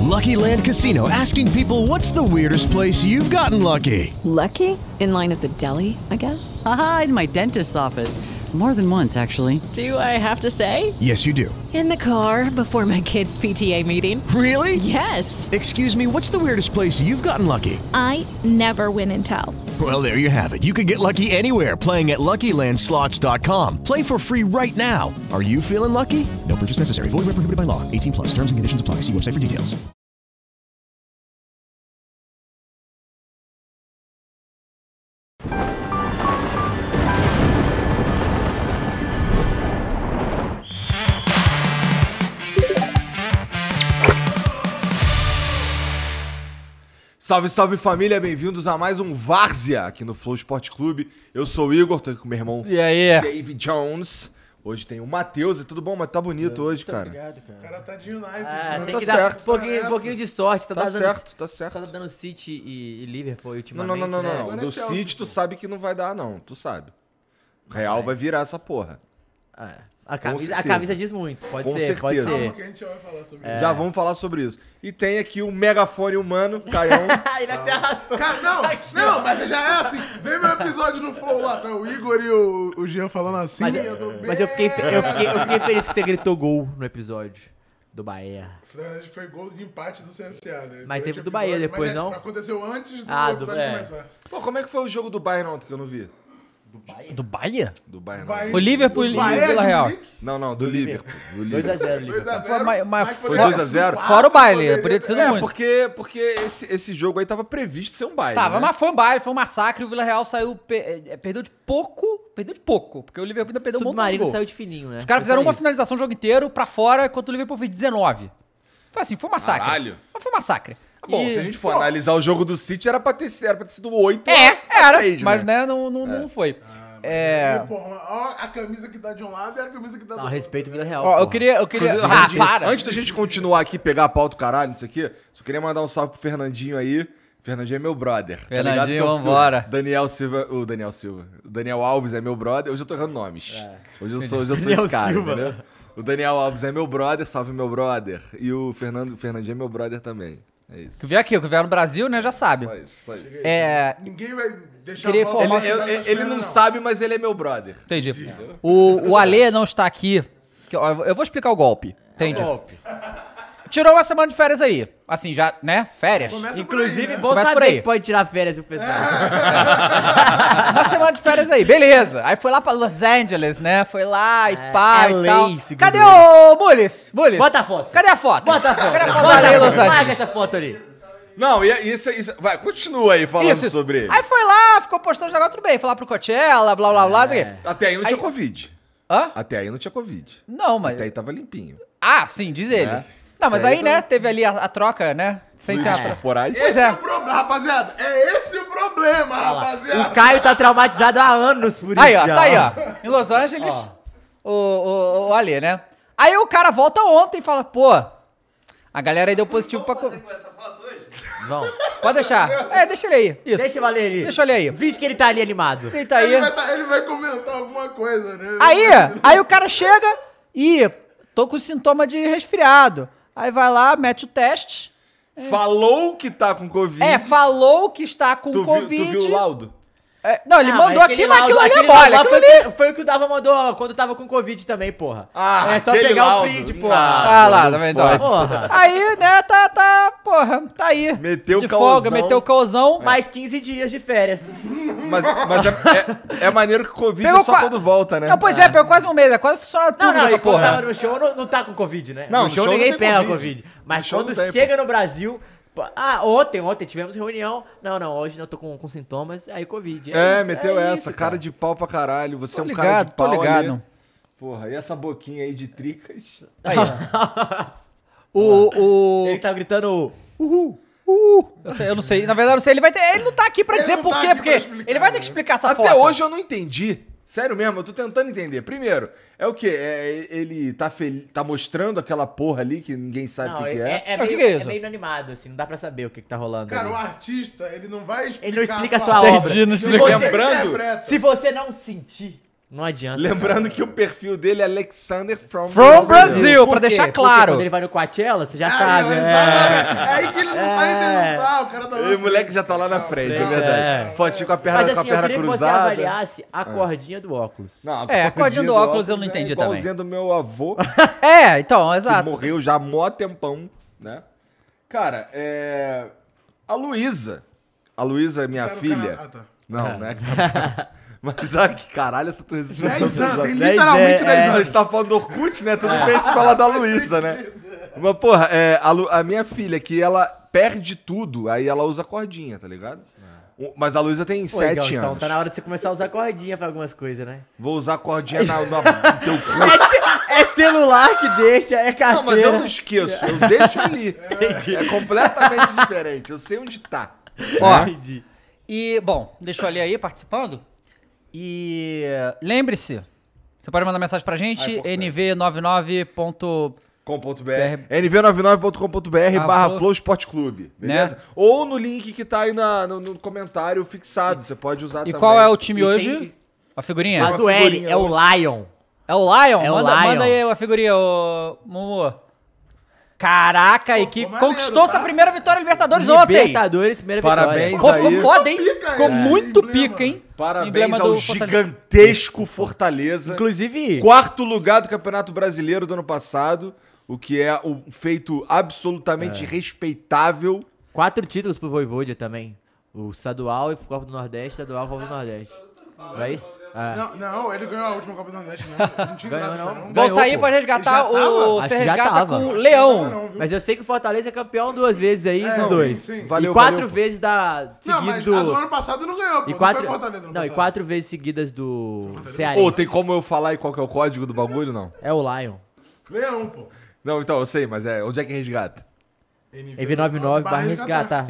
Lucky Land Casino, asking people, what's the weirdest place you've gotten lucky? Lucky? In line at the deli, I guess? Aha, in my dentist's office. More than once, actually. Do I have to say? Yes, you do. In the car before my kids' PTA meeting. Really? Yes. Excuse me, what's the weirdest place you've gotten lucky? I never win and tell. Well, there you have it. You can get lucky anywhere, playing at LuckyLandSlots.com. Play for free right now. Are you feeling lucky? No purchase necessary. Void where prohibited by law. 18 plus. Terms and conditions apply. See website for details. Salve, salve família, bem-vindos a mais um Várzea aqui no Flow Esporte Clube. Eu sou o Igor, tô aqui com meu irmão E aí? David Jones. Hoje tem o Matheus, é tudo bom? Mas tá bonito hoje, cara. Obrigado, cara. O cara tá de United. Tem tá que dar certo. um pouquinho de sorte. Tá certo, tá certo. Só tá dando City e Liverpool Não, ultimamente, não. né? Agora é Do Chelsea, City tu pô. sabe que não vai dar, não. Tu sabe. Real vai virar essa porra. A certeza. camisa diz muito. Pode Com ser, pode certeza. ser. Calma que a gente já vai falar sobre É. isso. Já vamos falar sobre isso. E tem aqui o megafone humano, Caião. Ele até arrastou. Cara, não, mas já é assim. Vem meu episódio no Flow lá, tá o Igor e o Jean falando assim. Mas eu fiquei feliz que você gritou gol no episódio do Bahia. Foi gol de empate do CSA, né? Mas teve Durante o do Bahia episódio, depois, mas não? Aconteceu antes do Do- episódio começar. Pô, como é que foi o jogo do Bayern ontem que eu não vi? Do Bahia? Do Bayern, Bahia- não. Foi Liverpool do e Bahia Vila de Real. Munique, Não, do Liverpool. Do Liverpool. 2x0, Liverpool. 2x0. Mas mas foi 2 a 0? Fora o baile, podia ter sido É, muito. porque esse jogo aí tava previsto ser um Bayern, Tava, né? mas foi um baile, foi um massacre. O Vila Real saiu, perdeu de pouco, porque o Liverpool ainda perdeu um monte de Submarino gol. saiu de fininho, né? Os caras Foi fizeram só uma isso. finalização o jogo inteiro pra fora, enquanto o Liverpool fez 19. Foi assim, foi um massacre. Caralho. Mas foi um massacre. Bom, E- se a gente for analisar o jogo do City, era pra ter sido 8 era, 3, mas né, não foi. E, porra, ó, a camisa que dá de um lado e a camisa que dá do Não, outro. respeito o Vila Real. Ó, eu porra. queria... Inclusive, para! Antes da gente continuar aqui, pegar a pauta do caralho, isso aqui, só queria mandar um salve pro Fernandinho aí. Fernandinho é meu brother. Fernandinho, tá ligado que eu fico- vambora. O Daniel Alves é meu brother. Hoje eu tô errando nomes. Hoje eu tô Daniel esse cara, Silva. entendeu? O Daniel Alves é meu brother, salve meu brother. E o Fernandinho é meu brother também. É isso. Que vier aqui, o que vier no Brasil, né, já sabe. Só isso. Ninguém vai deixar Queria a bola informar- passar nas Ele pernas, não sabe, mas ele é meu brother. Entendi. O Alê não está aqui. Eu vou explicar o golpe. Entendi. Tirou uma semana de férias aí. Assim, já, né? Férias. Começa por Inclusive, aí, né? bom Começa por saber aí. que pode tirar férias o pessoal. Uma semana de férias aí, beleza. Aí foi lá pra Los Angeles, né? Foi lá e pá LA, e tal. segundo Cadê ele. o Bullis? Bota a foto. Cadê a foto? Bota a foto. Cadê a foto do Ale em Los Larga Angeles? essa foto ali. Não, e isso. Vai, continua aí falando Isso. sobre ele. Aí foi lá, ficou postando os negócios, tudo bem. Foi lá pro Coachella, blá blá blá, sei o quê. Até aí não tinha Aí- Covid. Hã? Até aí não tinha Covid. Não, mas... Até aí tava limpinho. Ah, sim, diz ele. É. Não, mas Aí aí, né, teve ali a troca, né? Sem ter a Fluidos troca. corporais. Pois Esse é. é o problema, rapaziada. É esse o problema, rapaziada. O Caio tá traumatizado há anos por isso. Aí, ó, já, tá aí, ó. Em Los Angeles, o Ale, né? Aí o cara volta ontem e fala, pô, a galera aí deu positivo pra... Vamos. Pode deixar. É, deixa ele aí. Isso. Deixa eu valer ali. Deixa ele aí. Visto que ele tá ali animado. Ele tá aí. Ele vai comentar alguma coisa, né? Aí o cara chega e tô com sintoma de resfriado. Aí vai lá, mete o teste. Falou que tá com Covid. Falou que está com tu Covid. viu o laudo? Não, ele mandou mas aquilo, aquilo ali é aquele mole. laudo Aquilo ali... foi o que o Dava mandou quando tava com Covid também, porra. Ah, É só aquele pegar laudo. o print, Ah, porra. Ah lá, tá não vendo? pode. Porra. Aí, né, porra, tá aí. Meteu de o cauzão. folga, meteu o cauzão. Mais 15 dias de férias. Mas é maneiro que Covid Pegou é só qua- quando volta, né? Não, pois é, pegou quase um mês, é quase funcionário Não, público não, essa e quando tava porra. no show não tá com Covid, né? Não, no show no show ninguém não tem pega Covid. Covid. Mas No show quando não tem, chega no Brasil... ontem tivemos reunião. Não, hoje não tô com sintomas, aí Covid. Meteu é essa, isso, cara de pau pra caralho. Você Tô é um cara ligado, de pau tô ligado. ali. Porra, e essa boquinha aí de tricas? Aí, ó. Ele tá gritando... Eu não sei, na verdade eu não sei, ele não tá aqui pra Ele dizer não por tá quê, aqui porque pra explicar, ele vai ter né? que explicar essa Até foto. hoje eu não entendi. Sério mesmo, eu tô tentando entender. Primeiro, é o quê? Ele tá mostrando aquela porra ali que ninguém sabe o que é? Mas o meio, que é isso? é meio inanimado, assim, não dá pra saber o que tá rolando. Cara, ali. o artista, ele não vai explicar. Ele não explica a sua sua obra. obra. Entendi, não Se explica. você Lembrando, interpreta. Se você não sentir, Não adianta. Lembrando que o perfil dele é Alexander from Brasil, pra Por quê? deixar Porque claro. quando ele vai no Coachella, você já sabe. É aí que ele não tá entendendo. Ah, o cara tá lá. E o moleque já tá lá na frente, é verdade. Fotinho com a perna, Mas com a assim, eu perna queria que você cruzada. avaliasse a cordinha do óculos. Não, A cordinha do óculos eu não entendi também. Igualzinho do meu avô, Então, exato. que morreu já há mó tempão, né? Cara, a Luísa. A Luísa é minha Tá no filha. Canadá, tá. Não, né? Mas, que caralho, essa tua resistência. 10 anos, tem literalmente 10 A anos. gente tá falando do Orkut, né? Tudo bem a gente falar da Luísa, né? Mas, porra, a minha filha, que ela perde tudo, aí ela usa cordinha, tá ligado? Mas a Luísa tem 7 anos. Então tá na hora de você começar a usar cordinha pra algumas coisas, né? Vou usar cordinha no teu cu. É celular que deixa, é carteira. Não, mas eu não esqueço, eu deixo ali. É completamente diferente, eu sei onde tá. Ó, e, bom, deixa eu ali aí participando. E lembre-se, você pode mandar mensagem pra gente, nv99. nv99.com.br /Flow Esporte Clube, beleza? Né? Ou no link que tá aí no comentário fixado, você pode usar também. E qual é o time E hoje? tem- A figurinha? Mas o L é o Lion. É o Lion? É o manda, Lion. manda aí a figurinha, ô Mumu. Caraca, a equipe maneiro, conquistou tá? sua primeira vitória Libertadores ontem. Libertadores, primeira Parabéns vitória. Pô, ficou aí. foda, hein? Pica, Ficou muito emblema. pica, hein? Parabéns Emblema ao do Fortaleza. gigantesco Fortaleza. Inclusive, 4º lugar do Campeonato Brasileiro do ano passado, o que é um feito absolutamente respeitável. 4 títulos pro Voivoda também. O estadual e Copa do Nordeste, estadual e Copa do Nordeste. Não é isso? É. Não, ele ganhou a última Copa do Nordeste, não. Não tinha Ganhou, graça, não. não. Ganhou, Volta aí pô. pra resgatar Ele já tava? o... Acho Você que já resgata tava. com o Não, Leão. não, viu? Mas eu sei que o Fortaleza é campeão 2 vezes aí dos dois. sim. Valeu, e 4 valeu. vezes Não, mas seguidos a do do... ano passado não ganhou, pô. E Não 4... foi Fortaleza no Não, e passado. 4 vezes seguidas do Cearense. Ô, tem como eu falar aí qual que é o código do bagulho, não? É o Lion. Leão, pô. Não, então, eu sei, mas onde é que resgata? NV99 barra resgatar.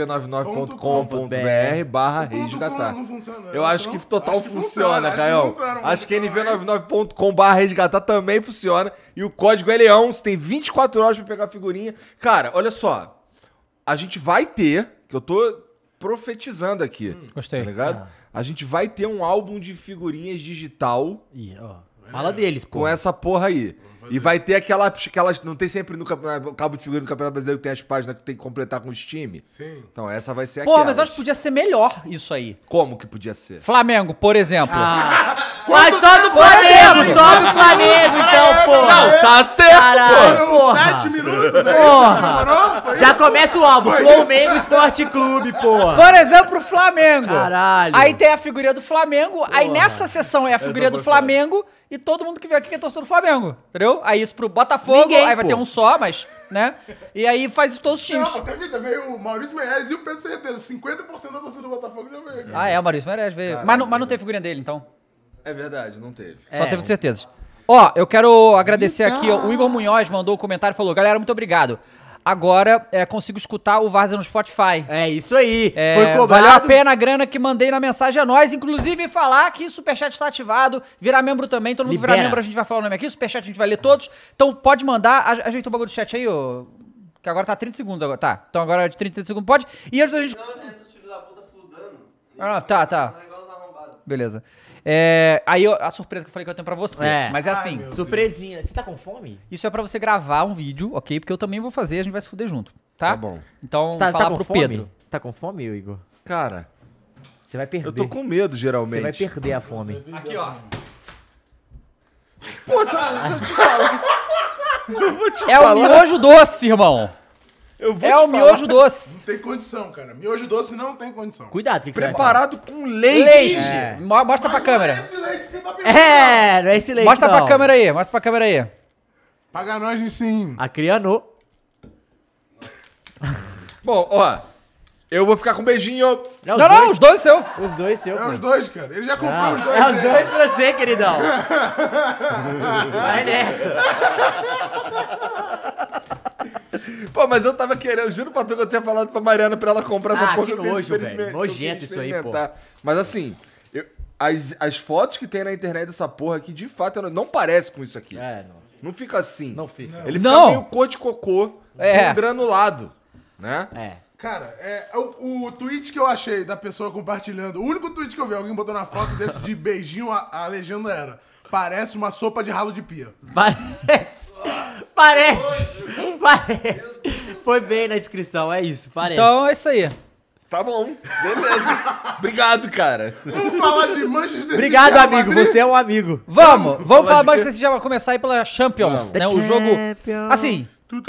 nv99.com.br/resgatar. Não funciona. Eu acho que total funciona, Caião. Acho que nv99.com/resgatar também funciona. E o código é Leão, você tem 24 horas pra pegar a figurinha. Cara, olha só. A gente vai ter, que eu tô profetizando aqui. Gostei. Tá ligado? A gente vai ter um álbum de figurinhas digital Ih, ó. Fala deles, pô. com essa porra aí. E vai ter aquelas. Não tem sempre no cabo de figurinha do Campeonato Brasileiro que tem as páginas que tem que completar com os times? Sim. Então essa vai ser Porra, aquela. mas eu acho que podia ser melhor isso aí. Como que podia ser? Flamengo, por exemplo. Mas só do Flamengo, só do Flamengo, então, pô. Não, tá certo, Caralho, Foram porra. 7 minutos, né? Porra. Demorou? Foi Já isso? começa o álbum, Flamengo Esporte Clube, porra. Por exemplo, o Flamengo. Caralho. Aí tem a figurinha do Flamengo, aí nessa sessão é a figurinha do Flamengo e todo mundo que vem aqui que é torcedor do Flamengo, entendeu? Aí isso pro Botafogo, Ninguém, aí vai pô. ter um só, mas, né? E aí faz isso todos os times. Não, teve também o Maurício Meirelles e o Pedro Certeza. 50% da torcida do Botafogo já veio. Cara. Ah, é, o Maurício Meirelles veio. Mas não tem figurinha dele, então. É verdade, não teve. Só teve de certeza. Ó, eu quero agradecer aqui, ó, o Igor Munhoz mandou um comentário e falou, galera, muito obrigado. Agora consigo escutar o Várzea no Spotify. É isso aí. É, Foi cobrado. valeu a pena a grana que mandei na mensagem a nós, inclusive falar que o Superchat está ativado, virar membro também, todo mundo que virar Libera. membro a gente vai falar o nome aqui, Superchat a gente vai ler todos, então pode mandar, ajeita o bagulho do chat aí, ô, que agora tá 30 segundos agora, tá, então agora de 30 segundos pode, e antes da gente... Tá, beleza. Aí a surpresa que eu falei que eu tenho pra você, mas é assim, Surpresinha. Você tá com fome? isso é pra você gravar um vídeo, ok, porque eu também vou fazer, a gente vai se fuder junto, tá? Tá bom. Então, Tá falar com pro fome? Pedro. Tá com fome, Igor? Cara, Você vai perder. eu tô com medo, geralmente. Você vai perder a fome. Aqui, ó. Pô, se eu te falar... Eu vou te É o falar... miojo doce, irmão. Eu vou É te o miojo Não doce. tem condição, cara. Miojo doce não tem condição. Cuidado, o que você vai Preparado com leite. Leite. É. Mostra pra câmera. Esse leite que você tá falar? pensando. É, não é esse leite Mostra não. pra câmera aí, mostra pra câmera aí. Paga nós em sim. A Criano. Bom, ó, eu vou ficar com um beijinho. Não, os dois seu. Os dois seu, É pô. os dois, cara. Ele já comprou Não, os dois. é os né? dois pra você, queridão. Vai nessa. Pô, mas eu tava querendo, juro pra tu que eu tinha falado pra Mariana pra ela comprar essa Ah, porra. que eu queria nojo, velho. experimentar, Nojento eu queria isso aí, experimentar. Mas assim, as fotos que tem na internet dessa porra aqui, de fato, não parece com isso aqui. É, não. Não fica assim. Não fica. Ele fica Não. meio cor de cocô, É. com granulado, né? É. Cara, o tweet que eu achei da pessoa compartilhando, o único tweet que eu vi, alguém botou na foto desse de beijinho, a legenda era: parece uma sopa de ralo de pia. Parece. Foi bem na descrição, é isso, parece. Então é isso aí. Tá bom, beleza. Obrigado, cara. Vamos falar de Manchester City. Obrigado, Real amigo, Madrid? você é um amigo. Vamos falar mais desse, já vai começar aí pela Champions, né? O jogo, assim,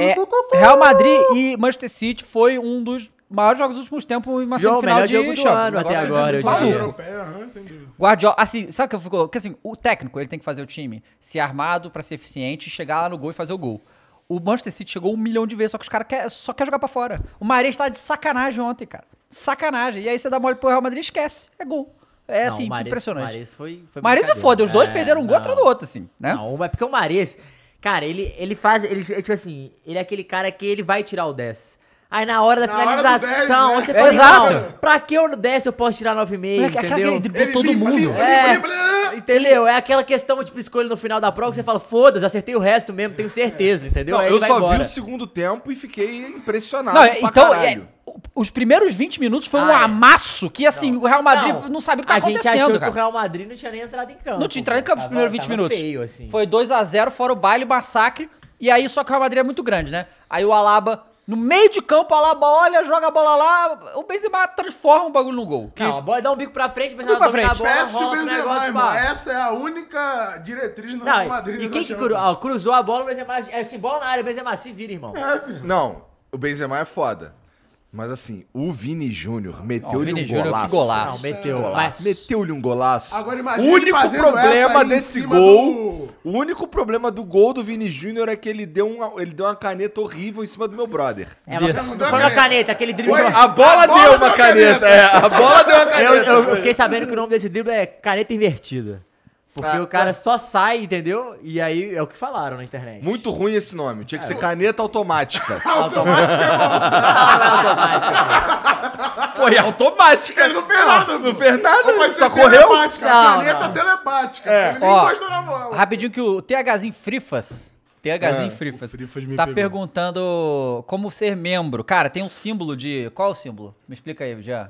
Real Madrid e Manchester City foi um dos maiores jogos dos últimos tempos em uma semifinal melhor de jogo do Champions. ano até agora, eu maluco. diria. Europeia, sem dúvida. Guardiola, assim, sabe o que eu fico? Porque assim, o técnico, ele tem que fazer o time ser armado pra ser eficiente, chegar lá no gol e fazer o gol. O Manchester City chegou 1 milhão de vezes, só que os caras só querem jogar pra fora. O Mahrez tava de sacanagem ontem, cara. Sacanagem. E aí você dá mole pro Real Madrid e esquece. É gol. É assim, impressionante. Mahrez foi Mahrez e foda, os dois perderam um gol atrás do outro, assim, né? Não, é porque o Mahrez, cara, ele faz, tipo assim, ele é aquele cara que ele vai tirar o 10. Aí na hora da finalização, você fala, Exato. não, pra que eu no 10 eu posso tirar 9,5, entendeu? Ele driblou todo mundo. Entendeu? É aquela questão, tipo, escolha no final da prova que você fala, foda-se, acertei o resto mesmo, tenho certeza, entendeu? Não, Aí eu ele vai só embora. vi o segundo tempo e fiquei impressionado Não, pra então, caralho. os primeiros 20 minutos foi um amasso que, assim, o Real Madrid não sabe o que tá a gente acontecendo, achou cara. que o Real Madrid não tinha nem entrado em campo. Não tinha entrado em campo nos primeiros 20 minutos. Feio, assim. Foi 2-0, fora o baile, massacre. E aí, só que o Real Madrid é muito grande, né? Aí o Alaba, no meio de campo, o Alaba olha, joga a bola lá, o Benzema transforma o bagulho no gol. Não, a bola dá um bico pra frente, mas bico pra frente. a bola, Peço o rola pro Benzema, negócio, irmão. pá. Essa é a única diretriz no Real Não, Madrid. e quem nessa que Champions. cruzou a bola, o Benzema, assim, bola na área, o Benzema se vira, irmão. Não, o Benzema é foda. Mas assim, o Vini Júnior meteu-lhe Vini um Júnior, golaço. que golaço. Não, meteu. Mas Meteu-lhe um golaço. Agora O imagina ele único fazendo essa problema aí em desse cima gol, o único problema do gol do Vini Júnior é que ele deu uma caneta horrível em cima do meu brother. É, mas não foi uma caneta, aquele drible. A bola deu uma caneta, a bola deu uma caneta. Eu fiquei sabendo que o nome desse drible é caneta invertida. Porque o cara só sai, entendeu? E aí é o que falaram na internet. Muito ruim esse nome, tinha que ser caneta automática. Automática é bom. Não é automática. Foi automática. Ele não fez nada. Não fez nada, Ou pode só ser correu. telepática, Não, caneta não. telepática. Ele nem Ó, encostou na bola. Rapidinho que o THzinho Frifas o Frifas me tá pegou. perguntando como ser membro. Cara, tem um símbolo de... Qual é o símbolo? Me explica aí, já.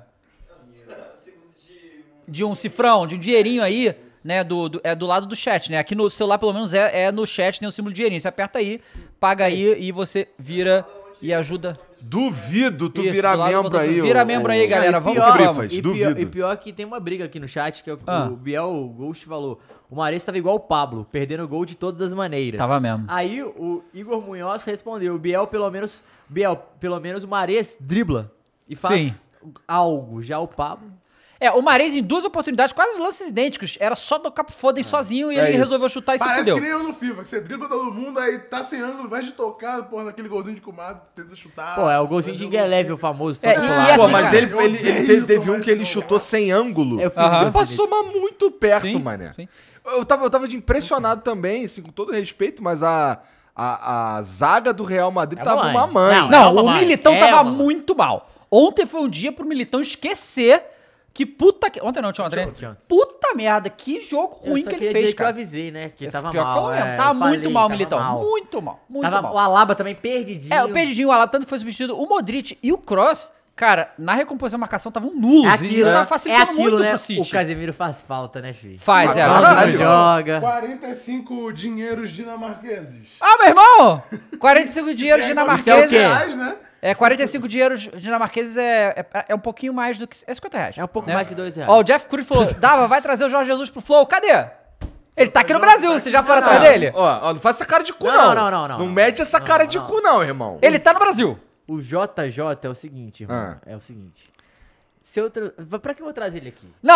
De um cifrão, de um dinheirinho aí, né, é do lado do chat, né? Aqui no celular, pelo menos, é no chat, tem o símbolo de dinheirinho. Você aperta aí, paga aí e você vira e ajuda. Duvido tu Isso, virar do lado do membro botão. aí. Vira membro aí, galera. Vamos que Frifas, vamos. duvido. E pior que tem uma briga aqui no chat, que é o Biel Ghost falou. O Mahrez tava igual o Pablo, perdendo gol de todas as maneiras. Tava mesmo. Aí o Igor Munhoz respondeu, Biel, pelo menos o Mahrez dribla e faz algo. Já o Pablo... O Mahrez em 2 oportunidades, quase lances idênticos. Era só tocar pro Foden sozinho e ele isso. resolveu chutar e se Parece fudeu. que nem eu no FIFA, que você dribla todo mundo, aí tá sem ângulo, ao invés de tocar, porra, naquele golzinho de comado, tenta chutar. Pô, é o golzinho de Ingeleve, o famoso. É, todo e lado. Pô, assim, mas cara, ele teve um que ele chutou sem ângulo. Eu fiz Aham. isso. Passou mas muito perto, Sim, mané. sim. Eu tava de impressionado também, assim, com todo respeito, mas a zaga do Real Madrid É tava mãe. uma mãe. Não, Não, é uma o mãe. Militão É tava uma mãe. muito mal. Ontem foi um dia pro Militão esquecer que puta que... Ontem não, tinha ontem. Tinha. Puta merda, que jogo Eu ruim só que ele queria fez, dizer que eu cara. avisei, né? Que tava Pior que mal. foi mesmo. eu Tava muito falei, mal o tava Militão. mal. Muito mal, muito Tava mal. o Alaba também perdidinho. O perdidinho, o Alaba, tanto que foi substituído. O Modric e o Kroos, cara, na recomposição da marcação estavam nulos. É e aquilo, isso né? tava facilitando muito né? pro City. O Casemiro faz falta, né, filho? Faz, é. Caralho. Joga. 45 dinheiros dinamarqueses. Ah, meu irmão! 45 dinheiros Isso é o dinamarqueses. quê? Reais, né? 45 dinheiros dinamarqueses é um pouquinho mais do que... É 50 reais. É um pouco né? mais que R$2. Ó, o Jeff Cruz falou, Dava, vai trazer o Jorge Jesus pro Flow. Cadê? Ele tá aqui no Brasil, você já foi atrás dele? Ó, não faz essa cara de cu, Não, não. não. Não mete essa cara de cu, não, irmão. Ele tá no Brasil. O JJ é o seguinte, irmão. É o seguinte. Se eu pra que eu vou trazer ele aqui? Não.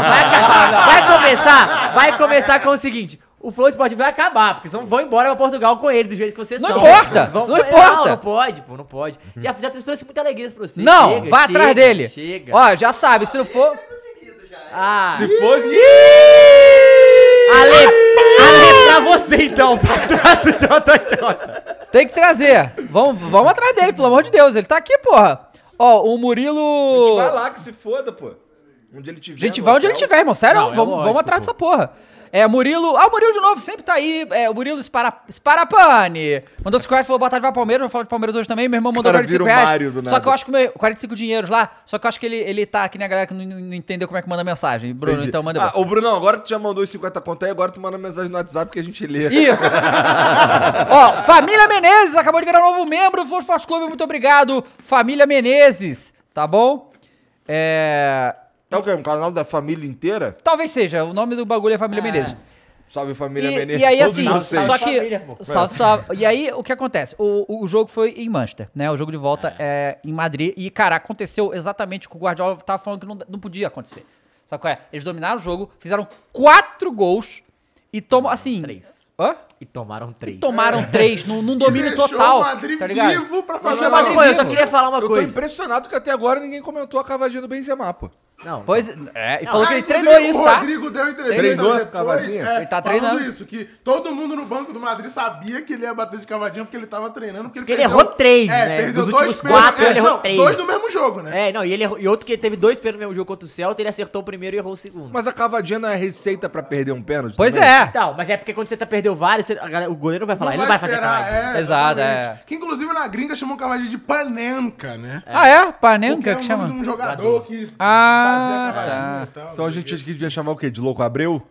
Vai começar com o seguinte. O Flow Esportivo vai acabar, porque senão vão embora pra Portugal com ele, do jeito que vocês Não são. importa, não importa. Não pode, pô, não pode. Já trouxe muita alegria pra você. Não, Chega, vai atrás chega, dele. Chega. Ó, já sabe, se não for... Ah, Se fosse... Ale, pra você então. Traz o JJ. Tem que trazer. Vamos atrás dele, pelo amor de Deus. Ele tá aqui, porra. Ó, o Murilo... A gente vai lá que se foda, pô. Onde ele tiver. Gente, no vai onde ele hotel. tiver, irmão. Sério, Não, é vamos lógico, atrás pô. dessa porra. Murilo. O Murilo de novo, sempre tá aí. O Murilo Sparapani. Mandou 5 reais, falou boa tarde, vai Palmeiras. Vou falar de Palmeiras hoje também. Meu irmão mandou 45 reais. Mário do Só nada. que eu acho que 45 dinheiros lá. Só que eu acho que ele tá aqui na galera que não entendeu como é que manda mensagem. Bruno, Entendi. então manda. Ô, Brunão, agora tu já mandou os 50 conto aí, agora tu manda mensagem no WhatsApp que a gente lê. Isso. Ó, Família Menezes acabou de virar novo membro do Flow Esporte Clube. Muito obrigado, Família Menezes. Tá bom? É o quê? Um canal da família inteira? Talvez seja. O nome do bagulho é Família Menezes. Salve, família Menezes. E aí, todos assim, vocês. só que. família, pô. E aí, o que acontece? O jogo foi em Manchester, né? O jogo de volta é em Madrid. E, cara, aconteceu exatamente o que o Guardiola tava falando que não podia acontecer. Sabe qual é? Eles dominaram o jogo, fizeram 4 gols e tomam, assim. 3. Hã? E tomaram 3. Tomaram 3 num domínio Deixou total. o Madrid Tá ligado? vivo pra fazer Deixou o uma Madrid Pô, eu vivo. só queria falar uma Eu tô coisa. impressionado que até agora ninguém comentou a cavadinha do Benzema, pô. Não, Pois e falou que ele inclusive, treinou isso, o tá? Rodrigo deu entrevista Treinou depois, cavadinha? Ele tá falando treinando. isso, que todo mundo no banco do Madrid sabia que ele ia bater de cavadinha porque ele tava treinando. Porque ele errou 3, né? Perdeu Dos 2 últimos 4, ele errou 3. 2 no mesmo jogo, né? Não, e ele errou, e outro que teve 2 pênaltis no mesmo jogo contra o Celta, ele acertou o primeiro e errou o segundo. Mas a cavadinha não é receita pra perder um pênalti? Pois também? é. Então, mas é porque quando você perdeu vários, o goleiro vai falar, ele não vai fazer cavadinha. Exato, exatamente. Que inclusive na gringa chamam cavadinha de panenca, né? Ah, é? Porque Panenka é que o chama? nome de um jogador que Ah, fazia cavadinha e tal. Então a gente aqui devia chamar o quê? De Louco Abreu?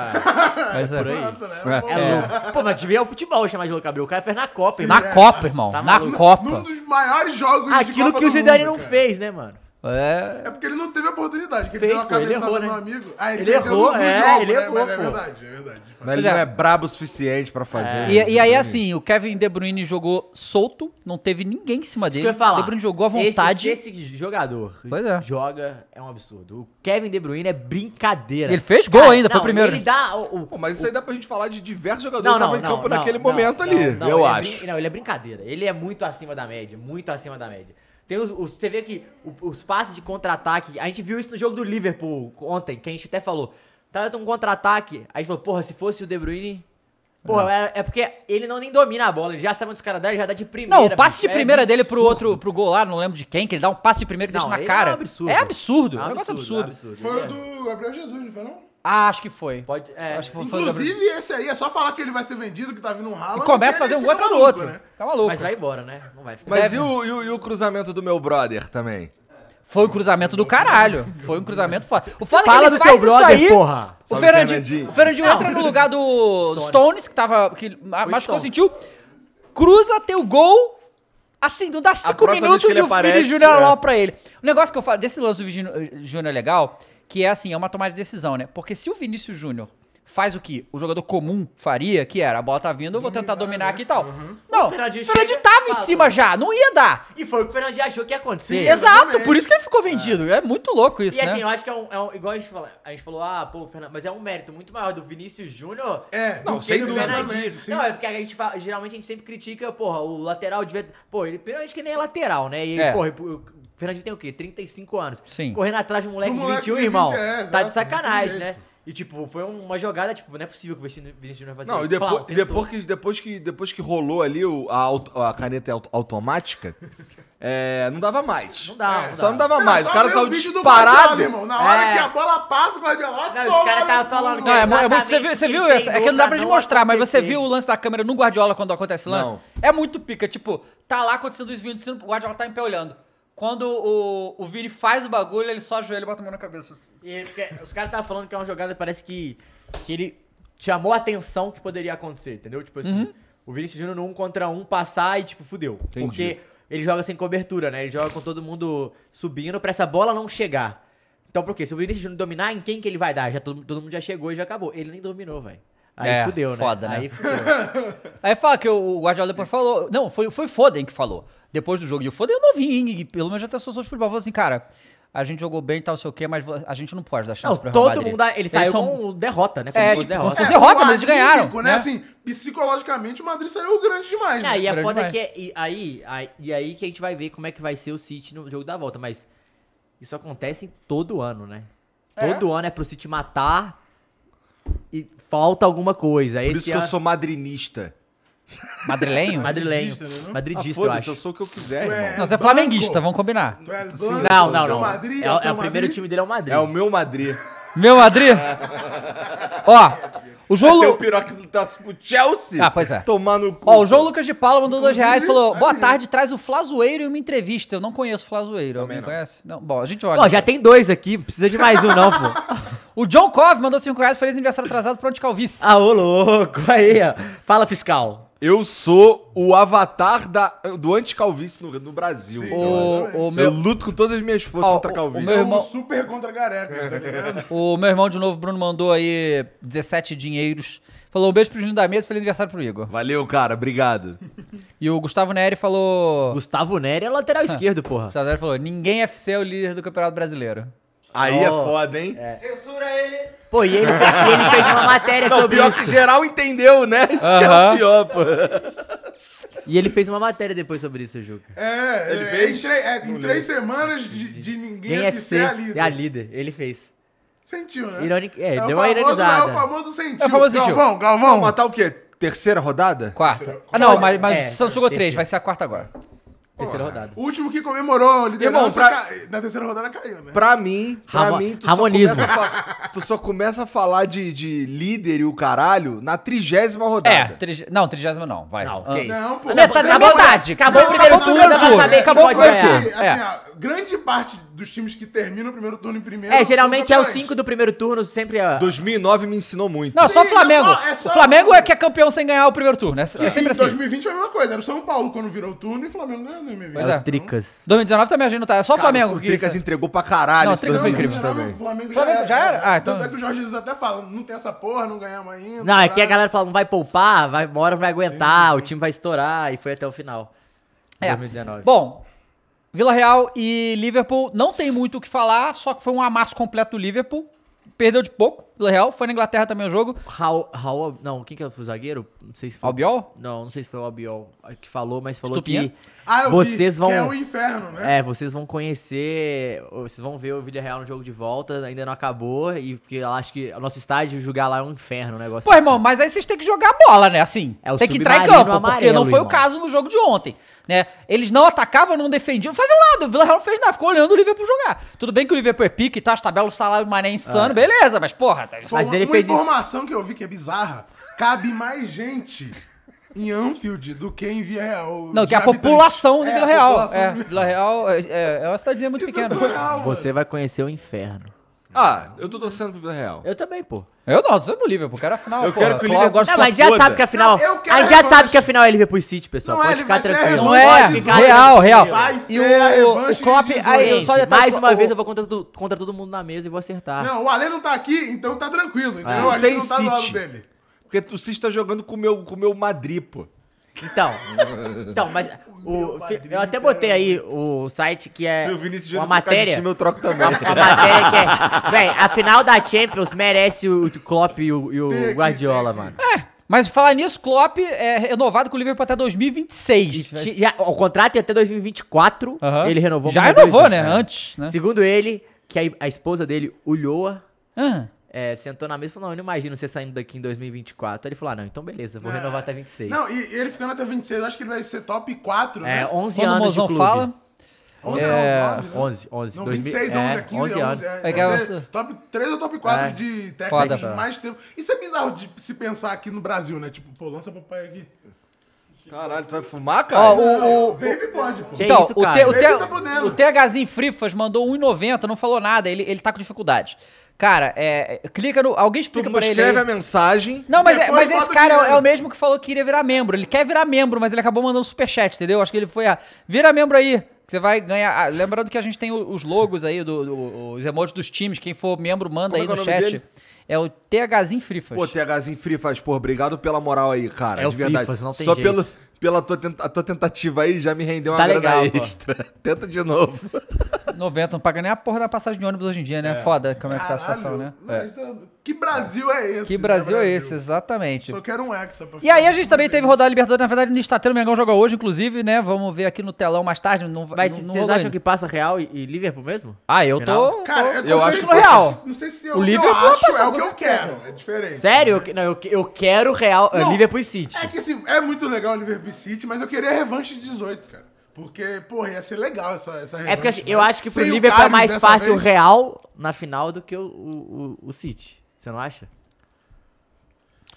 Mas é. Pronto, né? É louco. Pô, mas devia o futebol chamar de Louco Abreu. O cara fez na Copa, Na irmão. Copa, irmão. Tá Na maluco. Num Copa. dos maiores jogos de Aquilo Copa que o do Zidane mundo, não cara. fez, né, mano? É. É porque ele não teve oportunidade, que ele Fez, deu uma pô, ele cabeçada errou, no né? amigo. Aí Ele perdeu errou, no é, jogo, ele né? errou, Mas é pô. verdade, é verdade. Mas ele é. não é brabo o suficiente pra fazer. E aí, assim, o Kevin De Bruyne jogou solto, não teve ninguém em cima Isso dele. que eu ia falar. De Bruyne jogou à vontade. Esse jogador Pois é. joga é um absurdo. O Kevin De Bruyne é brincadeira. Ele fez gol ainda, foi o primeiro. Ele dá Pô, mas isso aí dá pra gente falar de diversos jogadores que estavam em campo naquele não, momento ali, não, eu ele acho. Não, ele é brincadeira. Ele é muito acima da média, muito acima da média. Tem você vê que os passes de contra-ataque, a gente viu isso no jogo do Liverpool ontem, que a gente até falou. Tava um contra-ataque, a gente falou, porra, se fosse o De Bruyne... Porra, é porque ele não nem domina a bola, ele já sabe onde os caras dão, ele já dá de primeira. Não, o passe de bicho, primeira é dele pro absurdo. outro, pro gol lá, não lembro de quem, que ele dá um passe de primeira e deixa Não, na ele cara. É um absurdo. É absurdo, É é um negócio absurdo. Foi o do Gabriel Jesus, não foi não? Ah, acho que foi. Pode, Acho que foi o Gabriel. Inclusive, esse aí é só falar que ele vai ser vendido, que tá vindo um ralo. E começa a fazer um gol atrás do outro. Tá maluco. Mas vai embora, né? Não vai ficar. Mas e o cruzamento do meu brother também? Foi um cruzamento do caralho. Foi um cruzamento foda. O foda é Fala que ele do faz seu isso brother, aí. porra. O Salve, Fernandinho, Fernandinho. entra no lugar do Stones, que machucou, Stones. sentiu. Cruza, tem o gol. Assim, não dá 5 próxima vez minutos que ele e o aparece, Vini Júnior é. lá pra ele. O negócio que eu falo desse lance do Vini Júnior é legal, que é assim, é uma tomada de decisão, né? Porque se o Vinícius Júnior faz o que o jogador comum faria, que era, a bola tá vindo, eu vou tentar dominar aqui e tal. Não, o Fernandinho Fernandinho chega, tava em fala, cima já, não ia dar. E foi o que o Fernandinho achou que ia acontecer. Exato, por isso que ele ficou vendido. É muito louco isso, E né? assim, eu acho que é um igual a gente falou, pô, Fernando, mas é um mérito muito maior do Vinícius Júnior. Não, do que sem do dúvida, Fernandinho. sim. Não, é porque a gente fala, geralmente a gente sempre critica, porra, o lateral devia. Pô, ele primeiramente que nem é lateral, né? E, É. porra, o Fernandinho tem o quê? 35 anos. Sim. Correndo atrás de um moleque Um de moleque 21, de 20, irmão. exato, Tá não de sacanagem, tem né? jeito. E tipo, foi uma jogada, tipo, não é possível que o Vinícius Júnior vai fazer Não, isso. e Plau, tentou. depois que rolou ali a caneta automática, não dava mais. Não dá, Só não dava mais. O Só cara ver saiu vídeo do disparado. Guardiola, irmão. Na hora É. que a bola passa, o Guardiola... Não, os caras estavam falando que Não, é é muito, exatamente você o que viu ele essa? É que treinou não dá pra não demonstrar, mas você acontecer. viu o lance da câmera no Guardiola quando acontece o lance? Não. É muito pica, tipo, tá lá acontecendo isso, vindo, o Guardiola tá em pé olhando. Quando o Vini faz o bagulho, ele só ajoelha e bota a mão na cabeça. E porque os caras estavam falando que é uma jogada, parece que ele chamou a atenção que poderia acontecer, entendeu? Tipo assim, o Vinícius Júnior no 1 contra 1 passar e, tipo, fudeu. Entendi. Porque ele joga sem cobertura, né? Ele joga com todo mundo subindo pra essa bola não chegar. Então, por quê? Se o Vinícius Júnior dominar, em quem que ele vai dar? Já todo mundo já chegou e já acabou. Ele nem dominou, velho. Aí fudeu, né? foda, né? Aí fudeu. Aí fala que o Guardiola depois falou. Não, foi o Foden que falou. Depois do jogo. E o Foden é novinho, e pelo menos já tem associação de futebol. Falou assim, cara, a gente jogou bem e tal, sei o quê, mas a gente não pode dar chance Não, pro Real todo Madrid. mundo... Ele Eles saiu são- com derrota, né? É, Foi um tipo, derrota. como se fosse derrota, o mas eles ganharam, anímico, né? Assim, psicologicamente o Madrid saiu grande demais, Não, né? e é Grande foda demais. que aí que a gente vai ver como é que vai ser o City no jogo da volta, mas isso acontece todo ano, né? É? Todo ano é pro City matar e falta alguma coisa. Por isso que eu sou madrinista. Madrilenho? madrilenho, Madridista, né, não? madridista, eu Foda-se, acho. eu sou o que eu quiser, Ué, irmão. Não, você é banco. flamenguista, vamos combinar. Tu é banco, Não, teu não. Madrid, É teu o primeiro Madrid. time dele é o Madrid. É o meu Madrid. Meu Madrid? Ó, O João Tem Lu... o Piroca que torce pro Chelsea. Ah, pois é. Tomar no cu. Ó, o João Lucas de Paula mandou R$2 e falou: boa aí. tarde, traz o Flazoeiro e uma entrevista. Eu não conheço o Flazoeiro. Alguém não. conhece? Não. Bom, a gente olha. Ó, já tem 2 aqui, não precisa de mais um não, pô. O John Cove mandou R$5. Feliz aniversário atrasado pra onde calvície. Ah, ô louco, aí, ó. Fala, fiscal. Eu sou o avatar do anticalvície no Brasil. Sim. O Eu meu, luto com todas as minhas forças Ó, contra a o calvície. meu irmão- Super contra carecas, tá ligado? o meu irmão de novo, Bruno, mandou aí 17 dinheiros. Falou um beijo pro Juninho da Mesa, feliz aniversário pro Igor. Valeu, cara. Obrigado. E o Gustavo Neri falou... Gustavo Neri é lateral esquerdo, porra. Gustavo Neri falou, ninguém FC é o líder do Campeonato Brasileiro. Aí é foda, hein? Pô, e ele fez uma matéria Não, sobre pior isso. que geral entendeu, né? Isso que é Aham. o pior, pô. E ele fez uma matéria depois sobre isso, Juca. Ele fez? Em 3 semanas de ninguém Quem FC FC a líder. é a líder, ele fez. Sentiu, né? Deu uma ironizada. É o famoso sentiu. É o famoso sentiu. Galvão. Vamos matar o quê? Terceira rodada? Quarta. Ah, não, mas É, o Santos jogou 3, terceira. vai ser a quarta agora. Terceira rodada. O último que comemorou a liderança Irmão, na terceira rodada caiu, né? Pra mim, Ramonismo. Tu só começa a falar de líder e o caralho na 30ª rodada. Não, 30ª não, vai. Não, Ah. que isso. Não, pô. Metade. Acabou o primeiro turno, dá pra saber quem Acabou o pode primeiro ganhar. turno. Assim, É. grande parte dos times que terminam o primeiro turno em primeiro. É, geralmente é os os 5 do primeiro turno, sempre é... 2009 me ensinou muito. Não, só o Sim, Flamengo. é só- O Flamengo é que é campeão sem ganhar o primeiro turno. É sempre Em assim. 2020 foi a mesma coisa. Era o São Paulo quando virou o turno e o Flamengo ganhou em 2020. Pois é. Tricas. 2019 também a gente não tá. É só o Flamengo. O que Tricas isso- entregou pra caralho Não, esse Tricas foi 2020 incrível. também. O Flamengo Flamengo já era? Ah, então- Tanto é que o Jorge Jesus até fala, não tem essa porra, não ganhamos ainda. Não, aqui a caralho. galera fala, não vai poupar, uma hora não vai aguentar, o time vai estourar, e foi até o final. É. 2019. Bom, Vila Real e Liverpool não tem muito o que falar, só que foi um amasso completo do Liverpool. Perdeu de pouco, Vila Real. Foi na Inglaterra também o jogo. Raul, não, quem que foi o zagueiro? Não sei se foi. Albiol? Não sei se foi o Albiol que falou, mas falou Estupinha? que Ah, eu vocês vi, vão... que é um inferno, né? vocês vão conhecer, vocês vão ver o Villarreal no jogo de volta, ainda não acabou, e porque eu acho que o nosso estádio jogar lá é um inferno, um negócio Pô, irmão, mas aí vocês têm que jogar bola, né? Assim, É o tem que entrar em submarino campo, porque amarelo, não foi o irmão. caso no jogo de ontem, né? Eles não atacavam, não defendiam, faziam nada. O Vila Real não fez nada, ficou olhando o Liverpool jogar. Tudo bem que o Liverpool é pique e tá, as tabelas, o salário mané insano, beleza, mas porra... Tá... Mas Uma- ele uma fez isso. informação que eu vi que é bizarra. Cabe mais gente em Anfield do que em Vila Real. Não, de que é a habitantes. população de É, Vila a Real. população É, de- Vila Real é uma cidadezinha muito Isso é pequena. surreal, mano. Você vai conhecer o inferno. Ah, eu tô torcendo pro Vila Real. Eu também, pô. Eu não, sou pro Liverpool, quero a final. Eu porra. quero que o Claro, Liverpool- gosto Não, só- mas já foda. sabe que a final... Não, eu quero a gente já revanche. sabe que a final é Liverpool e City, pessoal. Não é, Pode ele ficar vai ser a tranquilo. Não revanche. é, Pode ficar real. Vai E ser a revanche o Klopp, de aí, 18. só detalhe, Mais uma o- vez eu vou contra todo mundo na mesa e vou acertar. Não, o Ale não tá aqui, então tá tranquilo, entendeu? Não A gente tem não tá do lado City. dele. Porque o City tá jogando com o meu Madrid, pô. Então, mas eu até botei aí o site que é Se o Vinícius uma Júnior trocar de matéria. time, eu troco também. Uma matéria que é. Véi, a final da Champions merece o Klopp e o Guardiola, mano. Mas falar nisso, Klopp é renovado com o Liverpool até 2026. O contrato é até 2024. Aham. Ele renovou Já mais renovou, 2 né? anos. Antes, né? Segundo ele, que a esposa dele, Ulloa, Ah, sentou na mesa e falou: não, eu não imagino você saindo daqui em 2024. Aí ele falou: ah, não, então beleza, vou renovar até 26. Não, e ele ficando até 26, acho que ele vai ser top 4, né? 11 quando o anos de Mozão clube. fala... 11 é, não, 9, né? 11. Não, 2000, 26, 11, é 15, 11 anos. É que vai é ser você- top 3 ou top 4 É. de técnicos Foda. de mais tempo. Isso é bizarro de se pensar aqui no Brasil, né? Tipo, pô, lança papai aqui. Caralho, tu vai fumar, cara? Ó, o Baby pode, pô. Que Então, isso, o, cara? T- o, Ele T- tá podendo. o THzinho Frifas mandou 1,90, não falou nada, ele tá com dificuldade. Cara, clica no... Alguém Tu explica pra ele escreve aí. a mensagem. Não, mas, Depois mas esse bota cara dinheiro. é o mesmo que falou que queria virar membro. Ele quer virar membro, mas ele acabou mandando superchat, entendeu? Acho que ele foi vira membro aí, que você vai ganhar... Lembrando que a gente tem os logos aí, os emojis dos times. Quem for membro, manda Como aí é que no é o nome chat. dele? É o THzinho Frifas. Pô, THzinho Free faz, pô, obrigado pela moral aí, cara. É o de verdade. Frifas, não tem Só jeito. pela a tua tentativa aí já me rendeu uma Tá grana legal, pô. extra. Tenta de novo. 90, não paga nem a porra da passagem de ônibus hoje em dia, né? Foda como é que tá a situação, né? Caralho, Que Brasil é esse? Que né, Brasil é esse, exatamente. Só quero um Hexa pra E aí a ficar gente também contente. teve rodada Libertadores, na verdade ainda está tendo, o Mengão joga hoje, inclusive, né? Vamos ver aqui no telão mais tarde. Não, Mas não vocês rolou acham ainda. que passa Real e Liverpool mesmo? Ah, eu Final? tô... Cara, Eu acho que no Real. Não sei se O o Liverpool que eu acho passa é o com que eu certeza. quero. É diferente. Sério? Eu quero Real, Não, Liverpool e City. É que assim, é muito legal o Liverpool City, mas eu queria a revanche de 18, cara. Porque, porra, ia ser legal essa revanche. É porque assim, eu acho que pro Sem o Liverpool é Karius mais dessa fácil o vez. Real na final do que o City. Você não acha?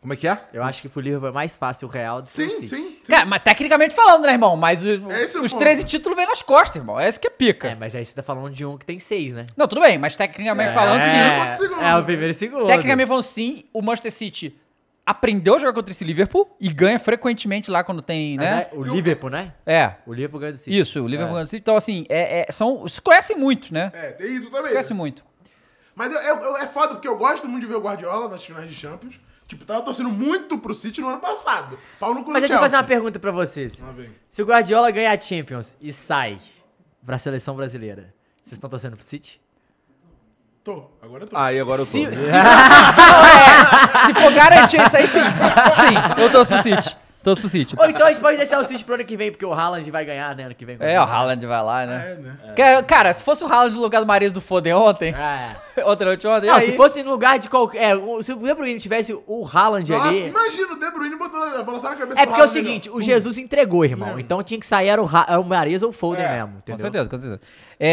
Como é que é? Eu acho que pro Liverpool é mais fácil o Real do que o Sim, City. sim. Cara, mas tecnicamente falando, né, irmão? Mas Esse é o os ponto. 13 títulos vêm nas costas, irmão. Esse que é pica. É, mas aí você tá falando de um que tem 6, né? Não, tudo bem, mas tecnicamente falando, sim. segundo. É o primeiro e segundo. Tecnicamente falando, sim, o Manchester City aprendeu a jogar contra esse Liverpool e ganha frequentemente lá quando tem, né? O Liverpool, né? É. O Liverpool ganha do City. Isso, o Liverpool ganha do City. Então, assim, se conhecem muito, né? Tem isso também. Se conhecem muito. Mas é foda, porque eu gosto muito de ver o Guardiola nas finais de Champions. Tipo, tava torcendo muito pro City no ano passado. Pau no cu do Mas deixa eu fazer uma Chelsea. pergunta pra vocês. Lá vem. Se o Guardiola ganhar a Champions e sai pra seleção brasileira, vocês estão torcendo pro City? Agora eu tô. Aí, agora eu tô. Se for garantir isso aí, sim. Sim, eu torço pro City. Torço pro City. Ou então a gente pode deixar o City pro ano que vem, porque o Haaland vai ganhar, né, ano que vem. com É, o City. Haaland vai lá, né? né? Cara, se fosse o Haaland no lugar do Maris do Foden ontem, É. outra noite ontem, Não, aí... se fosse no lugar de qualquer... se o De Bruyne tivesse o Haaland Nossa, ali... imagina o De Bruyne botando a balançar na cabeça É do porque é o Haaland, seguinte, ó. o Jesus entregou, irmão. Então tinha que sair era o Maris ou o Foden mesmo, entendeu? Com certeza, com certeza.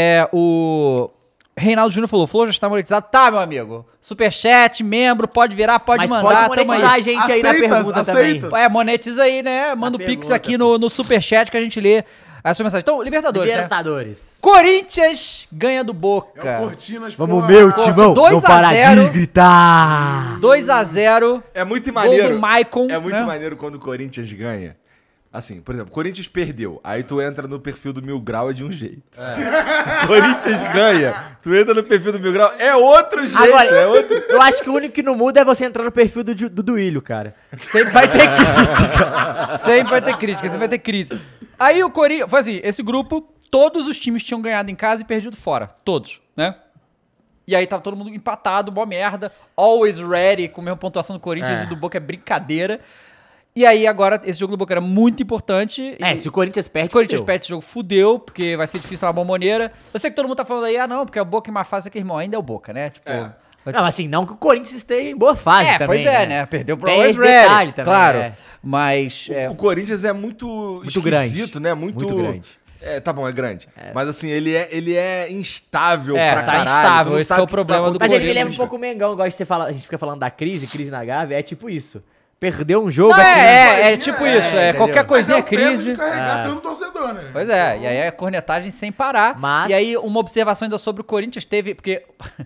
O Reinaldo Júnior falou, o Flow já está monetizado. Tá, meu amigo. Superchat, membro, pode virar, pode Mas mandar. pode monetizar tamo aí. a gente aí na Aceitas, pergunta aceitas. também. Monetiza aí, né? Manda o Pix pergunta, aqui no Superchat que a gente lê a sua mensagem. Então, Libertadores, né? Libertadores. Corinthians ganha do Boca. É o Cortinas, Vamos, porra. meu Pô, timão, 2 não a parar 0. de gritar. 2-0. É muito Gol maneiro. do Maicon, É muito né? maneiro quando o Corinthians ganha. Assim, por exemplo, o Corinthians perdeu. Aí tu entra no perfil do Mil Grau é de um jeito. Corinthians ganha. Tu entra no perfil do Mil Grau é outro jeito. Agora, é outro... eu acho que o único que não muda é você entrar no perfil do Duílio, cara. Sempre vai ter crítica. Sempre vai ter crítica, sempre vai ter crise. Aí o Corinthians... Foi assim, esse grupo, todos os times tinham ganhado em casa e perdido fora. Todos, né? E aí tava todo mundo empatado, mó merda. Always ready, com a mesma pontuação do Corinthians e do Boca é brincadeira. E aí agora, esse jogo do Boca era muito importante. Se o Corinthians perde, Se o Corinthians fudeu. perde esse jogo, fudeu, porque vai ser difícil na Bomboneira. Eu sei que todo mundo tá falando aí, não, porque o Boca é mais fácil que irmão. Ainda é o Boca, né? Tipo... Não, assim, não que o Corinthians esteja em boa fase também. pois é, né? Perdeu pro Tem Always esse ready, detalhe também, claro. é. Mas... O Corinthians é muito grande. esquisito, né? Muito grande. Tá bom, é grande. Mas assim, ele é instável pra tá caralho. instável, tu não esse sabe é o problema do Mas Corinthians. ele é um pouco Mengão, igual você fala, a gente fica falando da crise na Gávea, é tipo isso. Perdeu um jogo, Não, é tipo é, isso, entendeu? qualquer Mas é coisinha o peso crise. de carregar tanto torcedor, né? Pois é, e aí é cornetagem sem parar. Mas- E aí uma observação ainda sobre o Corinthians teve, porque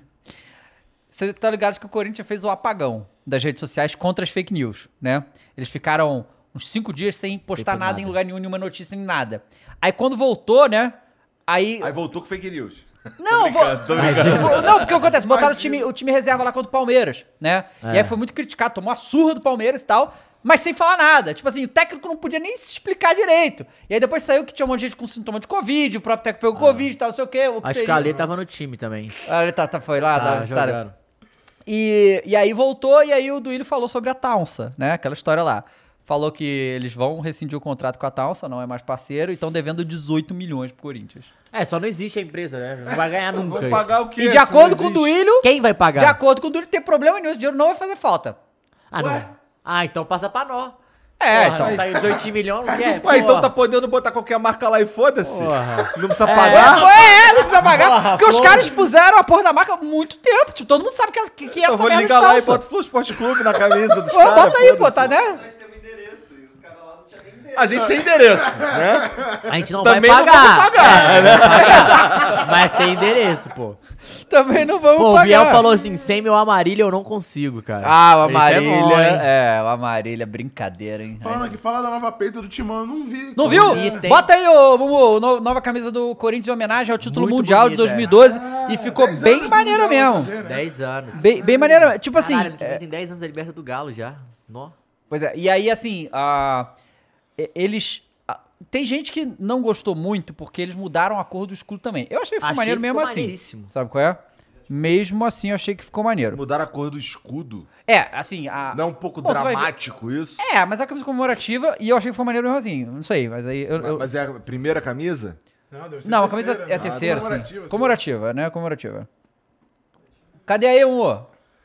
você tá ligado que o Corinthians fez o apagão das redes sociais contra as fake news, né? Eles ficaram uns 5 dias sem postar nada em lugar nenhum, nenhuma notícia, nem nada. Aí quando voltou, né? Aí voltou com fake news. Não, não, porque acontece, botaram o time reserva lá contra o Palmeiras, né? E aí foi muito criticado, tomou a surra do Palmeiras e tal, mas sem falar nada. Tipo assim, o técnico não podia nem se explicar direito. E aí depois saiu que tinha um monte de gente com sintoma de Covid, o próprio técnico pegou Covid e tal, não sei o quê. Acho que a Ale tava no time também. Ah, ele foi lá, Tá dá uma visitada. jogando. E aí voltou, e aí o Duílio falou sobre a Taunsa, né? Aquela história lá. Falou que eles vão rescindir o contrato com a Taunsa, não é mais parceiro, e estão devendo 18 milhões pro Corinthians. Só não existe a empresa, né? Não vai ganhar nunca. Vão pagar o quê? E de se não acordo com o existe? Duílio, Quem vai pagar? de acordo com o Duílio, tem problema nenhum, esse dinheiro não vai fazer falta. Não. Então passa pra nós. É, Porra, tá aí 18 milhões, não quer? Ué, então Porra. tá podendo botar qualquer marca lá e foda-se? Porra. Não precisa pagar? Não precisa pagar, Porra, porque os porra. caras puseram a porra da marca há muito tempo, tipo, todo mundo sabe que Eu essa vou merda ligar de lá e Taunsa. boto Flow Esporte Clube na camisa dos Pô, caras. bota aí, pô, foda-se. tá, né? A gente tem endereço, né? A gente não Também vai não pagar. vamos pagar. Mas tem endereço, pô. Também não vamos Pô, pagar. o Biel falou assim, sem meu Amarília eu não consigo, cara. Ah, o Esse é Amarília, bom, hein? o Amarília, brincadeira, hein? Falando aqui, fala da nova peita do Timão, eu não vi. Não viu? Bonita, hein? Bota aí, ô, Mumu, nova camisa do Corinthians em homenagem ao título Muito mundial de bonita, 2012 e ficou 10 bem anos do maneira Mundial, mesmo. pra ver, né? 10 anos. Bem maneira, tipo assim... Caralho, tem 10 anos da Liberta do Galo já. Nó. Pois é, e aí assim, eles... tem gente que não gostou muito porque eles mudaram a cor do escudo também. Eu achei que ficou Achei maneiro que mesmo ficou assim. maneiríssimo. Sabe qual é? Mesmo assim, eu achei que ficou maneiro. Mudaram a cor do escudo. É, assim... Não é um pouco Bom, você vai ver- dramático isso? É, mas é a camisa comemorativa e eu achei que ficou maneiro mesmo assim. Não sei, mas aí... Mas é a primeira camisa? Não, deve ser Não, a camisa é a né? terceira, sim. Comemorativa, Comemorativa, né? Comemorativa. Cadê aí, um?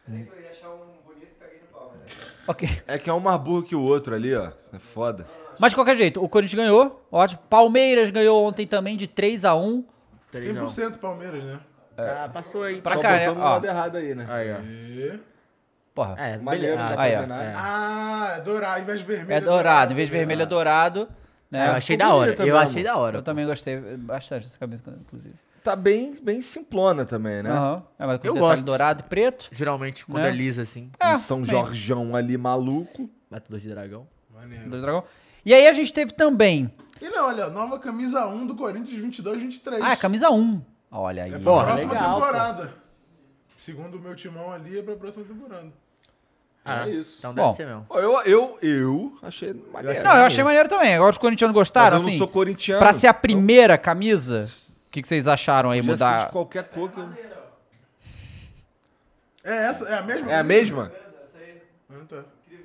Ok. É que é um mais burro que o outro ali, ó. É foda. Mas de qualquer jeito, o Corinthians ganhou. Ótimo. Palmeiras ganhou ontem também de 3-1. 100% Palmeiras, né? Passou aí. Pra Só cá, botou no ó. lado errado aí, né? Aí, ó. Porra. Maneiro, não dá pra aí, ó. ver nada. Ah, é dourado, ao invés de vermelho. É dourado, em vez de vermelho é dourado. Né? Eu achei ficou da hora. bonita Eu mesmo. achei da hora. Eu também gostei bastante dessa camisa, inclusive. Tá bem simplona também, né? Aham. É, mas com Eu detalhe gosto. dourado e preto. Geralmente, quando Né? é lisa, assim. Um São Jorjão ali maluco. Batedor de dragão. Maneiro. Do dragão. E aí a gente teve também... E não, olha, nova camisa 1 do Corinthians 22-23. Ah, é camisa 1. Olha aí. É pra Porra, próxima legal, temporada. Segundo o meu timão ali, é pra próxima temporada. É isso. Então Bom. deve ser mesmo. Ó, eu achei maneiro. Não, eu achei maneiro também. Agora os corintianos Mas gostaram, eu não assim. sou corintiano. Pra ser a primeira camisa, o que vocês acharam aí, Podia ser mudar? de qualquer cor que eu... É essa? É a mesma? É a mesma? Ah, tá.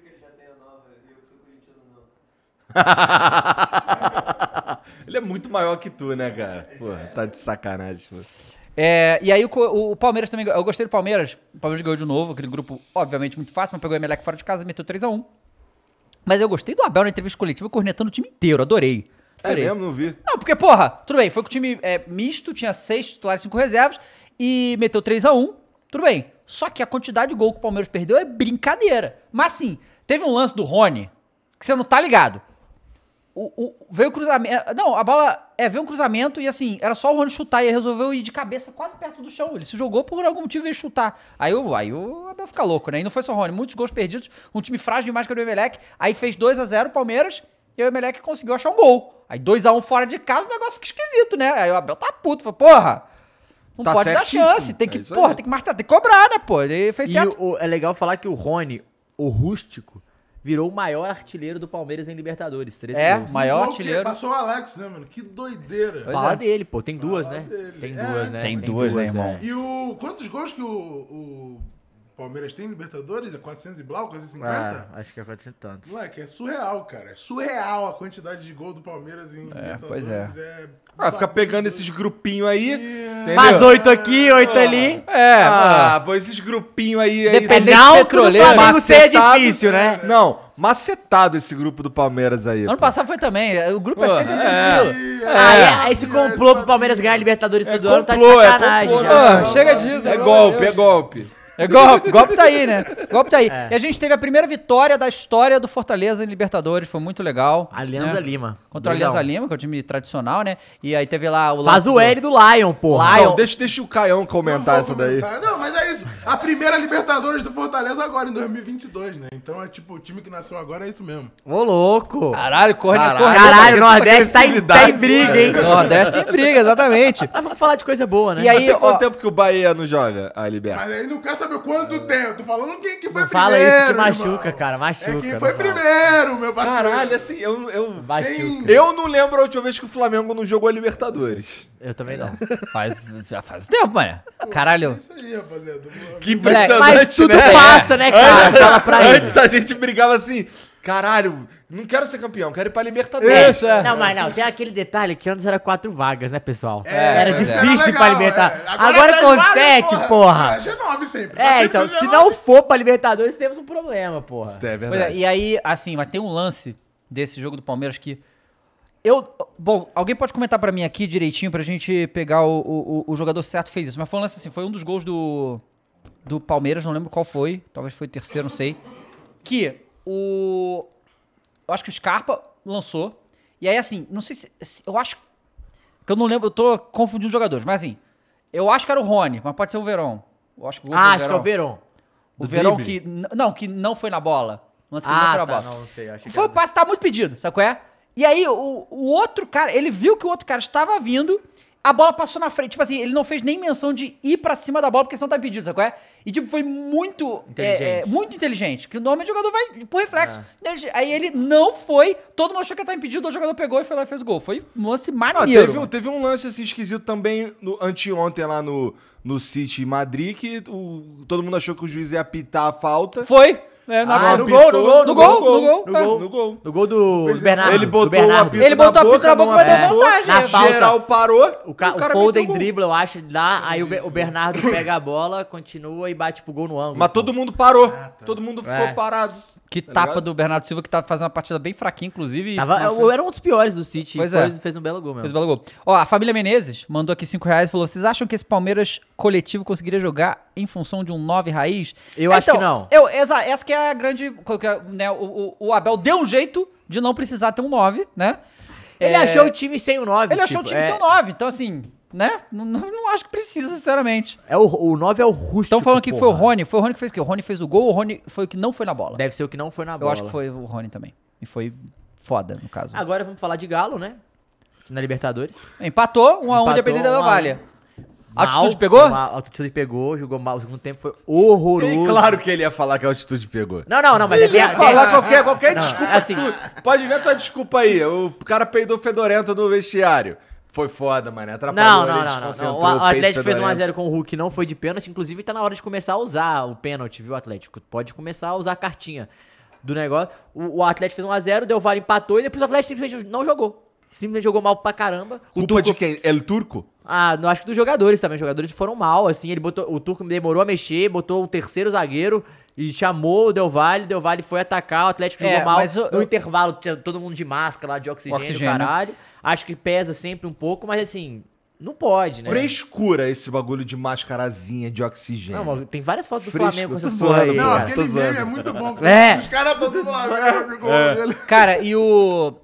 Ele é muito maior que tu, né, cara? Porra, tá de sacanagem. Pô. É, e aí o Palmeiras também... Eu gostei do Palmeiras. O Palmeiras ganhou de novo. Aquele grupo, obviamente, muito fácil. Mas pegou o Emelec fora de casa e meteu 3-1. Mas eu gostei do Abel na entrevista coletiva, cornetando o time inteiro. Adorei. É mesmo? Não vi. Não, porque, porra, tudo bem. Foi com o time misto. Tinha 6 titulares e 5 reservas. E meteu 3-1. Tudo bem. Só que a quantidade de gol que o Palmeiras perdeu é brincadeira. Mas, assim, teve um lance do Rony que você não tá ligado. Veio o cruzamento. Não, a bola. Veio um cruzamento e assim, era só o Rony chutar e ele resolveu ir de cabeça quase perto do chão. Ele se jogou por algum motivo e veio chutar. Aí o Abel fica louco, né? E não foi só o Rony, muitos gols perdidos. Um time frágil demais que era o Emelec. Aí fez 2-0 o Palmeiras e o Emelec conseguiu achar um gol. Aí 2-1 fora de casa, o negócio fica esquisito, né? Aí o Abel tá puto, falou, porra. Não Tá pode certíssimo. dar chance. Tem que, É isso porra, aí. tem que marcar, tem que cobrar, né, pô? Ele fez E certo. é legal falar que o Rony, o rústico, virou o maior artilheiro do Palmeiras em Libertadores. 13 gols. Maior Igual que artilheiro. Passou o Alex, né, mano? Que doideira. Pois Fala é. dele, pô. Tem duas, Fala né? dele. Tem É, duas, né? tem duas, né, irmão? E quantos gols que o Palmeiras tem em Libertadores? É 400 e blau, 450? Acho que é 400 tantos. Moleque, é surreal, cara. É surreal a quantidade de gol do Palmeiras em Libertadores. pois é. Fica pegando esses grupinhos aí. Entendeu? Faz 8 aqui, 8 ali. Pô, esses grupinhos aí. Dependente Não, de que o petroleiro. Flamengo seja Macetado. difícil, né? Não, macetado esse grupo do Palmeiras aí. Ano pô. passado foi também. O grupo Pô, é sempre E Aí esse complô pro Palmeiras ganhar a Libertadores todo ano tá de complô, sacanagem complô, já. Pô, chega disso. É pelo golpe, amor é de golpe. Deus. É golpe. Golpe tá aí, né? Golpe tá aí. E a gente teve a primeira vitória da história do Fortaleza em Libertadores. Foi muito legal. Alianza né? Lima. Contra o 2 a 1. Alianza Lima, que é o time tradicional, né? E aí teve lá o Faz lance o L do Lion, porra. Não, deixa o Caião comentar essa daí. Não, mas é isso. A primeira Libertadores do Fortaleza agora, em 2022, né? Então é tipo, o time que nasceu agora é isso mesmo. Ô, louco. Caralho, Caralho. Caralho, o Essa Nordeste tá em agressividade, briga, hein? Nordeste em briga, exatamente. Mas vamos falar de coisa boa, né? E aí, Tem quanto ó, tempo que o Bahia não joga a Liberta? Mas aí não quer saber quanto tempo. Tô falando quem que foi Não primeiro. fala isso que machuca, irmão. cara, machuca. É quem não foi fala. primeiro, meu parceiro. Caralho, assim, eu Machuca. eu não lembro a última vez que o Flamengo não jogou a Libertadores. Eu também não. já faz tempo, mano. Caralho. É isso aí, rapaziada. Que Mas impressionante, tudo né? passa, né, cara? Fala pra ele. Antes a gente brigava assim, caralho, não quero ser campeão, quero ir pra Libertadores. Isso, é. Não, mas não, tem aquele detalhe que antes era 4 vagas, né, pessoal? É, era mas difícil legal, pra Libertadores. é. Agora tem com vários, 7, porra. É, G9 sempre. Tá É, sempre então, sendo se G9. não for pra Libertadores, temos um problema, porra. É Pois é, verdade. e aí, assim, mas tem um lance desse jogo do Palmeiras que bom, alguém pode comentar pra mim aqui direitinho pra gente pegar o jogador certo que fez isso. Mas foi um lance assim, foi um dos gols do Palmeiras, não lembro qual foi. Talvez foi o terceiro, não sei. Que eu acho que o Scarpa lançou. E aí, assim, não sei se eu acho que eu não lembro, eu tô confundindo os jogadores. Mas assim, eu acho que era o Rony, mas pode ser o Verón. Eu acho que o gol foi Ah, acho que é o Verón. O Verón drible? que não foi na bola. O lance que não foi na bola. não sei. Achei que Foi o era- passe, tá muito pedido, sabe qual é? E aí, o outro cara, ele viu que o outro cara estava vindo, a bola passou na frente. Tipo assim, ele não fez nem menção de ir pra cima da bola, porque senão tá impedido, sabe qual é? E tipo, foi muito Inteligente. muito inteligente. Que normalmente o jogador vai por reflexo. Aí ele não foi, todo mundo achou que ia estar impedido, o jogador pegou e foi lá e fez o gol. Foi um lance Ah, maneiro. teve um lance assim esquisito também anteontem lá no City em Madrid, que todo mundo achou que o juiz ia apitar a falta. Foi. Na bola. no gol, no gol, No gol, no gol. No gol. No gol do Bernardo. Ele botou do Bernardo. o apito Ele botou na o apito na boca, mas deu apitou, vantagem. Na falta. Geral parou. O cara Foden meteu gol. dribla, eu acho, dá, aí o Bernardo pega a bola, continua e bate pro gol no ângulo. Mas pô. todo mundo parou. Todo mundo ficou É. parado. Que Tá tapa ligado? do Bernardo Silva, que tá fazendo uma partida bem fraquinha, inclusive. Era um dos piores do City. Pois é. Fez um belo gol mesmo. Fez um belo gol. Ó, a família Menezes mandou aqui R$5 e falou: vocês acham que esse Palmeiras coletivo conseguiria jogar em função de um 9 raiz? Eu acho que não. Essa que é a grande. Né, o Abel deu um jeito de não precisar ter um 9, né? Ele achou o time sem o 9. Ele achou o time sem o 9. Então, assim, né? Não acho que precisa, sinceramente. O 9 é o rústico. Estão falando aqui que foi o Rony. Foi o Rony que fez o quê? O Rony fez o gol, o Rony foi o que não foi na bola. Deve ser o que não foi na bola. Eu acho que foi o Rony também. E foi foda, no caso. Agora vamos falar de Galo, né? Na Libertadores. Empatou, 1-1, Empatou, independente da 1-1. Valha. Mal, Altitude pegou? A altitude pegou, jogou mal. O segundo tempo foi horroroso. E claro que ele ia falar que a altitude pegou. Não, mas Ele ia falar qualquer Não, desculpa. assim- Pode ver a tua desculpa aí. O cara peidou fedorento no vestiário. Foi foda, mano. Atrapalhou, Não. ele desconcentrou, O peito Atlético fez fedorento. 1x0 com o Hulk, não foi de pênalti. Inclusive, tá na hora de começar a usar o pênalti, viu, Atlético? Pode começar a usar a cartinha do negócio. O Atlético fez 1x0, Del Valle empatou e depois o Atlético simplesmente não jogou. Simplesmente jogou mal pra caramba. Culpa de quem? El Turco? Não, acho que dos jogadores também. Os jogadores foram mal, assim. O Turco demorou a mexer, botou o terceiro zagueiro e chamou o Del Valle. Del Valle foi atacar, o Atlético jogou mal. mas No intervalo, tinha todo mundo de máscara lá, de oxigênio, caralho. Acho que pesa sempre um pouco, mas assim, não pode, né? Frescura esse bagulho de mascarazinha de oxigênio. Não, mas tem várias fotos do Fresco, Flamengo com tô essa porra aí, zoando, Não, cara. cara. aquele tô meme zoando. é muito bom. É. Os caras estão tudo lá. Ficou- Cara, e o.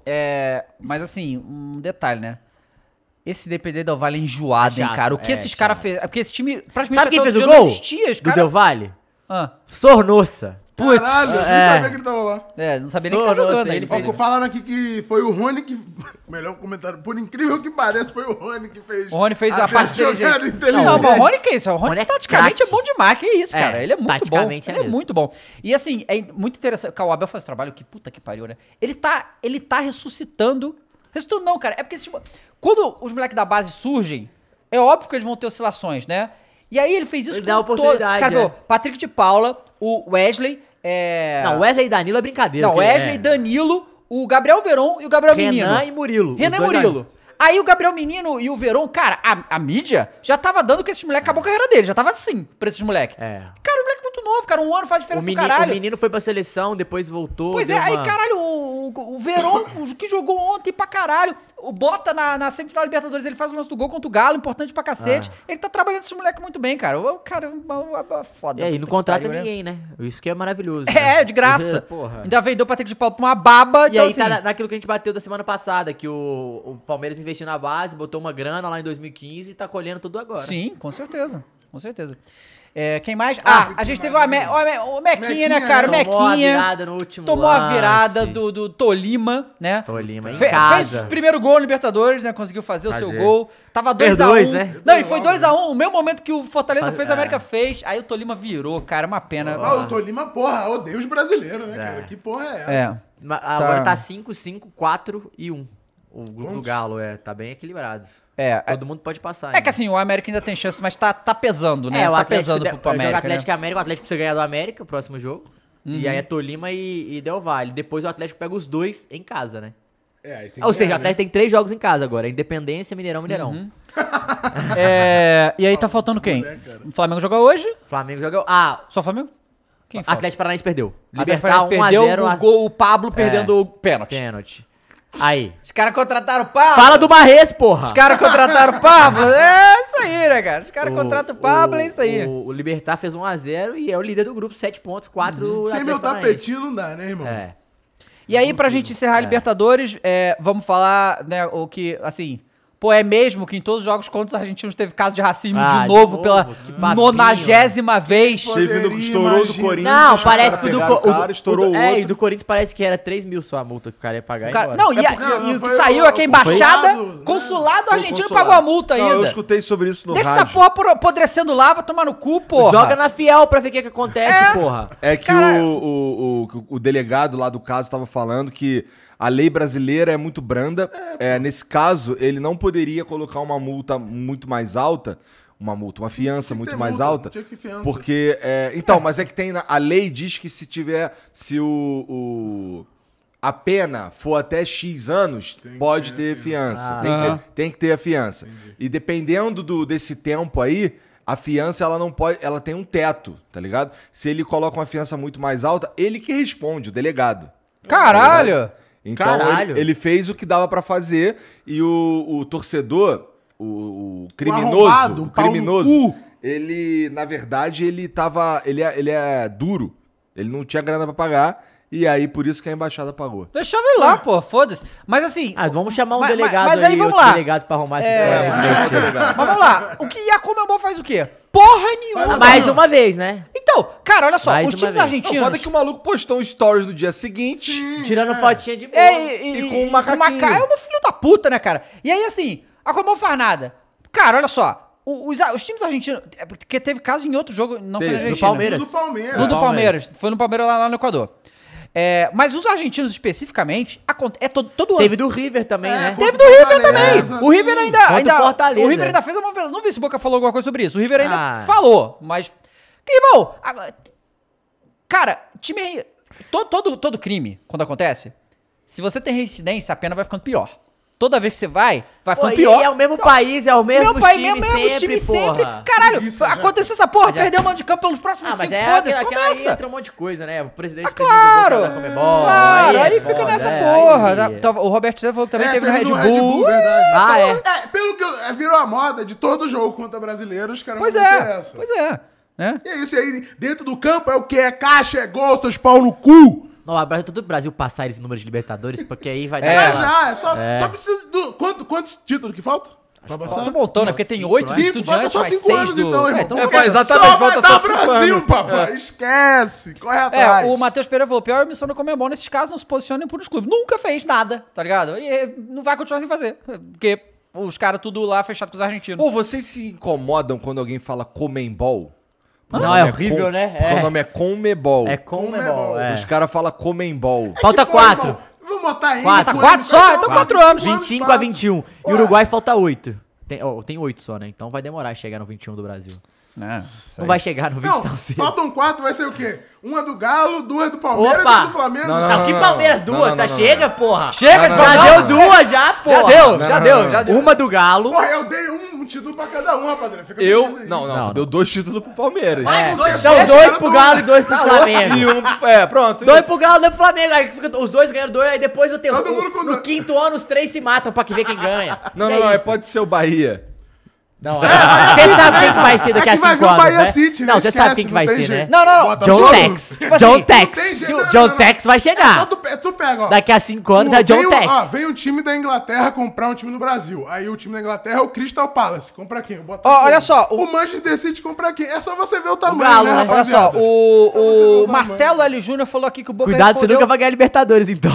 Mas assim, um detalhe, né? Esse DPD Del Valle é enjoado, É hein, chato, cara? O que é esses caras chato. fez? É porque esse time praticamente Sabe quem até fez outro o dia gol? não existia. Os Do cara... Del Valle? Ah, Sornossa. putz. Caralho, eu nem É. sabia que ele tava lá. Não sabia nem que tá Sornosa, jogando ele ele. fez- Ó, falaram aqui que foi o Rony que... Melhor comentário. Por incrível que pareça, foi o Rony que fez... O Rony fez a parte jogada inteligente. inteligente. Não, mas o Rony que é isso? O Rony Rony é taticamente craque. é bom demais. Que isso, É, cara? Ele é muito bom. taticamente é Ele é mesmo. muito bom. E assim, é muito interessante. O Abel faz um trabalho que puta que pariu, né? Ele tá ressuscitando... Ressuscitando não, cara. É porque tipo, quando os moleques da base surgem, é óbvio que eles vão ter oscilações, né? E aí ele fez isso Ele dá oportunidade, Cara, é. meu, Patrick de Paula, o Wesley... Não, Wesley e Danilo é brincadeira. Não, porque- Wesley, Danilo, o Gabriel Veron e o Gabriel Renan Menino. e Murilo. Renan e Os dois Murilo. Aí o Gabriel Menino e o Veron, cara, a mídia já tava dando que esses moleques acabou a carreira dele. Já tava assim pra esses moleques. É. Cara, o moleque é muito novo, cara. Um ano faz diferença do O caralho. menino foi pra seleção, depois voltou. Pois é, deu aí, uma- caralho, o Veron, o que jogou ontem pra caralho, o Bota na semifinal Libertadores, ele faz o lance do gol contra o Galo, importante pra cacete. Ele tá trabalhando esses moleques muito bem, cara. O cara é foda. E aí, puta não que contrata pariu, né? ninguém, né? Isso que é maravilhoso. É, de graça. Porra. Ainda vendeu o Patrick de Paulo pra uma baba, E então aí assim... tá naquilo que a gente bateu da semana passada, que o Palmeiras investiu na base, botou uma grana lá em 2015 e tá colhendo tudo agora. Sim, com certeza. Com certeza. Quem mais? A gente teve o Mequinha, né, cara? O Tomou a Mequinha virada no último tomou a lance. virada do Tolima, né? Tolima em Fez casa. o primeiro gol no Libertadores, né? Conseguiu fazer o seu gol. Tava 2x1. Fez 2, né? Não, e foi 2x1. O mesmo momento que o Fortaleza fez, a América fez. Aí o Tolima virou, cara. Uma pena. Ah, o Tolima, porra, odeia os brasileiros, né, cara? Que porra é essa? Agora tá 5, 5, 4 e 1. O grupo do Galo, tá bem equilibrado. Todo mundo pode passar. É que assim, o América ainda tem chance, mas tá pesando, né? o Tá Atlético pesando pro América, joga Atlético né? e América, o Atlético precisa ganhar do América, o próximo jogo. E aí é Tolima e Del Valle. Depois o Atlético pega os dois em casa, né? Aí tem Ou que seja, o ganhar, Atlético tem 3 jogos em casa agora. Independência, Mineirão. E aí tá faltando quem? O Flamengo joga hoje? Flamengo joga... Só o Flamengo? Quem falta? Atlético Paranaense perdeu. Atlético Libertar Paranaense 1 a perdeu 0 o gol, o Pablo perdendo o pênalti. Pênalti. Aí. Os caras contrataram o Pablo. Fala do Marrez, porra! Os caras contrataram o Pablo. É isso aí, né, cara? Os caras contratam o Pablo, é isso aí. O Libertar fez 1 a 0 e é o líder do grupo, 7 pontos, 4 Sem meu tapetinho não dá, né, irmão? É. E aí, pra gente encerrar a Libertadores, vamos falar, né, o que, assim... Pô, é mesmo que em todos os jogos contra os argentinos teve caso de racismo de novo, pela que papinho, 90ª vez. Teve no que estourou do Corinthians. Não, os parece caras que o do, pegaram o, cara, estourou o, o é, outro. e do Corinthians parece que era 3 mil só a multa que o cara ia pagar e Cara, embora. não, e, porque e o que foi saiu é que a embaixada, consulado, né? consulado Foi argentino consulado. pagou a multa Não, eu ainda. escutei sobre isso no Deixa rádio. essa porra apodrecendo lá, vai tomar no cu, porra. Joga na Fiel pra ver o que acontece, porra. É que Cara- o delegado lá do caso estava falando que a lei brasileira é muito branda. Nesse caso, ele não poderia colocar uma multa muito mais alta. Uma fiança muito ter mais multa, alta. tinha que fiança. Porque. Então, mas é que tem. A lei diz que se a pena for até X anos, pode ter fiança. Tem que ter a fiança. E dependendo desse tempo aí, A fiança, ela não pode... Ela tem um teto, tá ligado? Se ele coloca uma fiança muito mais alta, ele que responde, o delegado. Caralho! Então, Caralho. ele fez o que dava pra fazer e o torcedor, o arrombado, o pau no criminoso, cu. ele, na verdade, ele é duro. Ele não tinha grana pra pagar e aí por isso que a embaixada pagou. Deixava ele lá, pô, foda-se. Mas assim... Ah, vamos chamar um Mas- delegado mas aí aí, vamos outro lá. delegado pra arrumar essa história. Mas vamos lá. O que a Comembol faz o quê? Porra nenhuma. Mais uma vez, né? Então, cara, olha só. Mais Os uma times vez. argentinos... O foda é que o maluco postou um stories no dia seguinte. Tirando fotinha de boa. E com um macaquinho. É uma filho da puta, né, cara? E aí, assim, a Comembol faz nada. Cara, olha só. Os times argentinos... É porque teve caso em outro jogo, não foi na Teve, Argentina. no Palmeiras. Do Palmeiras. No do Palmeiras. Foi no Palmeiras lá no Equador. Mas os argentinos especificamente, todo ano. Teve do River também, né? Teve do River Fortaleza, também. sim. O River ainda Fortaleza. o River ainda fez uma... Não vi se o Boca falou alguma coisa sobre isso. O River ainda Ah. falou, mas... Irmão, agora, cara, time... Todo crime, quando acontece, se você tem reincidência, a pena vai ficando pior. Toda vez que você vai ficando pior. E é o mesmo país, é o mesmo time sempre, porra. Caralho, Isso, já. aconteceu essa porra, Mas é- perdeu o mando de campo pelos próximos Ah, mas 5, é foda-se, aquela começa. entra um monte de coisa, né? O presidente Claro, da Comebol. claro, aí é fica foda, nessa é, porra. aí- O Roberto Zé falou que também teve no teve Red Bull. verdade. Ah, é. Pelo que virou a moda de todo jogo contra brasileiros, os caras Pois vão meter é, essa. pois é. Né? E é isso aí, dentro do campo é o que? É caixa, é gol, seus pau no cu. Não, abraço todo o Brasil passar esse número de Libertadores, porque aí vai dar... É, aquela- só precisa do... Quantos títulos que falta? Pra passar? Falta um montão, né? Porque tem 8 Cinco, estudiantes, falta só mais 5 6 anos do... então, irmão. então exatamente, só falta vai só dar 5 Brasil, anos. papai. Esquece, corre atrás. o Matheus Pereira falou, pior missão da Comembol nesses casos não se posicionem por os clubes. Nunca fez nada, tá ligado? E não vai continuar sem fazer. Porque os caras tudo lá fechado com os argentinos. Pô, vocês se incomodam quando alguém fala Comembol? Não, é horrível, né? Porque o nome é Conmebol. É Comebol, é. Os caras falam Comembol. Falta Pô, 4. irmão, vamos botar aí. Quatro. com Quatro ele, só? vai Então dar 4 cinco anos. 25 a passa. 21. E o Uruguai falta 8. Tem 8 só, né? Então vai demorar a chegar no 21 do Brasil. Não vai chegar no 20 Não, tão cedo. faltam 4, vai ser o quê? Uma do Galo, 2 do Palmeiras Opa! e do Flamengo. Não, que Palmeiras, duas, tá? Chega, porra. Chega, Já deu duas já, porra. Já deu. Uma do Galo. Porra, eu dei um título pra cada um, rapaziada. Fica Eu... feliz aí. Não, tu deu 2 títulos pro Palmeiras. É. dois Então, chega, 2 cara, pro tô- Galo e 2 pro Flamengo. E um... pronto. 2 isso. pro Galo, 2 pro Flamengo. Aí fica, os dois ganham 2, aí depois eu tenho. Todo mundo com No dois. quinto ano, os 3 se matam pra ver quem ganha. Não, E não, isso. pode ser o Bahia. Não, você sabe quem que vai ser daqui a Aqui vai 5 ver o anos, Bahia né? City, né? Não, você Esquece, sabe quem que vai não tem ser, né? jeito. Não. Bota John só- Tex. tipo assim, John Não tem Tex. jeito, John não. Tex vai É só chegar. tu pega, ó. Daqui a 5 anos é John Vem Tex. Vem um time da Inglaterra comprar um time do Brasil. Aí o time da Inglaterra é o Crystal Palace. Compra quem? Olha só, O Manchester City compra quem? É só você ver o tamanho, Galo, né, né? Olha rapaziada? só, o Só você ver tamanho. Marcelo L. Júnior falou aqui que o Boca Cuidado, você respondeu... nunca vai ganhar Libertadores, então.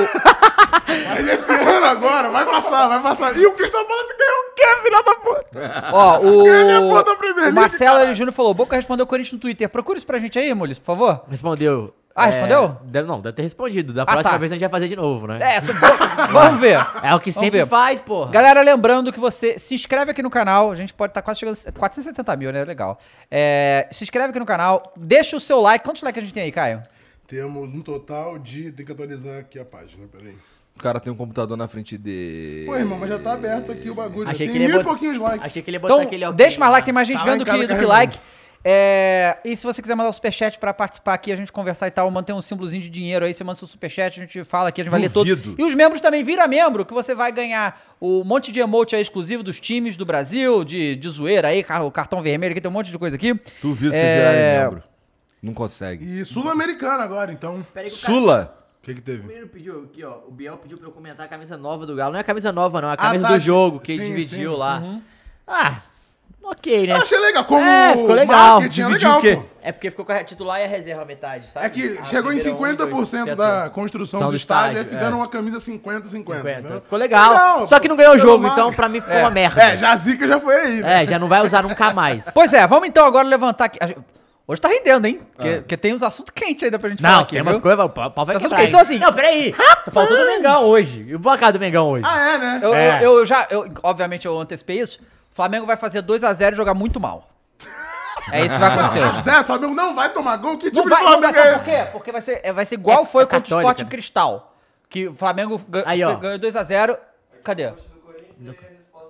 Mas esse ano agora, vai passar. E o Crystal Palace ganhou o quê, filha da puta? Ó, Ele é pô da Premier o League, Marcelo caralho. L. Júnior falou, Boca respondeu o Corinthians no Twitter. Procura isso pra gente aí, Mulis, por favor. Respondeu. Ah, respondeu? Não, deve ter respondido. Da próxima tá. vez a gente vai fazer de novo, né? Vamos ver. É o que Vamos sempre ver. faz, porra. Galera, lembrando que você se inscreve aqui no canal. A gente pode estar quase chegando a 470 mil, né? Legal. Se inscreve aqui no canal. Deixa o seu like. Quantos likes a gente tem aí, Caio? Temos um total de... Tem que atualizar aqui a página, peraí. O cara tem um computador na frente dele. Pô, irmão, mas já tá aberto aqui o bagulho. Achei Tem que ele ia mil e botar- pouquinhos likes. Achei que ele ia botar Então, aquele ok deixa mais lá. like. Tem mais gente Tá lá vendo em casa do que carregando. like. E se você quiser mandar um superchat pra participar aqui, a gente conversar e tal, manter um símbolozinho de dinheiro aí, você manda seu superchat, a gente fala aqui, a gente vai ler todos. Duvido. E os membros também, vira membro, que você vai ganhar um monte de emote aí exclusivo dos times do Brasil, de zoeira aí, o cartão vermelho aqui, tem um monte de coisa aqui. Duvido vocês virarem membro. Não consegue. E Sul-Americana agora, então. Peraí que o cara- Sula? O que teve? O menino pediu aqui, ó. O Biel pediu pra eu comentar a camisa nova do Galo. Não é a camisa nova, não. É a Ah, camisa tá. do jogo que ele Sim, dividiu sim. lá. Ah, ok, né? Eu achei legal. Como Ficou legal. marketing é Dividiu legal, o quê? pô. É porque ficou com a titular e a reserva metade, sabe? É que A chegou em primeira 50% da construção São do do estádio, aí estádio, fizeram uma camisa 50-50. 50. entendeu? Ficou legal. Legal, Só que não ganhou o pelo jogo, mar- então pra mim ficou uma merda. É, já a zica já foi aí, né? Já não vai usar nunca mais. Pois é, vamos então agora levantar aqui. Hoje tá rendendo, hein? Porque tem uns assuntos quentes ainda pra gente falar Não, aqui. tem umas viu? coisas, o pau vai Tá quebrar. ok, hein? então assim- Não, peraí. Só faltou do Mengão hoje. E o placar do Mengão hoje? Ah, é, né? Obviamente eu antecipei isso. O Flamengo vai fazer 2x0 e jogar muito mal. É isso que vai acontecer. Zé, Flamengo não vai tomar gol? Que Não tipo vai, de não vai, Flamengo é sabe por esse? quê? Porque vai ser igual foi contra o católica, Sport né? Cristal. Que o Flamengo Aí, ó. ganhou 2x0. Cadê?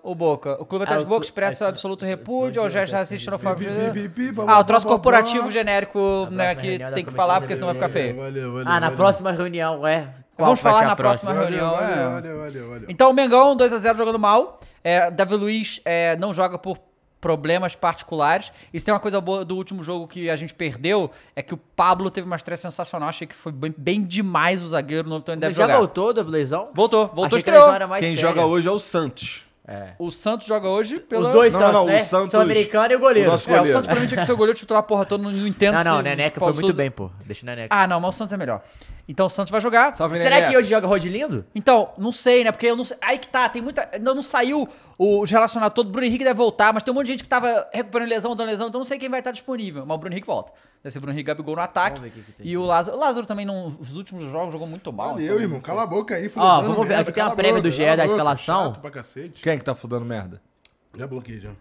O Boca. O Clube Atlético o Boca clu- expressa absoluto repúdio ao gesto racista xenofóbico. Pi, O troço corporativo genérico, né, próxima que reunião da tem que comissão falar, de porque senão vai ficar feio. Valeu. Na próxima reunião, qual Vamos vai falar ser a na próxima reunião. Valeu. Então, o Mengão, 2x0 jogando mal. Davi Luiz não joga por problemas particulares. E se tem uma coisa boa do último jogo que a gente perdeu, é que o Pablo teve uma estreia sensacional. Achei que foi bem demais o zagueiro novo, então ele deve Já jogar. voltou do lesão? Voltou, Achei que a estreou. lesão era mais Quem séria. joga hoje é o Santos. O Santos joga hoje pela... Os dois Não, Santos, não, né? o Santos- Sul-Americano e o goleiro. o nosso o goleiro. Santos pra mim tinha que ser o goleiro titular a porra toda, não entendo Não, se Neneca Paulo foi muito Souza- bem, pô. Deixa o Neneca. Ah, não, mas o Santos é melhor. Então o Santos vai jogar. Salve, Será Neneca. que hoje joga Rodilindo? Então, não sei, né? Porque eu não sei. Aí que tá, tem muita. Ainda não saiu os relacionados todo. O Bruno Henrique deve voltar, mas tem um monte de gente que tava recuperando lesão, dando lesão, então não sei quem vai estar disponível. Mas o Bruno Henrique volta. Deve ser o Bruno Henrique Gabigol no ataque. Vamos ver o que tem. E o Lázaro. O Lázaro também, nos últimos jogos, jogou muito mal. Valeu, então, irmão. não sei. Cala a boca aí. Ó, vamos ver, aqui tem uma prévia do GE da escalação. Chato pra cacete. Quem é que tá fudando merda? Já bloqueei, já.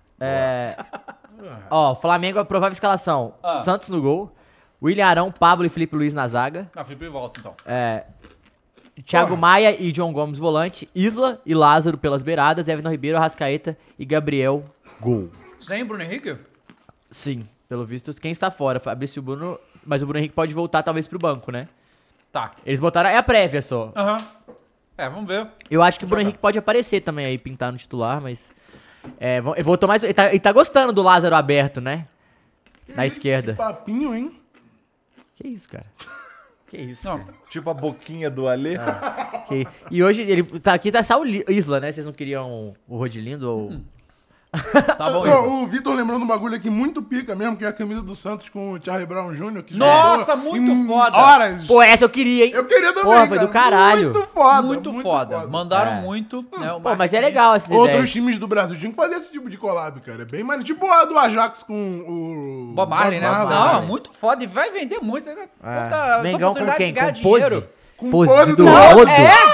Ó, Flamengo, a provável escalação. Santos no gol. William Arão, Pablo e Felipe Luiz na zaga. Não, Felipe volta então. Thiago Maia e John Gomes volante. Isla e Lázaro pelas beiradas. Everton Ribeiro, Arrascaeta e Gabriel, gol. Sem Bruno Henrique? Sim, pelo visto, quem está fora? Fabrício e o Bruno. Mas o Bruno Henrique pode voltar talvez pro banco, né? Tá. Eles botaram. É a prévia só. Aham. Vamos ver. Eu acho que o Bruno Henrique pode aparecer também aí, pintar no titular, mas. Ele voltou mais. Ele tá gostando do Lázaro aberto, né? Na esquerda. Papinho, hein? Que isso, cara? Que isso? Não. Tipo a boquinha do Alê. E hoje ele tá aqui, tá só o Isla, né? Vocês não queriam o Rodilindo ou. Tá bom, Pô, Igor. o Vitor lembrando um bagulho aqui muito pica mesmo, que é a camisa do Santos com o Charlie Brown Jr. Que Nossa, jogou muito em foda. Horas. Pô, essa eu queria, hein? Eu queria também, Porra, foi do caralho. Muito foda. Muito foda. Mandaram muito. Né, o Pô, mas é marketing. legal essas Outros ideias. times do Brasil tinham que fazer esse tipo de collab, cara. É bem maneiro. Tipo a do Ajax com o... Bob Marley, né? Marley. Não, muito foda. E vai vender muito. Você vai botar Mengão com quem? Com dinheiro. Pose? Pose Pose do do Rodo?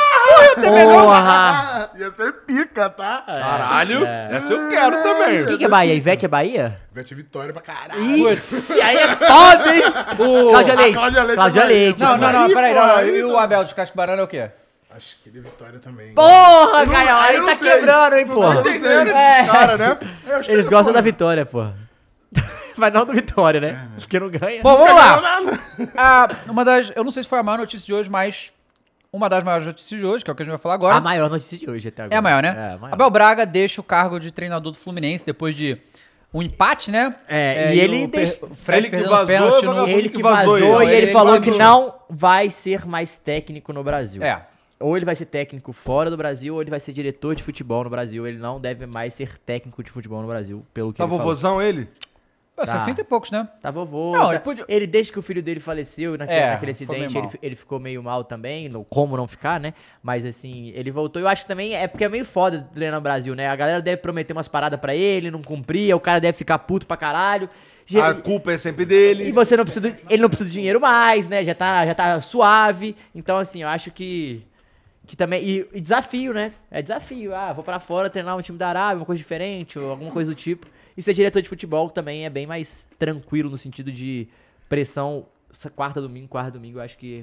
Ah, ia ser pica, tá? Caralho. Essa eu quero também. Quem que é Bahia? Ivete é Bahia? Vete Vitória pra caralho. Ixi, aí é foda, hein? Cláudia Leite. Cláudia Leite Cláudia é Bahia. Leite. Não, Aí, peraí. pô, Não. aí E o tá. Abel de Casco Banana é o quê? Acho que ele Vitória também. Porra, Eu não- Caio, aí eu aí não tá sei. quebrando, hein, porra. Não tô entendendo É. esses caras, né? Eu acho que Eles ele gostam da pode. vitória, porra. Mas não do Vitória, né? Porque não ganha. Bom, vamos lá. Nada. Eu não sei se foi a maior notícia de hoje, mas uma das maiores notícias de hoje, que é o que a gente vai falar agora. A maior notícia de hoje até agora. É a maior, né? É, a maior. Abel Braga deixa o cargo de treinador do Fluminense depois de um empate, né? E ele deixa- o Fred ele que perdendo vazou, pênalti no... vagabundo. Ele que que vazou vazou ele. e ele Ele falou vazou. que não vai ser mais técnico no Brasil. É. Ou ele vai ser técnico fora do Brasil, ou ele vai ser diretor de futebol no Brasil. Ele não deve mais ser técnico de futebol no Brasil, pelo que Tá ele falou. vovozão ele? Pô, 60 e poucos, né? Tá vovô. Não, tá- ele podia- ele, desde que o filho dele faleceu naquele ficou acidente, meio mal. ele ficou meio mal também. Como não ficar, né? Mas assim, ele voltou. Eu acho que também é porque é meio foda treinar no Brasil, né? A galera deve prometer umas paradas pra ele, não cumprir, o cara deve ficar puto pra caralho. A culpa é sempre dele. E você não precisa. Ele não precisa de dinheiro mais, né? Já tá suave. Então, assim, eu acho que também. E desafio, né? É desafio. Ah, vou pra fora treinar um time da Arábia, uma coisa diferente, ou alguma coisa do tipo. E ser diretor de futebol também é bem mais tranquilo no sentido de pressão. Quarta, domingo, eu acho que.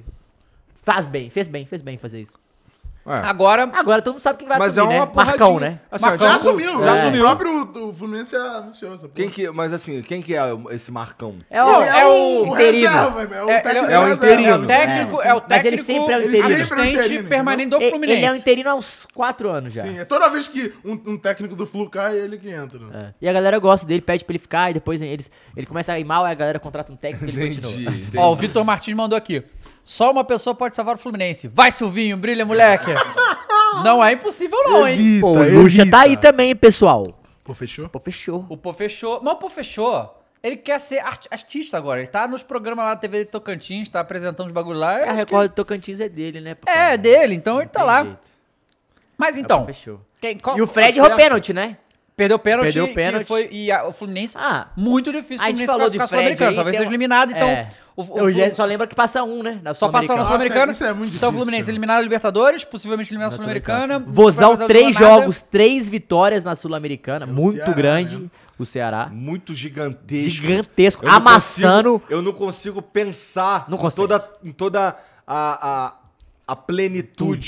Fez bem fazer isso. Agora, Agora todo mundo sabe quem vai Mas é assumir, uma né? Marcão, né? Assim, ó, Já então, assumiu. já O assumiu. próprio Fluminense anunciou essa porra. Mas assim, quem que é esse Marcão? É o, Ele é o interino. reserva, é o técnico é o reserva. interino. é o técnico, é o Mas técnico ele sempre é o interino. Ele sempre é o assistente interino, permanente do Fluminense. Ele é o interino há uns 4 anos já. Sim, é toda vez que um técnico do Flu cai, é ele que entra. Né? É. E a galera gosta dele, pede pra ele ficar, e depois ele começa a ir mal, aí a galera contrata um técnico e ele continua. Ó, o Vitor Martins mandou aqui. Só uma pessoa pode salvar o Fluminense. Vai, Silvinho, brilha, moleque. Não é impossível não, hein? Pô, o Lucha tá aí também, pessoal. Pô, fechou? Pô, fechou. O Pô fechou. Mas o Pô fechou. Ele quer ser artista agora. Ele tá nos programas lá da TV de Tocantins, tá apresentando os bagulho lá. eu A acho Record do Tocantins é dele, né? que... É dele, então ele tá Tem lá. jeito. Mas Pô, então, fechou. qual- E o Fred certo. errou pênalti, né? Perdeu o pênalti. Perdeu o pênalti. O Fluminense, Ah, muito difícil a o gente Fluminense falou de classificar Fred Sul-Americano. aí, Talvez tem seja um- eliminado, então... É. o Eu Flu- só lembro que passa um, né? Só passar na Nossa, Sul-Americana. isso é muito Então o difícil, Fluminense cara. eliminado na Libertadores, possivelmente eliminado na Sul-Americana. Vozão, Não 3 vai nada. jogos, 3 vitórias na Sul-Americana. Muito Ceará, grande. né? O Ceará. Muito gigantesco. Gigantesco. Eu não Amassando. consigo- eu não consigo pensar Não em consegue. toda a plenitude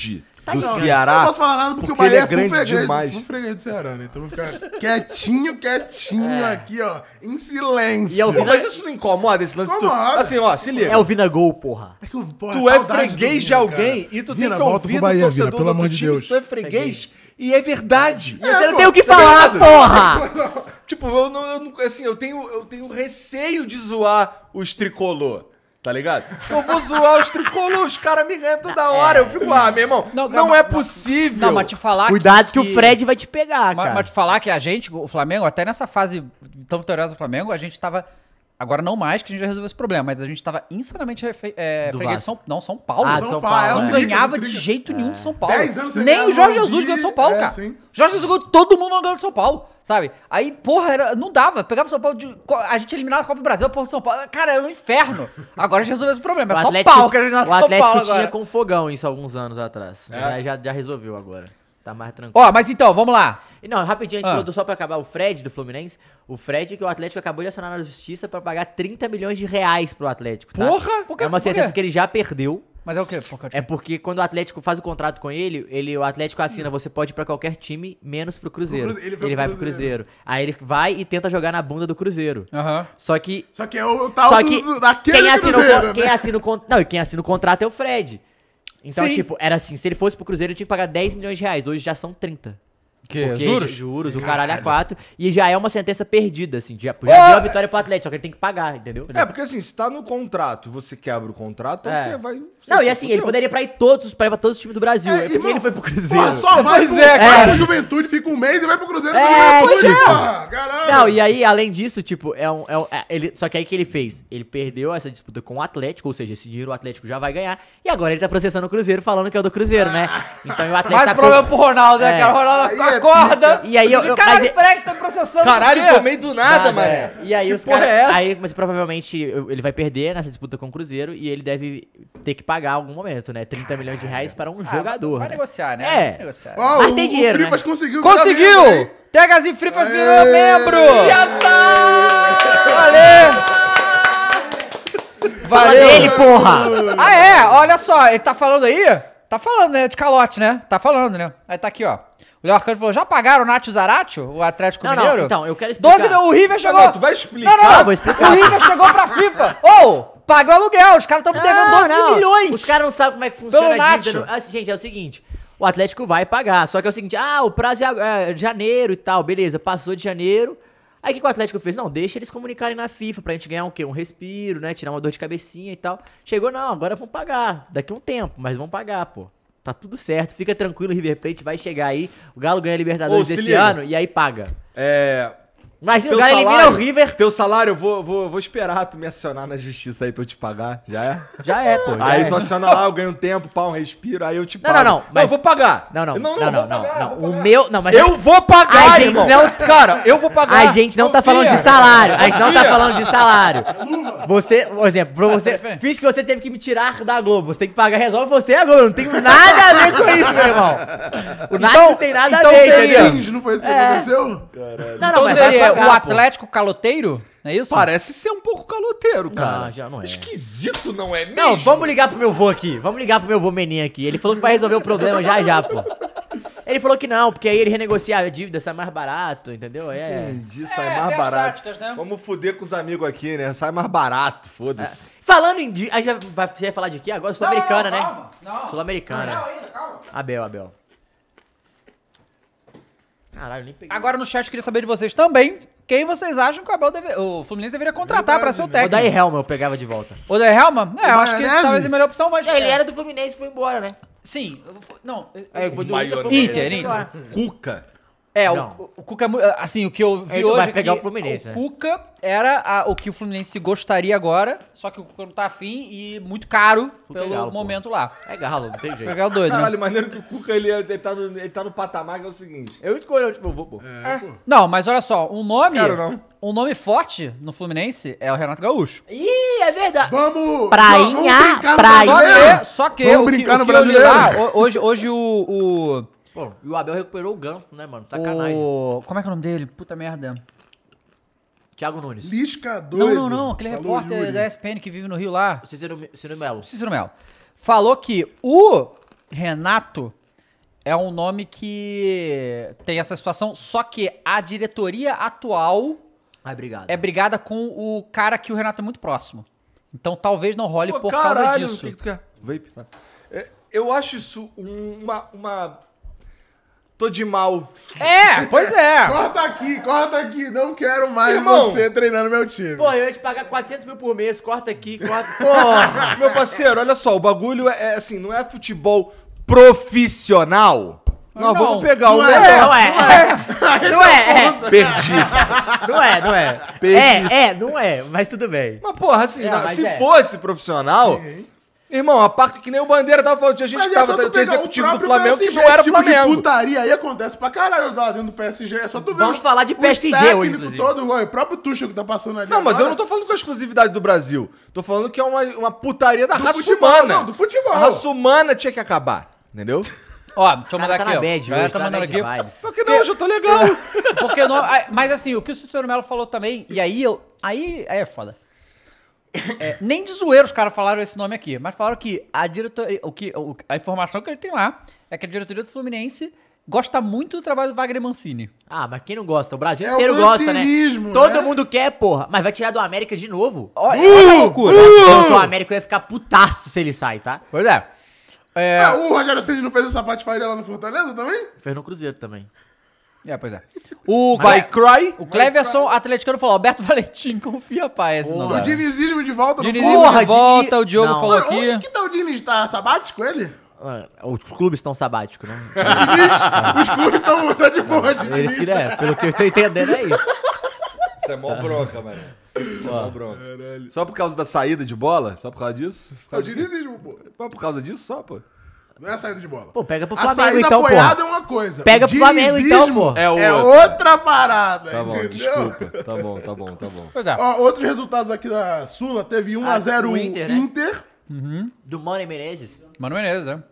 do Não, Ceará. Eu não posso falar nada porque o porque ele Bahia é grande demais. full freguês do Ceará, né? Então eu vou ficar quietinho aqui, ó, em silêncio. E eu vi Pô, mas isso não incomoda esse lance? Incomoda. Assim, ó, se liga. É o Vina Gol, porra. É que porra, Tu é saudade do freguês de Vina, alguém cara. e tu Vina, tem que volta ouvir pro do Bahia, torcedor Vina, pelo do amor outro de time Deus. que tu é freguês e é verdade. Você não pô, tem o que tá falar, ligado? porra! Tipo, eu tenho receio de zoar os tricolor. Tá ligado? Eu vou zoar os tricolor, os caras me ganham toda hora. Eu fico, meu irmão, não é possível. Não, mas te falar Cuidado que o Fred vai te pegar, cara. Mas te falar que a gente, o Flamengo, até nessa fase tão vitoriosa do Flamengo, a gente tava... Agora não mais, que a gente já resolveu esse problema, mas a gente tava insanamente freguês de São Paulo. Ah, Não de São Paulo. Não É o ganhava Trica, de Trica. jeito nenhum de São Paulo. 10 anos sem Nem ganhar o Jorge no Jesus ganhou de São Paulo, cara. sim. Jorge Jesus ganhou, todo mundo ganhando de São Paulo, sabe? Aí, porra, não dava. Pegava São Paulo, a gente eliminava a Copa do Brasil, a porra de São Paulo. Cara, era um inferno. Agora a gente resolveu esse problema. É só pau que a gente nasceu O São Atlético Paulo tinha agora. com fogão isso alguns anos atrás. É? Mas já resolveu agora. Tá mais tranquilo. Ó, mas então, vamos lá. E não, rapidinho, a gente falou só pra acabar o Fred do Fluminense. O Fred que o Atlético acabou de acionar na justiça pra pagar 30 milhões de reais pro Atlético, tá? Porra! Por quê? É uma Por quê? sentença que ele já perdeu. Mas é o quê? É porque quando o Atlético faz o contrato com ele, o Atlético assina, você pode ir pra qualquer time, menos pro Cruzeiro. Ele Vai pro Cruzeiro. Aí ele vai e tenta jogar na bunda do Cruzeiro. Aham. Só que Só que é o tal Só que daquele quem assina, Cruzeiro, quem né? assina o contrato. Não, e quem assina o contrato é o Fred. Então, Sim. tipo, era assim, se ele fosse pro Cruzeiro, ele tinha que pagar 10 milhões de reais. Hoje já são 30. Que? Porque Juros? Juros, o caralho é 4. E já é uma sentença perdida, assim. Já deu a vitória pro Atlético, só que ele tem que pagar, entendeu? É, porque assim, se tá no contrato, você quebra o contrato, É. você vai... Não, você e assim, ele fudeu. poderia ir pra todos os times do Brasil. É porque irmão, ele foi pro Cruzeiro. Porra, só vai pro, é, cara. vai pro Juventude, fica um mês e vai pro Cruzeiro. É, Juventude, tipo. porra, caralho. Não, e aí, além disso, tipo, só que aí o que ele fez? Ele perdeu essa disputa com o Atlético, ou seja, esse dinheiro o Atlético já vai ganhar, e agora ele tá processando o Cruzeiro, falando que é o do Cruzeiro, né? Então o Atlético Mais tá problema pro Ronaldo, né, É. cara? O Ronaldo Aí é acorda. E aí eu- Caralho, mas- o Fred tá processando. Caralho, por quê? tomei do nada, mané. E aí Que os porra caras. é essa? Aí, mas provavelmente ele vai perder nessa disputa com o Cruzeiro e ele deve ter que pagar em algum momento, né? 30 milhões de reais para um jogador. Vai né? negociar, né? É. Vai negociar. Ó, Mas tem dinheiro, o Fripas né? conseguiu. virar membro, Conseguiu! hein? THzinho Fripas virou membro! Valeu! Fala dele, porra! Ah, é? Olha só, ele tá falando aí? Tá falando, né? De calote, né? Tá falando, né? Aí tá aqui, ó. O Léo Arcanjo falou, já pagaram o Nacho Zaratio, o Atlético Não, Mineiro? não, então, eu quero explicar. 12 mil, o River chegou... Não, tu vai explicar? Não, vou explicar. o River chegou pra FIFA. Ô, paga o aluguel, os caras tão me devendo 12 milhões. Os caras não sabem como é que funciona Pelo a dívida. Nacho. Assim, gente, é o seguinte. O Atlético vai pagar. Só que é o seguinte, o prazo é janeiro e tal. Beleza, passou de janeiro. Aí o que o Atlético fez? Não, deixa eles comunicarem na FIFA pra gente ganhar um quê? Um respiro, né? Tirar uma dor de cabecinha e tal. Chegou, não, agora vão pagar. Daqui a um tempo, mas vão pagar, pô. Tá tudo certo, fica tranquilo, o River Plate vai chegar aí. O Galo ganha a Libertadores Ô, se desse liga. ano e aí paga. É... Mas se o Teu Galo elimina salário, o River, Teu salário, eu vou esperar tu me acionar na justiça aí pra eu te pagar, já é? já é, pô. já Aí é. tu aciona lá, eu ganho um tempo, pá, um respiro, aí eu te Não, pago. não, Mas eu mas- vou pagar. Não. vou pagar, O vou meu. Não, mas. Eu vou pagar, A gente irmão. não- Cara, eu vou pagar. A gente não tá Confia. falando de salário. A gente não tá Confia. falando de salário. Você, por exemplo, pra você. diferente. Fiz que você teve que me tirar da Globo. Você tem que pagar, resolve você a Globo. Eu não tenho nada a ver com isso, meu irmão. O Nath não tem nada então a ver, seria- entendeu? Cringe, não foi isso que aconteceu? Não, Então mas vai seria pagar, o pô. Atlético caloteiro? É isso? Parece ser um pouco caloteiro, cara. Não, já não é. Esquisito, não é mesmo? Não, vamos ligar pro meu vô aqui. Vamos ligar pro meu vô Menin aqui. Ele falou que vai resolver o problema já, pô. Ele falou que não, porque aí ele renegocia a dívida, sai mais barato, entendeu? Entendi, sai É, mais tem as barato. táticas, né? Vamos fuder com os amigos aqui, né? Sai mais barato, foda-se. Falando em. A gente você vai falar de quê agora? Sul-Americana, né? Calma, não. Sul-Americana. Não, ainda, calma. Abel. Caralho, nem peguei. Agora no chat eu queria saber de vocês também. Quem vocês acham que o Fluminense deveria contratar pra ser o O técnico? Daí Helma eu pegava de volta. O Daí Helma? É, eu acho que Maionese? talvez a melhor opção, mas... Ele era do Fluminense e foi embora, né? Sim. Não. Aí foi do Maionese. Inter. Cuca. É, Não. o Cuca... Assim, o que eu vi Ele não hoje vai é pegar que o Fluminense, o né? Cuca era o que o Fluminense gostaria agora, só que o Cuca não tá afim e muito caro Cuca é pelo galo, pô. momento lá. É galo, não tem jeito. Pegar o doido, né? Caralho, maneiro que o Cuca, ele tá no patamar que é o seguinte. Eu escolhi onde eu vou, pô. Não, mas olha só, um nome... Quero não. Um nome forte no Fluminense é o Renato Gaúcho. Ih, é verdade. Vamos. Prainha, vamos brincar no prainha. brasileiro? Só que Vamos o que- brincar o no que eu li brasileiro? lá, hoje o Pô, e o Abel recuperou o ganso, né, mano? Sacanagem. como é que é o nome dele? Puta merda. Thiago Nunes. Lisca doido. Não, aquele Falou, repórter Yuri. da ESPN que vive no Rio lá. Cícero Melo. Cícero Melo. Falou que o Renato é um nome que tem essa situação, só que a diretoria atual Ai, obrigado. é brigada com o cara que o Renato é muito próximo. Então talvez não role Pô, por causa caralho, disso. o que tu quer? Vape. Tá. Eu acho isso uma... Tô de mal. Pois é. Corta aqui. Não quero mais Irmão. você treinando meu time. Pô, eu ia te pagar 400 mil por mês, corta aqui, corta... Porra, meu parceiro, olha só, o bagulho é assim, não é futebol profissional. Nós Não, vamos pegar o Não melhor. Perdi. Não é. Perdi. Não é, mas tudo bem. Mas, porra, assim, mas se é. fosse profissional, irmão, a parte que nem o Bandeira tava falando, tinha gente que tava, tinha executivo do Flamengo que não era tipo Flamengo. de putaria aí acontece pra caralho lá dentro do PSG. É só tu ver Vamos falar de PSG hoje, técnico inclusive. todo, o próprio Tuchel que tá passando ali Não, mas eu agora. não tô falando com a exclusividade do Brasil. Tô falando que é uma putaria da Do raça futebol, humana. não, do futebol. A raça humana tinha que acabar, entendeu? Ó, deixa eu mandar Tá aqui, na ó. bad Galera hoje, tá tá na mandando bad aqui. vibes. Só que não, eu já tô legal. Porque não, mas assim, o que o Cícero Melo falou também, e aí é foda. Nem de zoeiro os caras falaram esse nome aqui, mas falaram que a diretoria, a informação que ele tem lá é que a diretoria do Fluminense gosta muito do trabalho do Wagner Mancini. Ah, mas quem não gosta? O Brasil É inteiro o gosta, né? mancinismo, Todo né? mundo quer, porra. Mas vai tirar do América de novo? Olha que loucura. Se eu sou o América, eu ia ficar putaço se ele sai, tá? Pois é. O Rogério Ceni não fez essa patifaria lá no Fortaleza também? Fez no Cruzeiro também. Pois é. Vai cry. O Cleverson atleticano falou, Alberto Valentim confia, pai. Esse não O dá. dinizismo de volta no Dinizismo Fluminense. de volta, o Diogo Não. falou Mano, aqui. onde que tá o Diniz? Tá sabático ele? Os clubes estão sabáticos, né? Os clubes estão tá de boa de Eles Diniz. que, né? Pelo que eu tô entendendo, é isso. Isso é mó bronca, mano. Isso é mó bronca. Só por causa da saída de bola? Só por causa disso? É o dinizismo, pô. Só por causa disso, só, pô? Não é a saída de bola. Pô, pega pro A Flamengo, saída então, apoiada porra. é uma coisa. Pega O pro Flamengo, então, dinizismo pô. É É outra. outra parada, Tá bom, entendeu? desculpa. Tá bom. Pois é. Ó, outros resultados aqui da Sula. Teve 1x0 o Inter, Inter, né? Do Mano Menezes. Mano Menezes, é.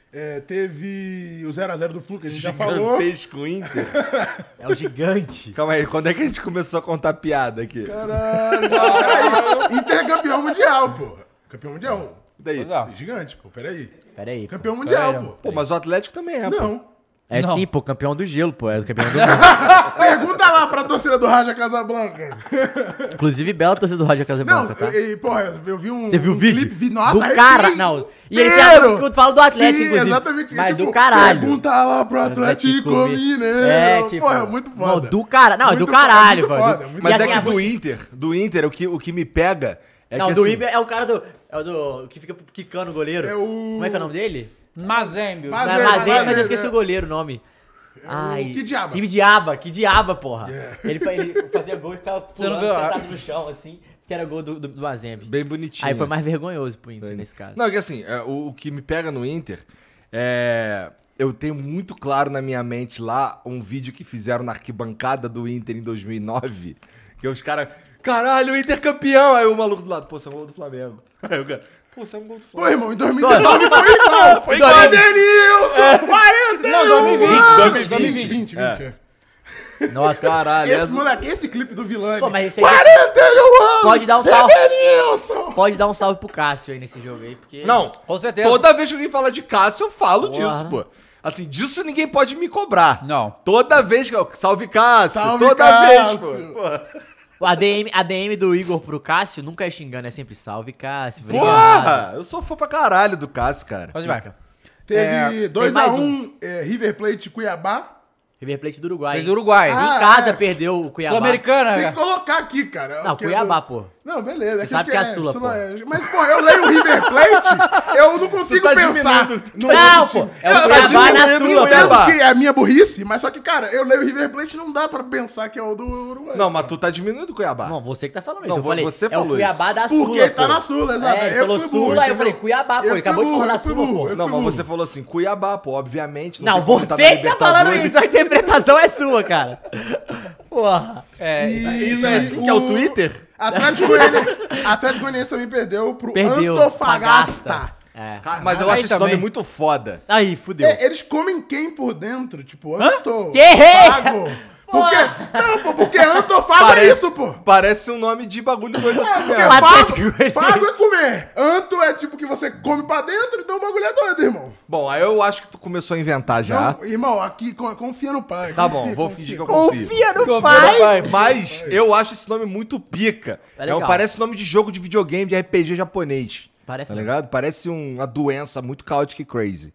Teve o 0x0 do Flu, que a gente já falou. Gigantesco Inter. É o gigante. Calma aí, quando é que a gente começou a contar piada aqui? Caralho. Peraí. Inter é campeão mundial, pô. Campeão mundial. Daí. Pois é. Gigante, pô. Peraí. Pera aí. Campeão mundial, Peraí. pô. Pô, mas o Atlético também é, pô. Não. É Não. sim, pô, campeão do gelo, pô. É o campeão do Pergunta lá pra torcida do Raja Casablanca. Inclusive, bela torcida do Rádio Não, Casablanca, tá? porra, eu vi um. Você viu o vídeo? Clipe, nossa, do arrepiei cara. Não. E ele tem a inteiro. música que eu falo do Atlético, Sim, inclusive. exatamente. Mas tipo, do caralho. Pergunta lá pro Atlético Mineiro. É, tipo. Porra, é muito foda. Não, do cara. Não, é do Muito caralho, foda, mano. muito foda, muito Mas E é assim, que a do música- Inter, o que me pega é Não, que do assim, Iber é o cara do. É o do. Que fica quicando o goleiro. É o- Como é que é o nome dele? Mazembio. Mas- Não Mazembe, é Mazembe, mas eu Mazembe, esqueci é. o goleiro, o nome. Ai. Que diaba. Que diaba, porra. Yeah. Ele fazia gol e ficava Você não pulando, viu? sentado no chão, assim, que era gol do Mazembe. bem bonitinho. Aí foi mais vergonhoso pro Inter nesse caso. Não, é que assim, o que me pega no Inter é... Eu tenho muito claro na minha mente lá um vídeo que fizeram na arquibancada do Inter em 2009, que os caras... Caralho, o Inter campeão! Aí o maluco do lado, pô, você é um gol do Flamengo. Aí o cara, pô, você é um gol do Pô, Flamengo. irmão, em 2019 foi igual. Foi igual. Denilson, 41 Não, 2020. 2020. Nossa, Caralho, Esse moleque, esse clipe do Vilani. Pô, mas esse aí 41 anos. pode dar um salve. Denilson. Pode dar um salve pro Cássio aí nesse jogo aí, porque. Não, Com certeza. toda vez que alguém fala de Cássio, eu falo Porra. disso, pô. Assim, disso ninguém pode me cobrar. Não. Toda vez que eu... Salve Cássio! Salve, toda Cássio. vez, pô. Porra. A DM do Igor pro Cássio nunca é xingando, é sempre salve, Cássio. Obrigado. Porra! Eu sou fã pra caralho do Cássio, cara. Pode vai. Teve tem mais 2x1 River Plate e Cuiabá. River Plate do Uruguai. Foi do Uruguai. Em Ah, casa é. perdeu o Cuiabá. Sul-Americana, Tem que cara. colocar aqui, cara. Não, o que Cuiabá, eu- pô. Não, beleza. Você sabe que é a Sula, pô. Mas, pô, eu leio o River Plate, eu não consigo tá pensar. diminuindo. no Não, outro pô. time. É o Eu Cuiabá diminuindo, na eu Sula, entendo Cuiabá. que é a minha burrice, mas só que, cara, eu leio o River Plate não dá pra pensar que é o do Uruguai. Não, mas tu tá diminuindo o Cuiabá. Não, você que tá falando isso. Não, Eu falei, você é o falou Cuiabá da Sula. Porque tá pô. na Sula, exato. É, ele Eu falou fui burro, Sula, aí eu entendeu? falei Cuiabá, pô. Eu Ele acabou fui de falar burro, da eu fui Sula, burro, pô. eu Não, fui mas burro. você falou assim, Cuiabá, pô, obviamente. Não, tem como tá na você que tá falando Libertadores. isso. A interpretação é sua, cara. Porra. Isso é assim que é o Twitter? Atlético Goianiense também perdeu pro Perdeu. Antofagasta. É. Cara, mas eu Aí acho esse também. nome muito foda. Aí, fudeu. Eles comem quem por dentro? Tipo, Que rei? Fago. Por quê? Não, pô, porque Antofago é isso, pô. Parece um nome de bagulho doido assim Porque mesmo. fago é comer. Anto é tipo que você come pra dentro, então o bagulho é doido, irmão. Bom, aí eu acho que tu começou a inventar já. Não, irmão, aqui confia no pai. Tá bom, vou fingir que eu confio. Confia no Confia pai. no pai. Mas eu acho esse nome muito pica. É legal. Parece nome de jogo de videogame de RPG japonês. Parece Tá mesmo. ligado? Parece uma doença muito caótica e crazy.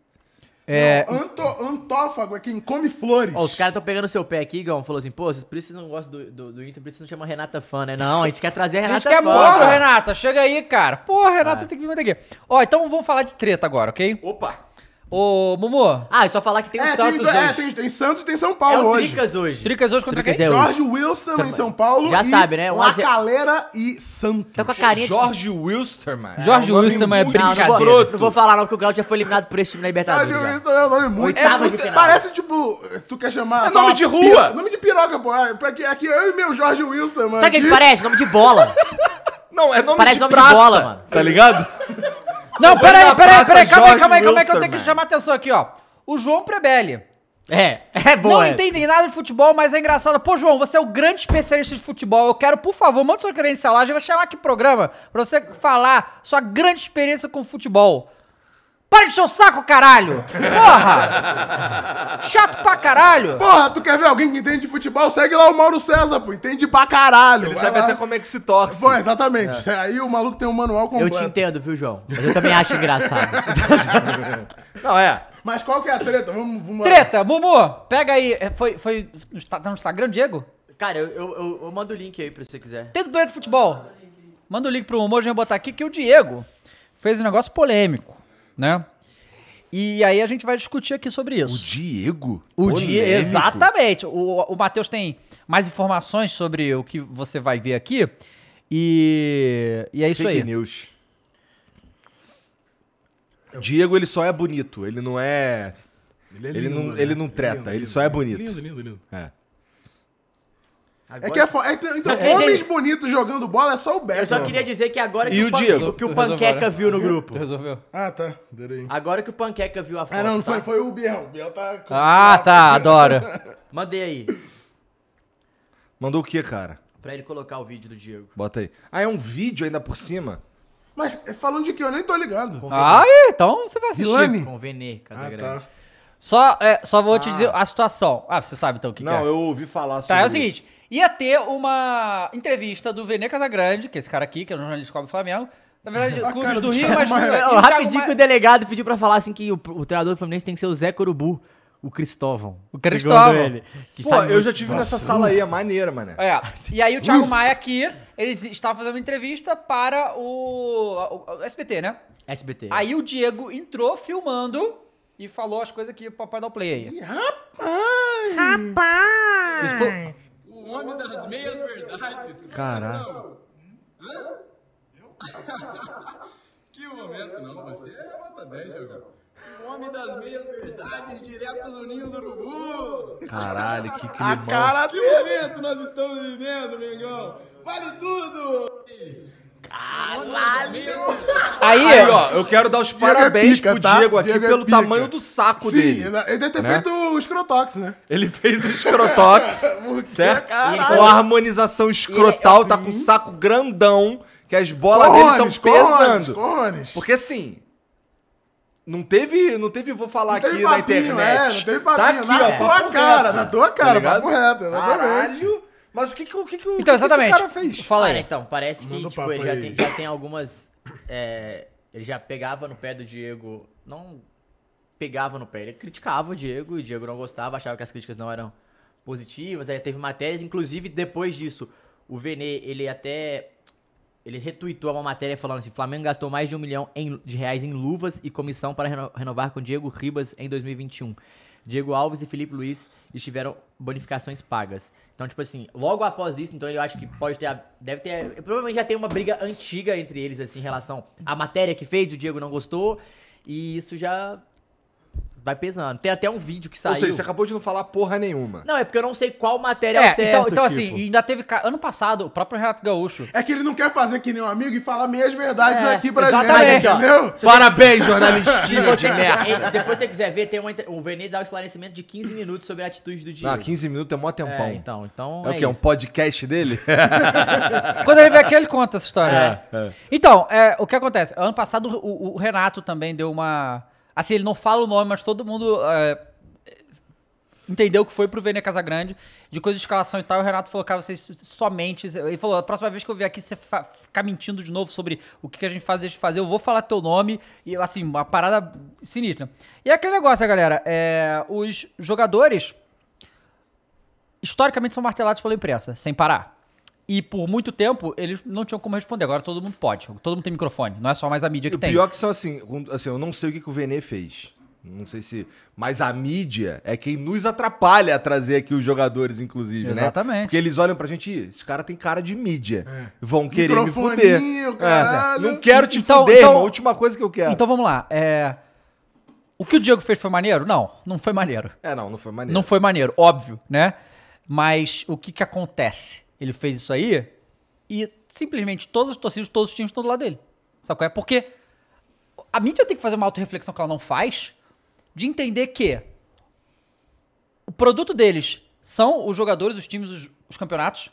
Antófago é quem come flores. Ó, os caras estão pegando seu pé aqui, Igão. Falou assim, pô, por isso vocês não gostam do Inter, por isso não chama Renata Fã, né? Não, a gente quer trazer a A Renata gente quer Fã. muito, cara. Renata. Chega aí, cara. Porra, Renata tem que vir muito aqui. Ó, então vamos falar de treta agora, ok? Opa! Ô, Mumu, Ah, é só falar que tem o Santos hoje. Tem Santos e tem São É Paulo o hoje. Tricas hoje. Tricas hoje contra Tricas quem? é hoje. Jorge Wilson em São Paulo. Já sabe, né? 1 a 0. Lacalera e Santos. Tá com a carinha de... Jorge Wilstermann. Jorge É um nome Wilstermann é muito Não, brincadeira. não vou falar não, porque o Galo já foi eliminado por esse time na Jorge Libertadores. já. Wilson é um nome muito... Oitavas de final. Parece tipo... Tu quer chamar... É nome de rua. Nome de piroca, pô. Aqui eu e meu Jorge Wilson, mano. Sabe o que parece? Nome de bola. Não, é nome Parece de nome de praça, bola, mano. Tá ligado? Não, peraí, na praça, calma aí, Jorge que eu tenho que Wilstermann. chamar a atenção aqui, ó. O João Prebelli. É bom, Não é. entendem nada de futebol, mas é engraçado. Pô, João, você é o grande especialista de futebol. Eu quero, por favor, manda sua credencial lá. A gente vai chamar aqui programa pra você falar sua grande experiência com futebol. Para de encher o saco, caralho! Porra! Chato pra caralho! Porra, tu quer ver alguém que entende de futebol? Segue lá o Mauro César, pô. Entende pra caralho. Ele Vai sabe lá. até como é que se torce. Pô, exatamente. Aí o maluco tem um manual Eu completo. te entendo, viu, João? Mas eu também acho engraçado. Não, é. Mas qual que é a treta? Vamos lá. Treta, Mumu, pega aí. Tá no Instagram, Diego? Cara, eu mando o link aí pra se você quiser. Tem do Dueto de Futebol. Manda o link pro Mumu, a gente vai botar aqui que o Diego fez um negócio polêmico, né? E aí a gente vai discutir aqui sobre isso. O Diego? O Polêmico? Diego, exatamente. O Matheus tem mais informações sobre o que você vai ver aqui. E é isso Fake aí. news. Diego, ele só é bonito. Ele não é... Ele, é Ele lindo, não- né? ele não treta, ele só é bonito. Lindo. É. É que então, queria homens dizer- bonitos jogando bola é só o Beto. Eu só queria dizer que agora E que o Diego? que o Tu resolveu, Panqueca né? viu no grupo. Tu resolveu? Ah, tá. Peraí. Agora que o Panqueca viu a foto, Não tá? foi o Biel. O Biel tá... Ah, tá, adoro. Mandei aí, Mandou o quê, cara? pra ele colocar o vídeo do Diego. Bota aí. Ah, é um vídeo ainda por cima? Mas falando de que eu nem tô ligado. Ah, então você vai assistir. Vilani? Com o Venê, Ah, Casagrande. tá. Só vou te dizer a situação. Ah, você sabe então o que Não, que é. eu ouvi falar sobre Tá, é o isso. seguinte. Ia ter uma entrevista do Vene Casagrande, que é esse cara aqui, que é o jornalista do Cobre Flamengo. Na verdade, A clubes cara do do Rio, Thiago mas... Maia. e o Ó, Thiago rapidinho Maia- que o delegado pediu pra falar assim que o treinador do Fluminense tem que ser o Zé Corubu, o Cristóvão. O Cristóvão. Segundo ele. Que Pô, sabe eu muito. já tive nessa sala aí, é maneira, mané. É. E aí o Thiago Maia aqui, eles estavam fazendo uma entrevista para o SBT, né? SBT. Aí o Diego entrou filmando e falou as coisas que o papai dá o play aí. Isso foi... O homem das meias verdades. Caralho. Que momento, não. Você é nota 10, Diogão. O homem das meias verdades, direto do ninho do urubu. Caralho, que climão. Que momento nós estamos vivendo, Mengão. Vale tudo. Aí, Aí, ó, eu quero dar os Diego é parabéns pica, pro tá? Diego aqui Diego é pelo pica. tamanho do saco Sim, dele. ele deve ter né? feito o escrotox, né? Ele fez o escrotox, certo? caralho. Com a harmonização escrotal, tá com um saco grandão, que as bolas dele estão pesando. Corrones. Porque assim, não teve, vou falar Não teve aqui na papinho, internet. não teve Tá papinho. aqui, na ó, tua papo cara, reto. na tua Tá cara, ligado? papo reto, exatamente. Caralho. Mas o que Então, exatamente. esse cara fez? Fala Olha, aí. então, parece que Manda o tipo, papo ele aí. já tem algumas... ele já pegava no pé do Diego, não pegava no pé, ele criticava o Diego, e o Diego não gostava, achava que as críticas não eram positivas, aí teve matérias, inclusive depois disso, o Venê, ele retweetou uma matéria falando assim, Flamengo gastou mais de R$1 milhão de reais em luvas e comissão para renovar com Diego Ribas em 2021. Diego Alves e Felipe Luiz tiveram bonificações pagas. Então, tipo assim, logo após isso, então eu acho que provavelmente já tem uma briga antiga entre eles, assim, em relação à matéria que fez, o Diego não gostou, e isso já vai pesando. Tem até um vídeo que Ou saiu. seja, você acabou de não falar porra nenhuma. Não, é porque eu não sei qual matéria é o certo, então tipo. assim, e ainda teve... Ano passado, o próprio Renato Gaúcho... É que ele não quer fazer que nem um amigo e falar meias verdades aqui pra exatamente. gente, entendeu? Parabéns, jornalistinha de merda. Depois se você quiser ver, tem o Vene dá um esclarecimento de 15 minutos sobre a atitude do Diego. 15 minutos é mó tempão. Então É o quê? Um isso. podcast dele? Quando ele vem aqui, ele conta essa história. Então, o que acontece? Ano passado, o Renato também deu uma... Assim, ele não fala o nome, mas todo mundo entendeu que foi pro Vene Casagrande, de coisa de escalação e tal. O Renato falou, cara, vocês somente... Ele falou, a próxima vez que eu vier aqui, você ficar mentindo de novo sobre o que a gente faz, deixa de fazer, eu vou falar teu nome. E, assim, uma parada sinistra. E é aquele negócio, galera, os jogadores, historicamente, são martelados pela imprensa, sem parar. E por muito tempo, eles não tinham como responder. Agora todo mundo pode. Todo mundo tem microfone. Não é só mais a mídia que tem. O pior que são assim, eu não sei o que o Vene fez. Não sei se... Mas a mídia é quem nos atrapalha a trazer aqui os jogadores, inclusive, né? Exatamente. Porque eles olham pra gente e esse cara tem cara de mídia. Vão querer me fuder. Microfoninho, caralho. Não quero te Então- fuder, então- irmão. A última coisa que eu quero. Então vamos lá. O que o Diego fez foi maneiro? Não foi maneiro. Não foi maneiro. Não foi maneiro, óbvio, né? Mas o que acontece? Ele fez isso aí e simplesmente todas as torcidas, todos os times estão do lado dele. Sabe qual é? Porque a mídia tem que fazer uma autorreflexão que ela não faz, de entender que o produto deles são os jogadores, os times, os campeonatos.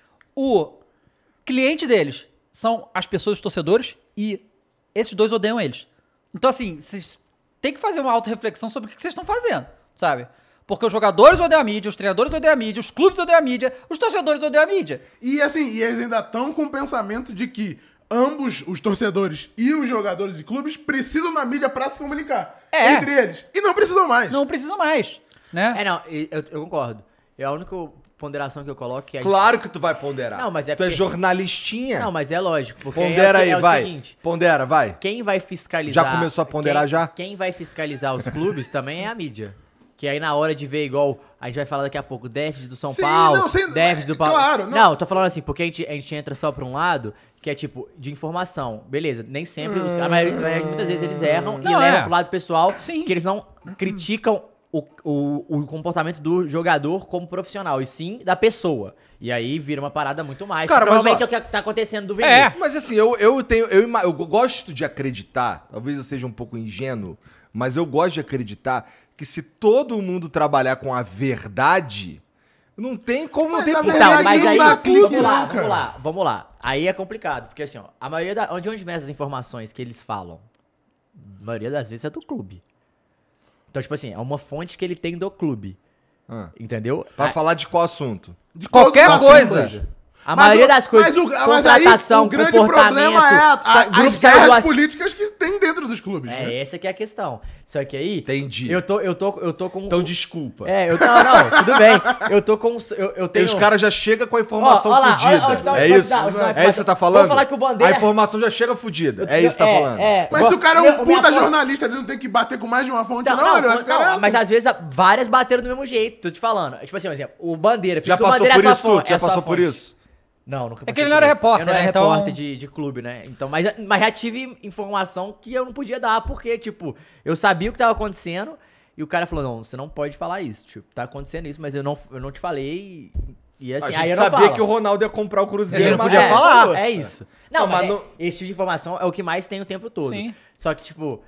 O cliente deles são as pessoas, os torcedores, e esses dois odeiam eles. Então, assim, vocês têm que fazer uma autorreflexão sobre o que vocês estão fazendo, sabe? Porque os jogadores odeiam a mídia, os treinadores odeiam a mídia, os clubes odeiam a mídia, os torcedores odeiam a mídia. E assim, e eles ainda estão com o pensamento de que ambos, os torcedores e os jogadores de clubes, precisam da mídia pra se comunicar entre eles. E não precisam mais. Não precisam mais, né? Eu concordo. É a única ponderação que eu coloco que é... Claro que tu vai ponderar. Não, mas é Tu é porque- jornalistinha. Não, mas é lógico. Porque Pondera aí, o vai. seguinte, Pondera, vai. quem vai fiscalizar... Já começou a ponderar já? Quem vai fiscalizar os clubes também é a mídia. Que aí na hora de ver igual, a gente vai falar daqui a pouco, déficit do São Sim, Paulo, não, sem- déficit do Paulo. claro, não, eu tô falando assim, porque a gente entra só pra um lado, que é tipo, de informação. Beleza, nem sempre, muitas vezes eles erram e Não, levam pro lado pessoal, Sim. que eles não criticam o comportamento do jogador como profissional, e sim da pessoa. E aí vira uma parada muito mais. Cara, que mas, provavelmente ó, é o que tá acontecendo do Vene. Mas assim, eu gosto de acreditar, talvez eu seja um pouco ingênuo, mas eu gosto de acreditar que se todo mundo trabalhar com a verdade, não tem como... Mas Não tem a por- verdade Então, mas não aí, dá clique, vamos lá, não, cara. vamos lá. Aí é complicado, porque assim, ó, a maioria de onde vem essas informações que eles falam, a maioria das vezes é do clube. Então, tipo assim, é uma fonte que ele tem do clube. Entendeu? Pra falar de qual assunto? De Qualquer todos os coisa. assuntos. A maioria das coisas, mas aí contratação, o grande comportamento, problema é grupo as saiu do guerras ass- políticas que tem dentro dos clubes. né? essa que é a questão. Só que aí... Entendi. Eu tô com... Então desculpa. Não, tudo bem. Eu tô com... Eu E tenho... os caras já chegam com a informação Ó, ó lá, fudida. ó, ó, ó, É ó, isso? ó, ó, ó, ó, É isso que você tá falando? Vou falar que o Bandeira- A informação já chega fudida. É isso que tá falando. Mas se o cara é um minha puta fonte- jornalista, ele não tem que bater com mais de uma fonte, Não, não, ele vai ficar nessa. mas às vezes várias bateram do mesmo jeito, tô te falando. Tipo assim, um exemplo, o Bandeira, Já finge que o passou Bandeira por é isso, sua fonte, tu? Já é sua passou por fonte. isso? Não, nunca passei que ele por não era isso. repórter, eu não era né? Então- repórter de clube, né? Então, mas já tive informação que eu não podia dar, porque, tipo, eu sabia o que tava acontecendo e o cara falou, não, você não pode falar isso, tipo, tá acontecendo isso, mas eu não te falei e assim, A aí gente eu não sabia falo. que o Ronaldo ia comprar o A Cruzeiro, gente não mas podia falar. falou. É isso. Não, Não, mas mas não- esse tipo de informação é o que mais tem o tempo todo. Sim. Só que, tipo,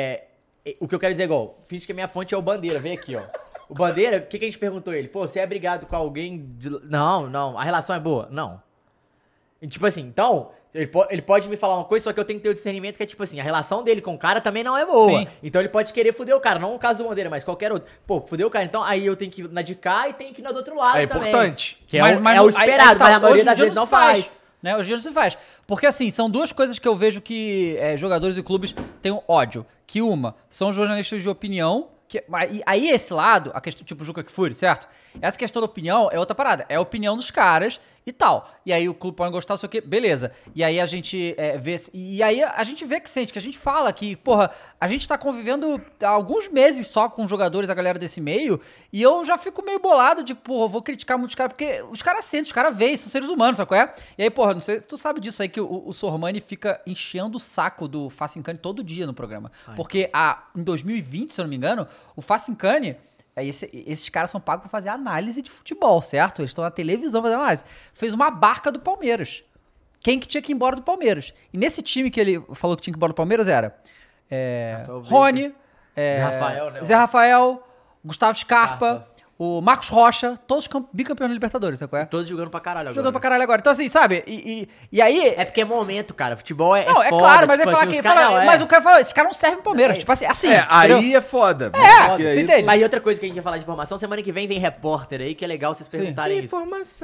o que eu quero dizer é igual, finge que a minha fonte é o Bandeira, vem aqui, ó. O Bandeira, o que a gente perguntou ele? Pô, você é brigado com alguém Não, a relação é boa? Não. E, tipo assim, então, ele pode me falar uma coisa, só que eu tenho que ter o discernimento que é tipo assim, a relação dele com o cara também não é boa. Sim. Então ele pode querer fuder o cara, não o caso do Bandeira, mas qualquer outro. Pô, fuder o cara, então aí eu tenho que ir na de cá e tenho que ir na do outro lado É também. importante. Que é o esperado, mas a maioria das vezes não faz. Né? Hoje em dia não se faz. Porque, assim, são duas coisas que eu vejo que jogadores e clubes têm um ódio. Que uma, são jornalistas de opinião. Aí esse lado, a questão, tipo Juca Kfouri, certo? Essa questão da opinião é outra parada. É a opinião dos caras e tal. E aí o clube pode gostar, sei o quê, beleza. E aí a gente vê... E aí a gente vê que sente, que a gente fala que, porra, a gente tá convivendo há alguns meses só com os jogadores, a galera desse meio, e eu já fico meio bolado de, porra, vou criticar muito os caras, porque os caras sentem, os caras veem, são seres humanos, sabe qual é? E aí, porra, não sei, tu sabe disso aí, que o Sormani fica enchendo o saco do Facincani todo dia no programa. Porque em 2020, se eu não me engano, o Facincani... Esses caras são pagos pra fazer análise de futebol, certo? Eles estão na televisão fazendo análise. Fez uma barca do Palmeiras. Quem que tinha que ir embora do Palmeiras? E nesse time que ele falou que tinha que ir embora do Palmeiras era Rony, Zé Rafael, Gustavo Scarpa, o Marcos Rocha, todos bicampeões da Libertadores, sabe qual é? Todos jogando pra caralho agora. Jogando pra caralho agora. Então assim, sabe? E aí... É porque é momento, cara. Futebol é não, foda. É claro, mas tipo, ele mas o cara falou, esse cara não serve pro Palmeiras. Tipo assim, aí é foda. Você entende? Mas outra coisa que a gente ia falar de informação, semana que vem repórter aí, que é legal vocês perguntarem isso. Informação.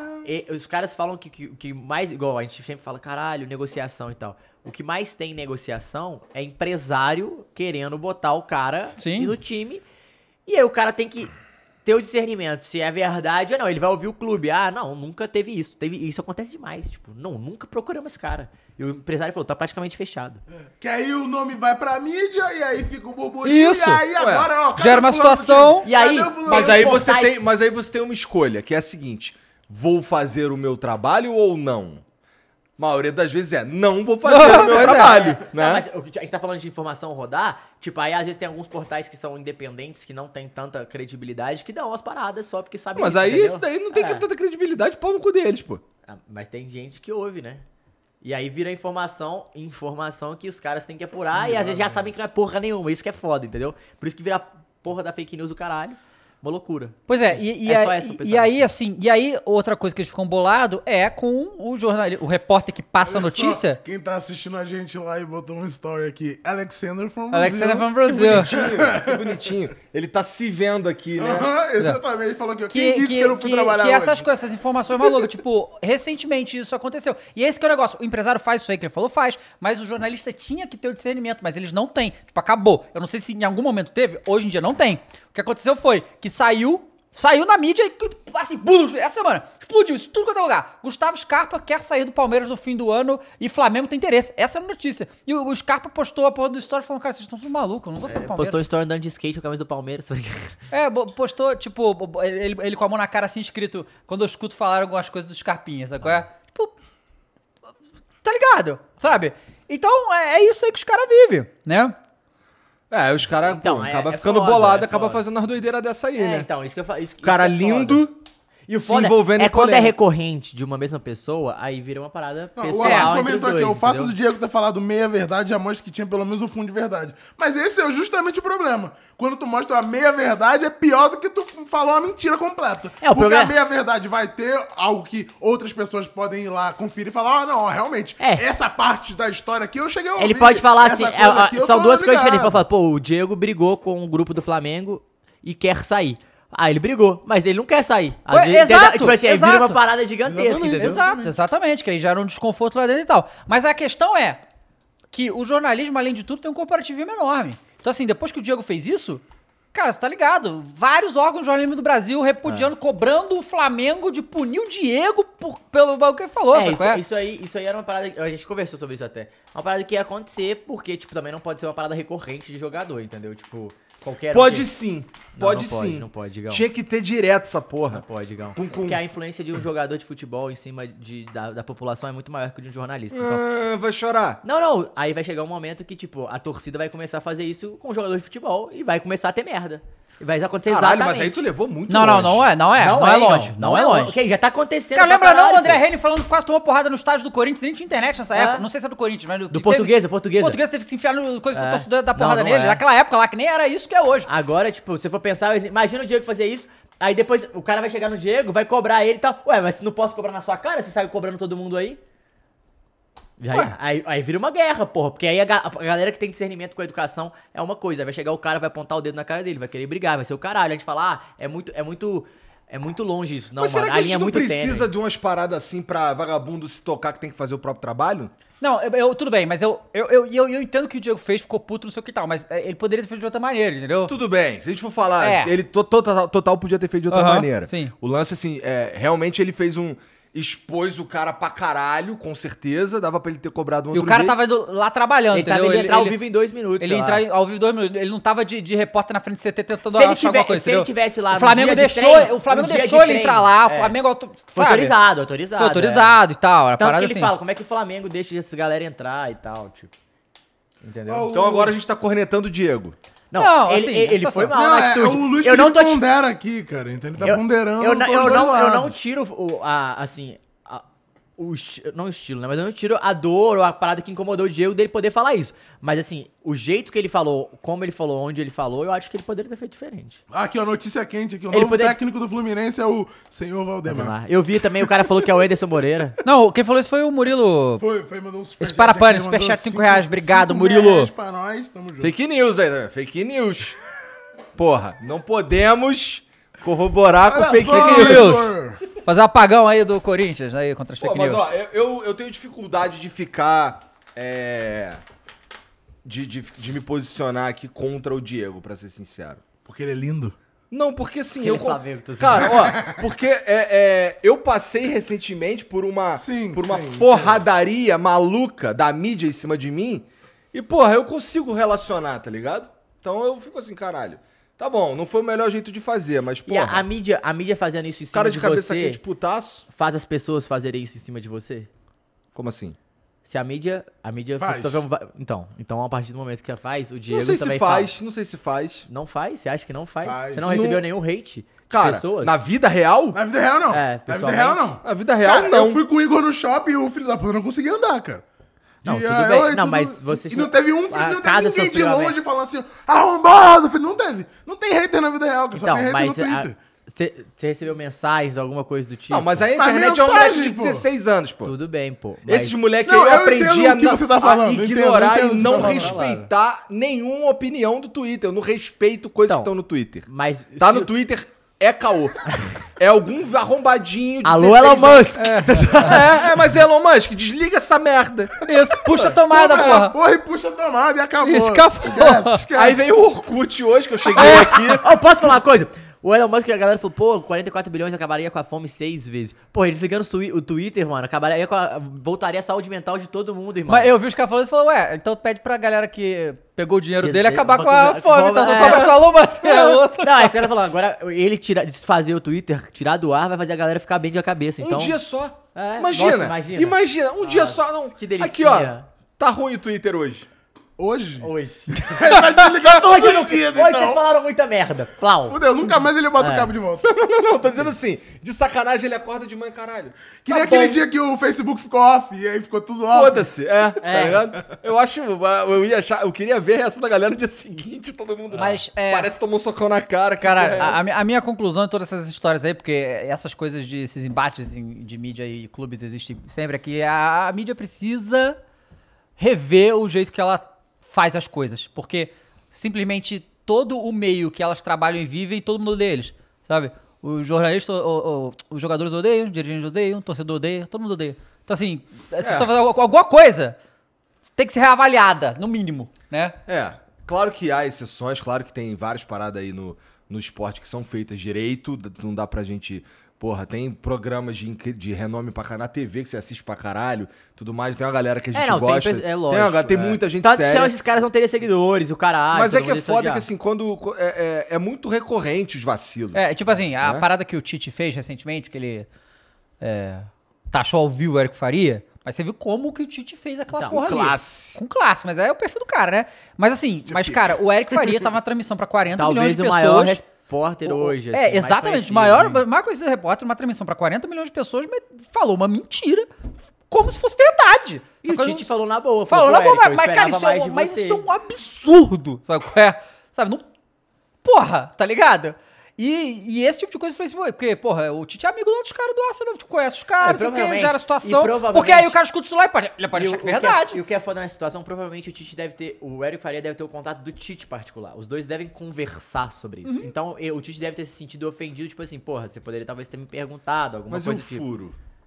Os caras falam que mais... Igual, a gente sempre fala, caralho, negociação e tal. O que mais tem negociação é empresário querendo botar o cara no time. E aí o cara tem que ter o discernimento se é verdade ou não. Ele vai ouvir o clube. Ah, não, nunca teve isso. Isso acontece demais. Tipo, não, nunca procuramos esse cara. E o empresário falou, tá praticamente fechado. Que aí o nome vai pra mídia e aí fica o burburinho. Isso. E aí agora, ó, gera uma situação. E aí, mas aí você tem uma escolha, que é a seguinte: vou fazer o meu trabalho ou não? A maioria das vezes não vou fazer o meu trabalho, né? Não, mas a gente tá falando de informação rodar, tipo, aí às vezes tem alguns portais que são independentes, que não tem tanta credibilidade, que dão umas paradas só porque sabem mas isso, aí entendeu? isso daí não tem tanta credibilidade, pau no cu deles, pô. Mas tem gente que ouve, né? E aí vira informação que os caras têm que apurar e às vezes já sabem que não é porra nenhuma, isso que é foda, entendeu? Por isso que vira porra da fake news do caralho. Uma loucura. Pois é, e aí outra coisa que eles ficam bolados é com o jornalista, o repórter que passa a notícia. Só, quem tá assistindo a gente lá e botou uma story aqui, Alexander from Brasil. Que bonitinho. Ele tá se vendo aqui, né? Exatamente, ele falou que quem disse que eu não fui trabalhar que hoje? essas coisas, essas informações malucas, tipo, recentemente isso aconteceu. E esse que é o negócio, o empresário faz isso aí que ele falou, faz, mas o jornalista tinha que ter o discernimento, mas eles não têm. Tipo, acabou. Eu não sei se em algum momento teve, hoje em dia não tem. O que aconteceu foi que saiu na mídia e, assim, essa semana, explodiu isso, tudo quanto é lugar. Gustavo Scarpa quer sair do Palmeiras no fim do ano e Flamengo tem interesse. Essa é a notícia. E o Scarpa postou a porra do story falando, cara, vocês estão tudo malucos, eu não vou sair do Palmeiras. Postou um story andando de skate com a camisa do Palmeiras. Postou, tipo, ele com a mão na cara assim, escrito, quando eu escuto falar algumas coisas do Scarpinha, sabe qual é? Tipo, tá ligado, sabe? Então, é isso aí que os caras vivem, né? Os caras acabam ficando foda, bolados, acabam fazendo as doideiras dessa aí, né? Então, isso que eu falo. Cara lindo. E o foda quando é recorrente de uma mesma pessoa, aí vira uma parada pessoal. O Alan comentou aqui, o fato do Diego ter falado meia verdade já mostra que tinha pelo menos um fundo de verdade. Mas esse é justamente o problema. Quando tu mostra a meia verdade, é pior do que tu falar uma mentira completa. Porque a meia verdade vai ter algo que outras pessoas podem ir lá conferir e falar, realmente, essa parte da história aqui eu cheguei a ouvir. Ele pode falar assim, são duas coisas diferentes. Ele pode falar, pô, o Diego brigou com o grupo do Flamengo e quer sair. Ele brigou, mas ele não quer sair. Exato, tipo assim, aí vira uma parada gigantesca, entendeu? Exatamente, que aí gera um desconforto lá dentro e tal. Mas a questão é que o jornalismo, além de tudo, tem um comparativismo enorme. Então assim, depois que o Diego fez isso, cara, você tá ligado? Vários órgãos de jornalismo do Brasil repudiando, cobrando o Flamengo de punir o Diego pelo que ele falou, sabe? Isso aí era uma parada, a gente conversou sobre isso até. Uma parada que ia acontecer, porque, tipo, também não pode ser uma parada recorrente de jogador, entendeu? Tipo... Pode sim. Não pode, Digão. Tinha que ter direto essa porra. Não pode, Digão. Porque a influência de um jogador de futebol em cima da população é muito maior que de um jornalista. Então... vai chorar. Não. Aí vai chegar um momento que, tipo, a torcida vai começar a fazer isso com o jogador de futebol e vai começar a ter merda. E vai acontecer exatamente. Mas aí tu levou muito longe. Não é longe. Não é longe. Ok, já tá acontecendo. Cara, lembra não o André Henrique falando que quase tomou porrada no estádio do Corinthians, nem tinha internet nessa época. Não sei se é do Corinthians, mas... Do Portuguesa. O Portuguesa teve que se enfiar no coisa pro torcedor da porrada nele. Naquela época lá, que nem era isso que é hoje. Agora, tipo, se for pensar, imagina o Diego fazer isso, aí depois o cara vai chegar no Diego, vai cobrar ele e tal. Ué, mas se não posso cobrar na sua cara, você sai cobrando todo mundo aí? Aí vira uma guerra, porra. Porque aí a galera que tem discernimento com a educação é uma coisa. Aí vai chegar o cara, vai apontar o dedo na cara dele, vai querer brigar, vai ser o caralho. A gente fala, é muito longe isso. Não, mas será que a gente não precisa tênue. De umas paradas assim pra vagabundo se tocar que tem que fazer o próprio trabalho? Não, tudo bem, mas eu entendo que o Diego fez, ficou puto, não sei o que tal, mas ele poderia ter feito de outra maneira, entendeu? Tudo bem, se a gente for falar, ele total podia ter feito de outra maneira. Sim. O lance, assim, realmente ele fez um... expôs o cara pra caralho, com certeza. Dava pra ele ter cobrado um E o cara tava lá trabalhando, Ele entendeu? tava entrar ao vivo em 2 minutos. Ele ia entrar ao vivo em 2 minutos. Ele não tava de repórter na frente do CT tentando Se ele achar alguma coisa, se ele entendeu? tivesse lá O Flamengo no dia de deixou, treino, o Flamengo um dia deixou de ele entrar treino, lá. O é. Flamengo Foi autorizado. Foi autorizado e tal. Era Tanto parada que ele assim. fala, como é que o Flamengo deixa essa galera entrar e tal, tipo. Entendeu? Então agora a gente tá cornetando o Diego. Não, ele, assim, ele a foi situação. mal Não, na é atitude. o Luiz eu não Felipe tô pondera aqui, cara, então ele tá ponderando. eu não não tiro não o estilo, né? Mas eu não tiro a dor ou a parada que incomodou o Diego dele poder falar isso. Mas assim, o jeito que ele falou, como ele falou, onde ele falou, eu acho que ele poderia ter feito diferente. Aqui, ó, notícia quente aqui. O Ele novo poder- técnico do Fluminense é o senhor Valdemar. Eu vi também, o cara falou que é o Ederson Moreira. Não, quem falou isso foi o Murilo. Foi, mandou um superchat. Esparapane, aqui, mandou superchat R$5. Obrigado, 5 Murilo. reais pra nós, tamo junto. Fake news aí, né? Fake news. Porra, não podemos corroborar com Olha fake só, news. doutor. Fazer um apagão aí do Corinthians, aí, contra as Pô, fake mas news. ó, eu tenho dificuldade de ficar. De me posicionar aqui contra o Diego, pra ser sincero. Porque ele é lindo. Não, porque assim, Aquele Flamengo, tô Cara, ó, porque eu passei recentemente por uma Sim, porradaria maluca da mídia em cima de mim. E, porra, eu consigo relacionar, tá ligado? Então eu fico assim, caralho. Tá bom, não foi o melhor jeito de fazer, mas, E porra. a mídia fazendo isso em cima cara de cabeça você, quente putaço. faz as pessoas fazerem isso em cima de você? Como assim? Se a mídia Faz. Então a partir do momento que ela faz, o Diego Não sei se também faz, não sei se faz. Não faz? Você acha que não faz? Faz. Você não Não- recebeu nenhum hate de Cara, pessoas? na vida real? Na vida real, não. É, Na vida real, não. Na vida real, Cara, não. eu fui com o Igor no shopping e o filho da puta não conseguia andar, cara. Não, De- tudo ah, bem. oi, Não, tudo- mas você... E não teve um filho, a não teve casa ninguém de sofreu a longe falando assim, arrombado, filho, não teve. Não tem hater na vida real, cara, só Então, tem hater mas no Twitter. você recebeu mensagens, alguma coisa do tipo? Não, mas a Mas internet é um mensagem, moleque de pô. 16 anos, pô. Tudo bem, pô. Mas... Esses moleques Não, aí eu eu aprendi entendo o que você tá falando, a eu ignorar entendo o e que não você tá falando. respeitar nenhuma opinião do Twitter. Eu não respeito coisas Então, que estão no Twitter. Mas... Tá no Twitter, é caô. É algum arrombadinho de Alô, 16 Elon anos. Musk! Mas Elon Musk, desliga essa merda. Isso, puxa a tomada, porra. Porra, e puxa a tomada e acabou. Isso, acabou. Esquece. Aí veio o Orkut hoje, que eu cheguei aqui. Eu posso falar uma coisa? O Elon Musk, a galera falou, pô, 44 bilhões acabaria com a fome 6 vezes. Pô, ele desligando o Twitter, mano, acabaria com voltaria a saúde mental de todo mundo, irmão. Mas eu vi os caras falando isso e falou, ué, então pede pra galera que pegou o dinheiro Que dele dele, acabar com uma a coisa- fome, então só é. cobra só Elon Musk. É outro. Não, aí você falou, agora ele desfazer o Twitter, tirar do ar, vai fazer a galera ficar bem de cabeça, então... Um dia só. É, Imagina, nossa, imagina, um dia só. Não. que delícia. Aqui, ó. Tá ruim o Twitter hoje. Hoje? Hoje. Ele vai desligar todos os dias, Hoje vocês então. falaram muita merda. Plau. Fudeu, nunca mais ele bota o cabo de volta. Não, tô dizendo assim, de sacanagem ele acorda de manhã, caralho. Que nem Tá aquele bom. dia que o Facebook ficou off e aí ficou tudo off. Foda-se, tá ligado? Eu acho, eu queria ver a reação da galera no dia seguinte, todo mundo Mas, parece que tomou um socão na cara. que Cara, porra é essa? a minha conclusão de todas essas histórias aí, porque essas coisas esses embates de mídia e clubes existem sempre aqui, a mídia precisa rever o jeito que ela faz as coisas, porque simplesmente todo o meio que elas trabalham e vivem, todo mundo odeia eles, sabe? Os jornalistas, os jogadores odeiam, os dirigentes odeiam, o torcedor odeia, todo mundo odeia. Então assim, vocês estão fazendo alguma coisa, tem que ser reavaliada, no mínimo, né? Claro que há exceções, claro que tem várias paradas aí no esporte que são feitas direito, não dá pra gente... Porra, tem programas de renome pra na TV que você assiste pra caralho, tudo mais, tem uma galera que a gente gosta. É lógico. Tem muita gente Tanto séria. se esses caras não teriam seguidores, o caralho. Mas é todo que é mundo ia foda odiar. que assim, quando é muito recorrente os vacilos. Tipo assim, a parada que o Tite fez recentemente, que ele taxou ao vivo o Eric Faria, mas você viu como que o Tite fez aquela Então, porra ali. classe. Com classe, mas é o perfil do cara, né? Mas assim, cara, o Eric Faria tava na transmissão pra 40 milhões Talvez de o pessoas. maior repórter hoje. assim, mais exatamente, conhecido. maior conhecido repórter, uma transmissão pra 40 milhões de pessoas, mas falou uma mentira, como se fosse verdade. E o Tite falou na boa. Falou na "Pô, boa, Eric, eu mas cara, esperava mais de mas você." isso é um absurdo, sabe qual é? Sabe, não... Porra, tá ligado? E esse tipo de coisa eu falei assim, porque, porra, o Tite é amigo dos caras do Arsenal, conhece os caras, sei o que, provavelmente. já era a situação. E provavelmente- Porque aí o cara escuta isso lá e ele pode E achar que é o verdade. E o que é foda nessa situação, provavelmente o Tite deve ter. O Eric Faria deve ter o contato do Tite particular. Os dois devem conversar sobre isso. Então o Tite deve ter se sentido ofendido, tipo assim, porra, você poderia talvez ter me perguntado alguma Mas e o coisa do tipo. furo?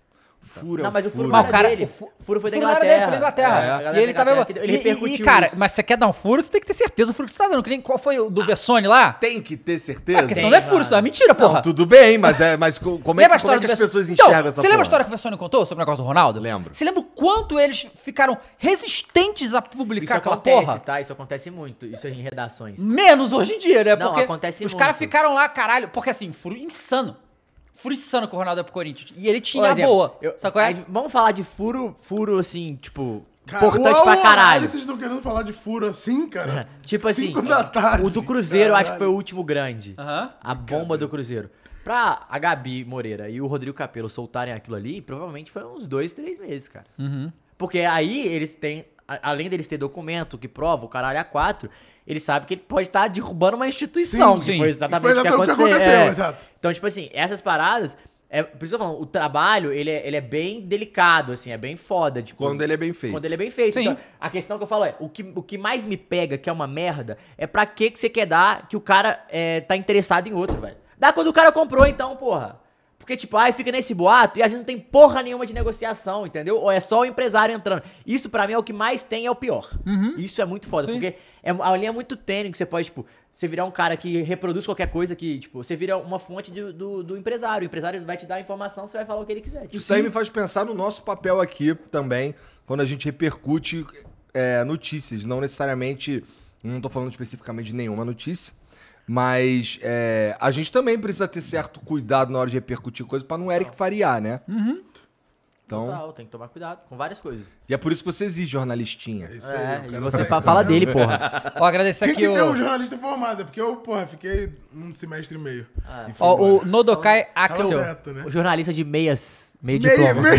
Furo Não, mas o furo Mas não o cara- era dele. o Furo foi da furo não era dele, Inglaterra. foi da Inglaterra. É, a galera E ele da tava. Inglaterra, ele repercutiu cara, isso. mas você quer dar um furo, você tem que ter certeza do furo que você tá dando. Que nem qual foi o do Vessone lá? Tem que ter certeza. Porque senão não é furo, isso não é mentira, porra. Não, tudo bem, mas como é Lembra a que história as do pessoas Então, enxergam essa você lembra a porra? história que o Vessone contou sobre o negócio do Ronaldo? Lembro. Você lembra o quanto eles ficaram resistentes a Isso publicar aquela acontece, porra? tá? Isso acontece muito. Isso em redações. Menos hoje em dia, né? Não, Porque acontece os muito. caras ficaram lá, caralho. Porque assim, furo insano. Furo insano que o Ronaldo é pro Corinthians. E ele tinha Por a exemplo, boa. Sabe qual é? aí, vamos falar de furo assim, tipo, Cara, importante o pra horário, caralho. Vocês estão querendo falar de furo assim, cara? Tipo assim, 5 da tarde. o do Cruzeiro eu acho que Caralho. foi o último grande. Aham. A bomba do Cruzeiro. Pra a Gabi Moreira e o Rodrigo Capello soltarem aquilo ali, provavelmente foi uns 2, 3 meses, cara. Porque aí eles têm, além deles ter documento que prova o caralho A4, eles sabem que ele pode estar derrubando uma instituição, Sim, que foi exatamente E foi o que exatamente aconteceu. o que aconteceu, exato. Então, tipo assim, essas paradas, por isso que eu tô falando, o trabalho, ele é bem delicado, assim, é bem foda. Tipo, Quando ele é bem feito. Quando ele é bem feito. Sim. Então, a questão que eu falo é, o que mais me pega, que é uma merda, é pra que você quer dar que o cara tá interessado em outro, velho. Dá quando o cara comprou, então, porra. Porque, tipo, aí fica nesse boato e às vezes não tem porra nenhuma de negociação, entendeu? Ou é só o empresário entrando. Isso, pra mim, é o que mais tem, é o pior. Isso é muito foda, Sim. porque a linha é muito tênue, que você pode, tipo, você virar um cara que reproduz qualquer coisa, que, tipo, você vira uma fonte do empresário. O empresário vai te dar a informação, você vai falar o que ele quiser. Tipo, Isso aí me faz pensar no nosso papel aqui também, quando a gente repercute notícias. Não necessariamente, não tô falando especificamente de nenhuma notícia, mas a gente também precisa ter certo cuidado na hora de repercutir coisas pra não Eric Fariar, né? Então, total, tem que tomar cuidado com várias coisas. e é por isso que você exige jornalistinha. Isso aí, E cara. você fala dele, porra. Ó, agradecer Tinha aqui que ter um o. jornalista formado, porque eu, porra, fiquei um semestre e meio. E fui Ó, embora. o Nodokai Tava Axel. certo, né? O jornalista de meio Meio, diploma. meio.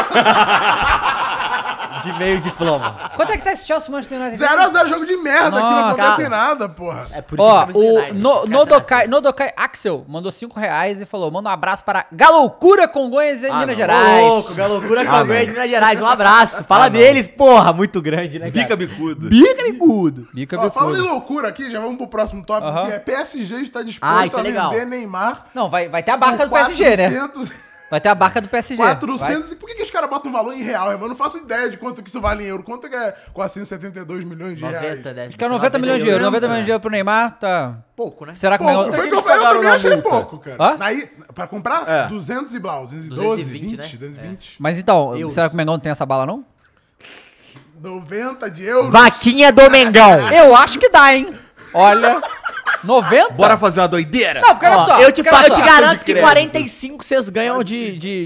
De meio diploma. Quanto é que tá esse Chelsea Manchester United? 0x0 jogo de merda, aqui não Nossa. acontece nada, porra. É por isso Ó, que temos o United, Nodokai Axel mandou R$5 e falou: manda um abraço para Galoucura Congonhas em Minas Ô, Gerais. louco, Galocura Congonhas de Minas Gerais. Um abraço. Fala deles, porra. Muito grande, né, cara? Bica bicudo. Bica bicudo. Bica Ó, falando em bicudo. loucura aqui, já vamos pro próximo tópico, Aham. que é PSG está Ah, disposto isso é a legal. vender Neymar Não, vai ter a barca do por PSG, né? 400, Vai ter a barca do PSG. 400. E por que os caras botam o valor em real, irmão? Eu não faço ideia de quanto que isso vale em euro. Quanto que é 472 milhões de reais? 90, né? Acho que é 90 milhões de euros. 90 milhões de euros pro Neymar, tá. Pouco, né? Será que o Pouco, Mengão. foi o que eles eu falei, eu pagaram também na achei multa? pouco, cara. Hã? Pra comprar, É. 200 e blau, 212, 220, 20, né? 220. Mas então, Euros. será que o Mengão não tem essa bala, não? 90 de euros. Vaquinha do Mengão. Eu acho que dá, hein? Olha. 90? Bora fazer uma doideira? Não, porque olha Ó, só. eu te porque olha só. garanto de que crédito. 45 vocês ganham de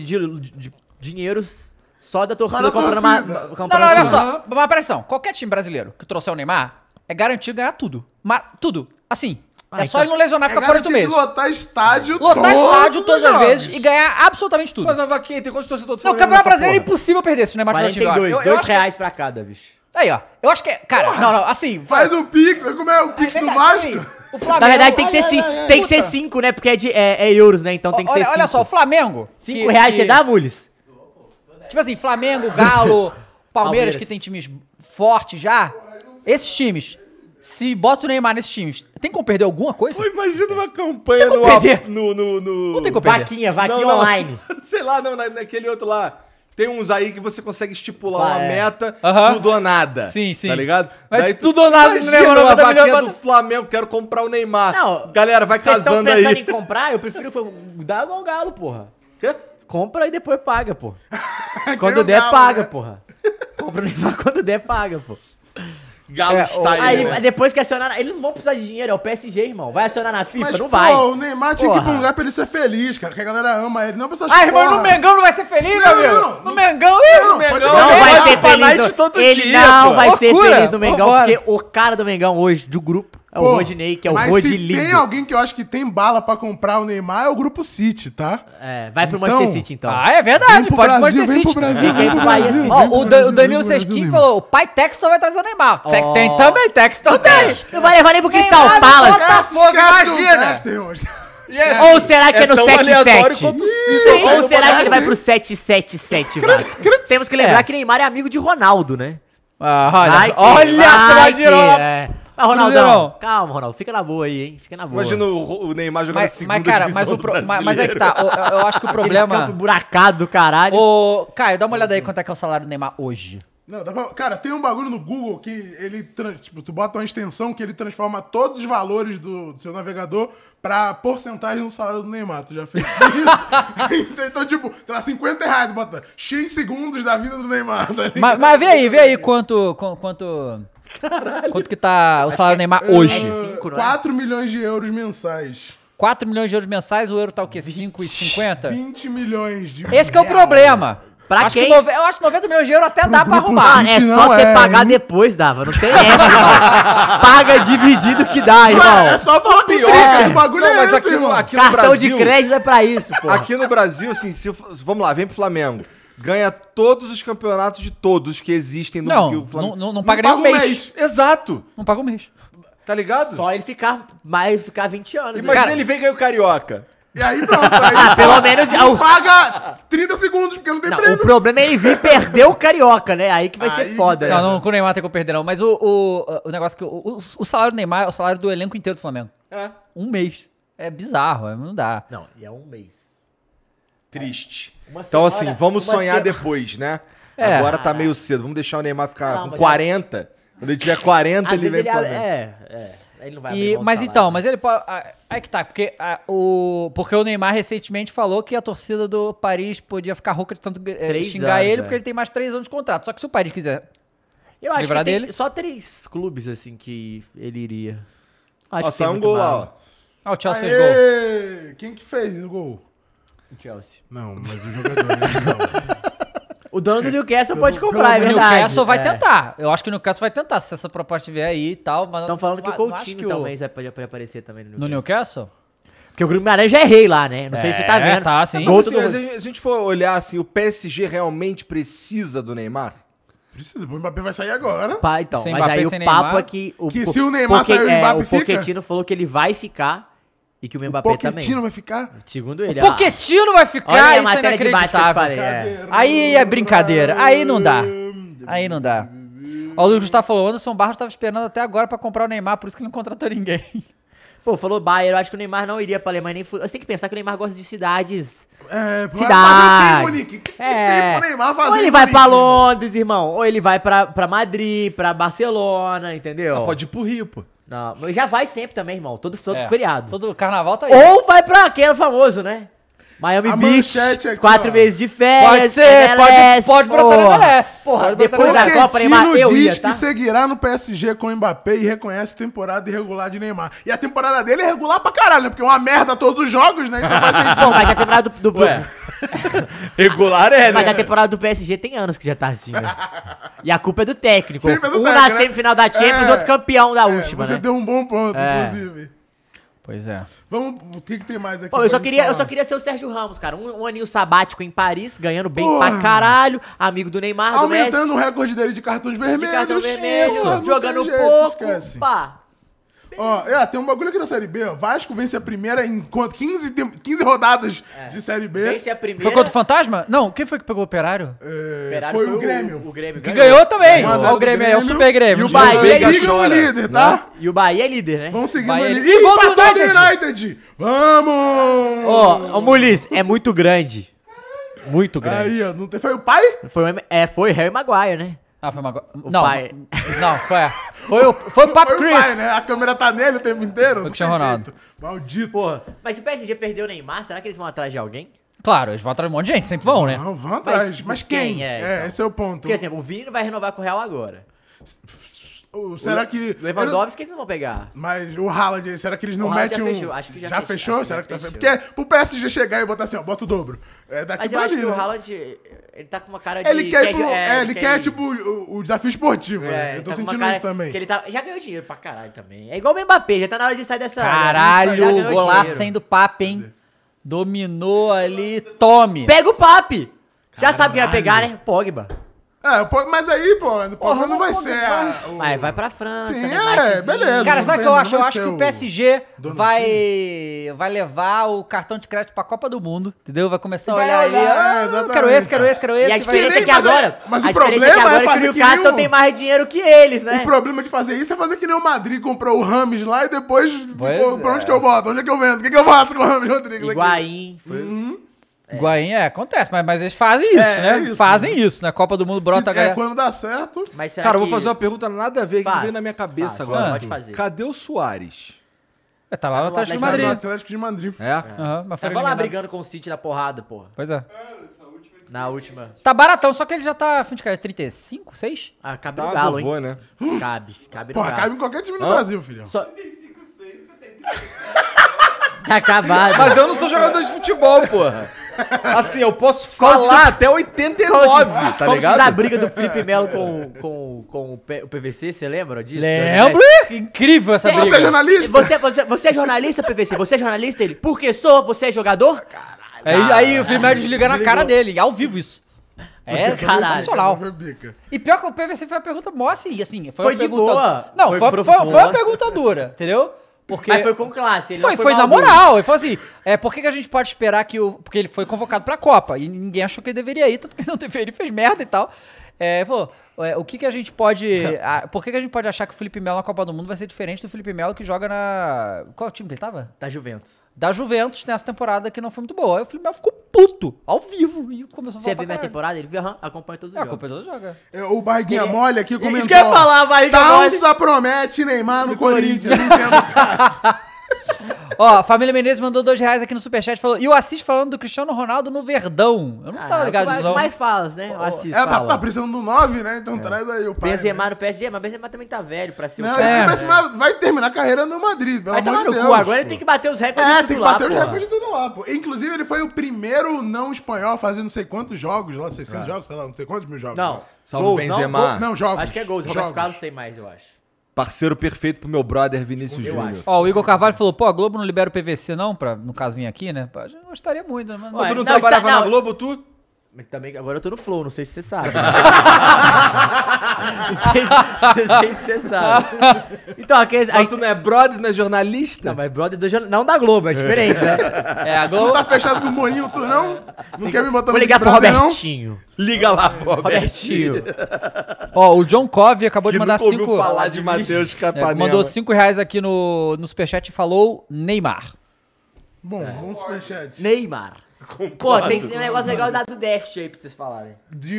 dinheiros só da torcida da comprando torcida. Não, olha só. Mas pressão. Qualquer time brasileiro que trouxer o Neymar é garantido ganhar tudo. Mas tudo. Assim. É só ele não lesionar e ficar fora 8 meses. Lotar estádio Lotar estádio todas as os vezes jogos. e ganhar absolutamente tudo. Mas a vaquinha tem quantos torcedores Não, o Campeonato Brasileiro é impossível perder se o Neymar tiver time. 42, Eu acho que- R$2 pra cada, bicho. Aí, ó. Eu acho que é. Cara, não, assim. Faz o Pix, como é o Pix do Vasco? O Flamengo. Na verdade tem que ser 5, ai, tem que ser 5, né? Porque é euros, né? Então tem que ser 5. Olha só, o Flamengo. R$5 você dá, Mules? Tipo assim, Flamengo, Galo, Palmeiras, Palmeiras. que tem times fortes já. Esses times, se bota o Neymar nesses times, tem como perder alguma coisa? Pô, imagina uma campanha Tem como perder. no... Não tem como perder. Vaquinha Não, não. online. Sei lá, não, naquele outro lá. Tem uns aí que você consegue estipular Vai, uma é. meta, Aham. tudo ou nada. Sim, sim. Tá ligado? Mas Daí tudo ou nada, imagina né, mano? uma 90 vaquinha milhões do Flamengo, quero comprar o Neymar. Não, Galera, vai vocês estão casando pensando aí. em comprar? Eu prefiro dar igual o Galo, porra. Quê? Compra e depois paga, pô. Quando o der, Galo, paga, né? porra. Compra o Neymar quando der, paga, pô. Galo style, Aí, né? depois que acionar... Eles não vão precisar de dinheiro, é o PSG, irmão. Vai acionar na FIFA? Mas, não pô, vai. o Neymar tinha que ir pra um Porra. lugar pra ele ser feliz, cara, que a galera ama ele. Não pra essas Ah, irmão, porra. no Mengão não vai ser feliz, meu Não, amigo? não, No Mengão, ih, não, no Mengão. pode ser Não Ele vai é ser fanite feliz. todo Ele dia, não pô. vai ser Loucura. feliz no Mengão, Vambora. porque o cara do Mengão hoje, do grupo, é o Pô, Rodinei, que é o mas Rodi se lindo. tem alguém que eu acho que tem bala pra comprar o Neymar, é o Grupo City, tá? É, vai pro Então- Manchester City, então. Ah, é verdade, Vem pro pode Brasil, Manchester vem pro City. Brasil, Vem vem pro pro Bahia, Brasil. sim. Ó, vem pro o Brasil, Danilo vem pro Sesquim Brasil, falou, o pai Textor vai trazer o Neymar. Ó. Tem também, Textor tem. Não vai levar nem pro Crystal Neymar, Palace. Botafogo, Esquece do imagina. Dexter, irmão. Ou será que é no tão aleatório 7-7? quanto o Sim. City. Ou será que ele Sim. vai pro 7-7-7, Vasco? Temos que lembrar que Neymar é amigo de Ronaldo, né? Ah, Vai olha, que- olha vai essa que- Guardiola. é. Mas, Ronaldão, Cruzeirão. calma, Ronaldo. Fica na boa aí, hein? Fica na boa. Imagina o Neymar jogando a segunda cara, divisão mas é que tá. Eu acho que o problema... Campo buracado do caralho. Ô, Caio, dá uma olhada aí quanto é que é o salário do Neymar hoje. Não, cara, tem um bagulho no Google que ele, tipo, tu bota uma extensão que ele transforma todos os valores do seu navegador pra porcentagem do salário do Neymar. Tu já fez isso? Então, tipo, tá lá R$50, bota X segundos da vida do Neymar. Tá mas vê aí quanto que tá o salário do Neymar hoje. 4 milhões de euros mensais. 4 milhões de euros mensais, o euro tá o quê? 5,50? 20 milhões de Esse que é o problema. Pra quem? Eu acho que 90 milhões de euros até dá pra arrumar. É só você pagar depois, Dava. Não tem essa, irmão. Paga dividido que dá, irmão. É só falar pior, o bagulho não, é mas esse, aqui no Cartão Brasil, de crédito é pra isso, pô. aqui no Brasil, assim, vamos lá, vem pro Flamengo. Ganha todos os campeonatos de todos que existem no Não, que o Flamengo. não paga nem um mês. Exato. Não paga um mês. Tá ligado? Só ele ficar 20 anos. Imagina Cara, ele vem e ganha o Carioca. E aí pronto, aí pelo menos ele paga 30 segundos, porque não tem não, prêmio. o problema é ele vir perder o Carioca, né? Aí que vai ser foda. Não, com o Neymar tem que perder não. Mas o negócio que... O salário do Neymar é o salário do elenco inteiro do Flamengo. É. Um mês. É bizarro, não dá. Não, e é um mês. Triste. Uma Então, semana- assim, vamos uma sonhar semana- depois, né? É. Agora tá meio cedo. Vamos deixar o Neymar ficar Não, com mas 40. Quando ele tiver 40, Às ele vezes vem ele pro Flamengo. Ele não vai abrir mão do Mas salário, então, né? mas ele pode... Aí que tá, porque o Neymar recentemente falou que a torcida do Paris podia ficar rouca de tanto 3 xingar anos, ele, é. porque ele tem mais 3 anos de contrato. Só que se o Paris quiser Eu se acho livrar que tem dele... só 3 clubes, assim, que ele iria. Acho Ó, que saiu tem um muito gol lá, mal. ó. Ah, o Chelsea fez gol. Aê! Quem que fez o gol? O Chelsea. Não, mas o jogador não. O dono do Newcastle pode comprar, é O verdade. Newcastle vai É. tentar. Eu acho que o Newcastle vai tentar, se essa proposta vier aí e tal. Mas Estão falando que o não acho Coutinho que também pode aparecer também no No Newcastle. Newcastle? Porque o Guimarães já é rei lá, né? Não sei se você tá vendo. tá, sim. Gol Mas, do- assim, se a gente for olhar assim, o PSG realmente precisa do Neymar? Precisa, o Mbappé vai sair agora. Pá, então, Sem mas Mbappé, aí o sem papo Neymar. é que... Que se o Neymar sair, o Mbappé o fica? Pochettino falou que ele vai ficar e que o Mbappé Pochettino também. vai ficar? Segundo ele. O Pochettino vai ficar, Olha aí a isso é matéria de baixo que eu te inacreditável. falei. É. Aí é brincadeira. Aí não dá. Aí não dá. Ó, o Luiz Gustavo falou, o Anderson Barros tava esperando até agora pra comprar o Neymar, por isso que ele não contratou ninguém. Pô, falou Bayern, eu acho que o Neymar não iria pra Alemanha nem... Você tem que pensar que o Neymar gosta de cidades... É, Cidades. fazer o quê, Monique? Que tem pro Neymar fazer, Ou ele vai Monique? pra Londres, irmão. Ou ele vai pra Madrid, pra Barcelona, entendeu? Pode ir pro Rio, pô. Não, mas já vai sempre também, irmão. Todo É, feriado. Todo carnaval tá aí. Ou vai pra aquele famoso, né? Miami A Beach, manchete aqui, 4 ó. meses de férias. Pode ser, MLS, pode botar na porra. MLS. Porra, Pode botar depois na da MLS. Copa, Neymar, Pochettino eu diz ia, tá? que seguirá no PSG com o Mbappé e reconhece temporada irregular de Neymar. E a temporada dele é regular pra caralho, né? Porque é uma merda todos os jogos, né? Então vai ser Pô, mas a temporada do... Regular é, Mas né? a temporada do PSG tem anos que já tá assim, né? E a culpa é do técnico. Sempre é do Um técnico, na né? semifinal da Champions, É. outro campeão da última, Você né? deu um bom ponto, É. inclusive. Pois é. Vamos, o que tem mais aqui? Pô, eu pra só gente queria falar? ser o Sérgio Ramos, cara. Um aninho sabático em Paris, ganhando bem Porra. pra caralho. Amigo do Neymar, do Aumentando o Messi. recorde dele de cartões vermelhos. De cartão vermelho, Isso, não jogando tem jeito, pouco. esquece. Pá. Ó, tem um bagulho aqui na Série B, ó. Vasco vence a primeira em 15 rodadas de Série B. Vence a primeira. Foi contra o Fantasma? Não, quem foi que pegou o Operário? Operário Foi o Grêmio. O Grêmio Que ganhou também. Um a zero Ó o do Grêmio aí, é o Super Grêmio. E o De Bahia Veiga sigam o chora, líder, tá? E o Bahia é líder, né? Vamos seguindo Bahia- ali. E gol do Empatou do United. United! Vamos! Ô, Muliz, é muito grande. Muito grande. Aí, ó. Não tem... Foi o pai? Foi Harry Maguire, né? Ah, foi uma... O Não, pai. não, qual é? Foi o Papo Foi o Chris. pai, né? A câmera tá nele o tempo inteiro. Foi Não o Cristiano tem Ronaldo. jeito. Maldito. Porra. Mas se o PSG perdeu o Neymar, será que eles vão atrás de alguém? Claro, eles vão atrás de um monte de gente, sempre vão, né? Não, vão atrás. Mas quem? É, então. Esse é o ponto. Porque, assim, o Vini não vai renovar com o Real agora. Será que... Lewandowski eles não vão pegar. Mas o Haaland, será que eles não O Haaland metem já um... fechou, acho que já Já fechou, fechou? acho que Será já que tá fechando? fechou. Porque pro PSG chegar e botar assim, ó, bota o dobro. É daqui Mas eu pra acho ali, que o né? Haaland, ele tá com uma cara de... Ele quer, ir pro, é, ele quer tipo, o desafio esportivo, né? É, Eu tô tá com uma sentindo cara isso também. Que ele tá, já ganhou dinheiro pra caralho também. É igual o Mbappé, já tá na hora de sair dessa... já Caralho, ganhou golaço dinheiro. saindo papo, hein? Dominou ali, tome. Pega o Pape! Já sabe quem vai pegar, né? Pogba. Mas aí, pô, não vai ser Mas vai pra França, Sim, né? beleza. Cara, sabe o que eu acho? Eu acho que ser o PSG vai levar o cartão de crédito pra Copa do Mundo, entendeu? Vai começar a olhar aí. Quero esse. E a diferença é que agora... Mas o problema é fazer que o Newcastle tem mais dinheiro que eles, né? O problema de fazer isso é fazer que nem o Madrid comprou o Rames lá e depois pra onde que eu boto? Onde é que eu vendo? O que eu faço com o Rames Rodrigues? Higuaín. Higuaín, acontece, mas eles fazem isso, né? Isso, fazem isso, né? Copa do Mundo brota... Quando dá certo... Mas Cara, eu vou fazer uma pergunta nada a ver que veio na minha cabeça agora. Pode fazer. Cadê o Suárez? Tá lá no Atlético de Madrid. No Atlético de Madrid. Mas foi Vai lá eliminado. brigando com o City na porrada, porra. Pois é. Na última. Tá baratão, só que ele já tá, fim de cara, 35, 6? Cabe no Galo, hein? né? Cabe no Porra, Galo. cabe em qualquer time no Brasil, filhão. Só... Tá acabado. Mas eu não sou jogador de futebol, porra. Assim, eu posso falar até 89, tá ligado? a briga do Felipe Melo com o PVC, você lembra disso? Lembro! Incrível essa briga. Você é jornalista? Você é jornalista, PVC? Você é jornalista? Ele, porque sou? Você é jogador? Aí o Felipe Melo desliga na cara dele, ao vivo isso. Sensacional. E pior que o PVC foi uma pergunta mó assim, foi uma de pergunta... boa. Não, foi uma pergunta dura, entendeu? Porque Mas foi com classe. Ele foi na moral. Ele falou assim, por que a gente pode esperar que porque ele foi convocado pra Copa e ninguém achou que ele deveria ir, tanto que ele não deveria, ele fez merda e tal. Ele falou, o que a gente pode... por que a gente pode achar que o Felipe Melo na Copa do Mundo vai ser diferente do Felipe Melo que joga na... Qual time que ele tava? Da Juventus. Da Juventus, nessa temporada que não foi muito boa. Aí o Felipe Melo ficou puto, ao vivo, e começou a falar. Você viu minha temporada? Ele viu, acompanha todos os jogos. Acompanha todos os jogos. O Barriguinha Mole aqui comentou. Isso que eu ia falar, Barriguinha Mole. Taunsa promete Neymar no Corinthians. Não entendo o caso. Ó, a Família Menezes mandou R$2 aqui no Superchat, falou, e o Assis falando do Cristiano Ronaldo no Verdão. Eu não tava ligado nisso, não. Mais falas, né? O Assis tá precisando do 9, né? Então traz aí o pai. Benzema no PSG, mas Benzema também tá velho pra ser o cara. Benzema vai terminar a carreira no Madrid, pelo amor de Deus. Agora ele tem que bater os recordes de tudo lá, tem que bater os recordes de tudo lá, pô. Inclusive, ele foi o primeiro não espanhol a fazer não sei quantos jogos lá, 600 jogos, sei lá, não sei quantos mil jogos. Não. Salvo Benzema. Não, jogos. Acho que é gols. O Roberto Carlos tem mais, eu acho. Parceiro perfeito pro meu brother Vinícius Júnior. Ó, o Igor Carvalho falou, a Globo não libera o PVC não, pra, no caso, vir aqui, né? Eu gostaria muito, né? Mas tu não trabalhava na Globo, tu? Também, agora eu tô no Flow, não sei se você sabe. Não sei se você sabe. Então, Mas tu não é brother, não é jornalista? Não, mas brother do jornal, não da Globo, é diferente, né? A Globo... Não tá fechado com o Moninho, tu não? Não quer me botar no Vou ligar pro Robertinho. Liga lá pro Robertinho. Ó, o John Covey acabou de mandar 5... falar de Matheus Capanema. Mandou R$5 aqui no Superchat e falou Neymar. Bom, vamos pro Superchat. Neymar. Pô, tem um negócio legal do déficit aí pra vocês falarem.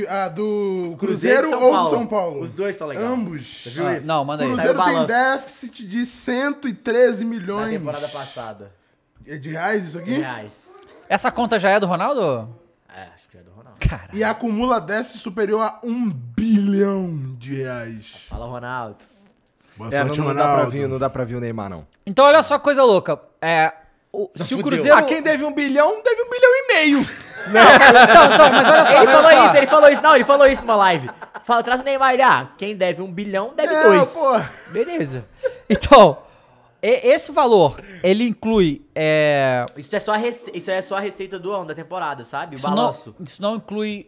Do Cruzeiro ou do São Paulo? Os dois são legais. Ambos. Você viu isso? Não, manda aí. O Cruzeiro tem déficit de 113 milhões. Na temporada passada. É de reais isso aqui? De reais. Essa conta já é do Ronaldo? Acho que já é do Ronaldo. Caralho. E acumula déficit superior a 1 bilhão de reais. Fala, Ronaldo. Boa sorte, Ronaldo. Não dá pra vir o Neymar, não. Então, olha só, coisa louca. Se o Cruzeiro... quem deve 1 bilhão, deve 1,5 bilhão. Então, mas olha só. Ele falou isso. Não, ele falou isso numa live. Fala, traz o Neymar. Ele, quem deve 1 bilhão, deve 2. Pô. Beleza. Então, esse valor, ele inclui... Isso é só a receita do ano, da temporada, sabe? O Isso balanço. Isso não inclui...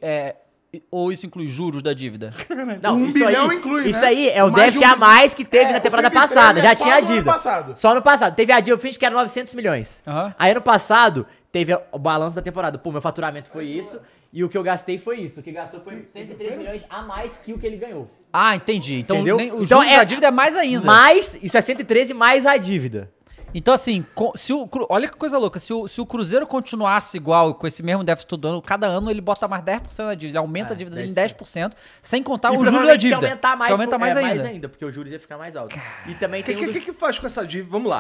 ou isso inclui juros da dívida? Não, 1 bilhão inclui, Isso né? aí é o Mais déficit a mais que teve na temporada 103 passada. Já só tinha a no ano dívida. passado. Só no passado. Teve a dívida, que era 900 milhões. Uhum. Aí ano passado, teve o balanço da temporada. Pô, meu faturamento foi isso e o que eu gastei foi isso. O que gastou foi 103 milhões a mais que o que ele ganhou. Ah, entendi. Então, Entendeu? o juros da dívida é mais ainda. Isso é 113 mais a dívida. Então, assim, olha que coisa louca. Se o Cruzeiro continuasse igual, com esse mesmo déficit todo ano, cada ano ele bota mais 10% na dívida. Ele aumenta a dívida dele em 10%, sem contar o juros da dívida. Aumentar mais, que aumenta mais ainda. Mais ainda, porque o juros ia ficar mais alto. E também tem O que faz com essa dívida? Vamos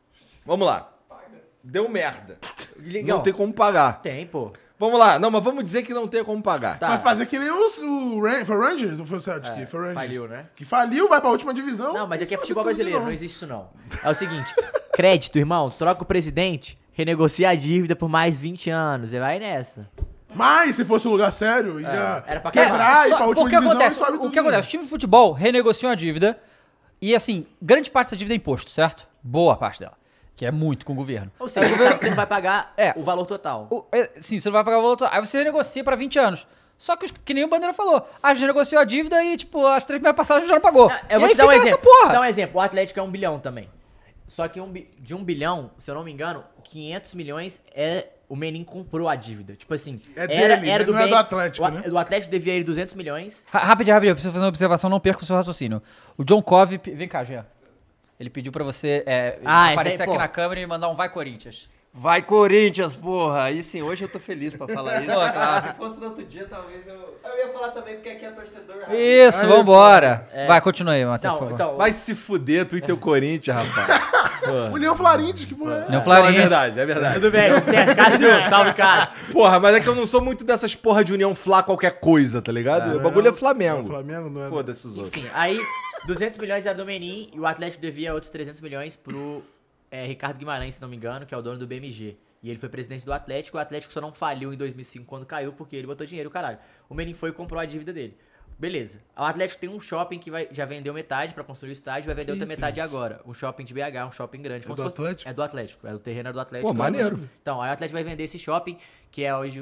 lá. Deu merda. Legal. Não tem como pagar. Tem, pô. Vamos lá. Não, mas vamos dizer que não tem como pagar. Tá. Vai fazer que nem foi o Rangers ou foi o Celtic? Foi o Rangers. Faliu, né? Que faliu, vai pra última divisão. Não, mas aqui é futebol brasileiro, não existe isso não. É o seguinte, crédito, irmão, troca o presidente, renegocia a dívida por mais 20 anos, e vai nessa. Mas se fosse um lugar sério, ia era pra quebrar e ir pra última Porque divisão acontece, e sobe o tudo que acontece? Os times de futebol renegociam a dívida e, assim, grande parte dessa dívida é imposto, certo? Boa parte dela. Que é muito com o governo. Ou seja, você sabe que você não vai pagar o valor total. Sim, você não vai pagar o valor total. Aí você renegocia pra 20 anos. Só que nem o Bandeira falou, a gente negociou a dívida e, tipo, as 3 primeiras passagens já não pagou. Eu vou te dar um exemplo. Vou dar um exemplo. O Atlético é 1 bilhão também. Só que de 1 bilhão, se eu não me engano, 500 milhões o Menin comprou a dívida. Tipo assim, era do não é do Atlético, né? O Atlético devia ir 200 milhões. Rapidinho, eu preciso fazer uma observação, não perca o seu raciocínio. O John Cove, vem cá, Jean. Ele pediu pra você aparecer aqui na câmera e mandar um Vai Corinthians. Vai Corinthians, porra! Aí sim, hoje eu tô feliz pra falar isso. Pô, claro. Se fosse no outro dia, talvez eu ia falar também, porque aqui é torcedor. Isso, vambora. Vai, continua aí, Matheus, por favor. Então, vai se fuder, tu e teu Corinthians, rapaz. União Flarintes, que porra é? União Flarintes. É verdade. Tudo bem, Cássio, salve, Cássio. Porra, mas é que eu não sou muito dessas porra de União Flá qualquer coisa, tá ligado? O bagulho é Flamengo. Flamengo não é. Foda-se os outros. Enfim, aí 200 milhões era do Menin e o Atlético devia outros 300 milhões pro Ricardo Guimarães, se não me engano, que é o dono do BMG. E ele foi presidente do Atlético. O Atlético só não faliu em 2005 quando caiu, porque ele botou dinheiro, caralho. O Menin foi e comprou a dívida dele. Beleza. O Atlético tem um shopping que já vendeu metade pra construir o estádio, vai vender outra metade agora. Um shopping de BH, um shopping grande. É do Atlético? É do Atlético. É do terreno do Atlético. Pô, maneiro. Então, aí o Atlético vai vender esse shopping, que é hoje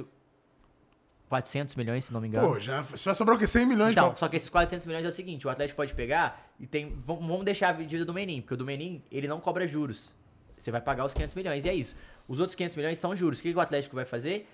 400 milhões, se não me engano. Pô, já sobrou o quê? 100 milhões? Então, só que esses 400 milhões é o seguinte, o Atlético pode pegar e vamos deixar a dívida do Menin, porque o do Menin, ele não cobra juros. Você vai pagar os 500 milhões e é isso. Os outros 500 milhões são juros. O que o Atlético vai fazer?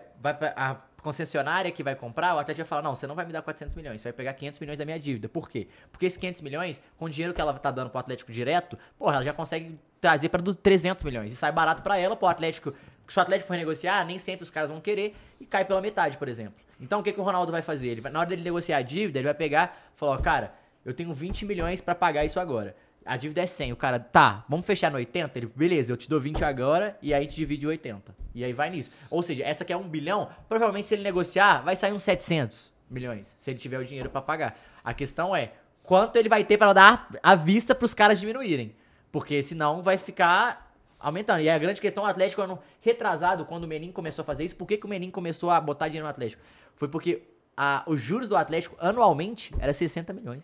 A concessionária que vai comprar, o Atlético vai falar, não, você não vai me dar 400 milhões, você vai pegar 500 milhões da minha dívida. Por quê? Porque esses 500 milhões, com o dinheiro que ela tá dando pro Atlético direto, porra, ela já consegue trazer pra 300 milhões. E sai barato pra ela, pro Atlético. Porque se o Atlético for negociar, nem sempre os caras vão querer e cai pela metade, por exemplo. Então, o que o Ronaldo vai fazer? Na hora dele negociar a dívida, ele vai pegar e falar, ó, cara, eu tenho 20 milhões pra pagar isso agora. A dívida é 100. O cara, tá, vamos fechar no 80? Ele, beleza, eu te dou 20 agora e aí a gente divide 80. E aí vai nisso. Ou seja, essa que é 1 bilhão, provavelmente se ele negociar, vai sair uns 700 milhões, se ele tiver o dinheiro pra pagar. A questão é, quanto ele vai ter pra dar à vista pros caras diminuírem. Porque senão vai ficar aumentando. E a grande questão, o Atlético, ano retrasado, quando o Menin começou a fazer isso, por que o Menin começou a botar dinheiro no Atlético? Foi porque os juros do Atlético, anualmente, era 60 milhões.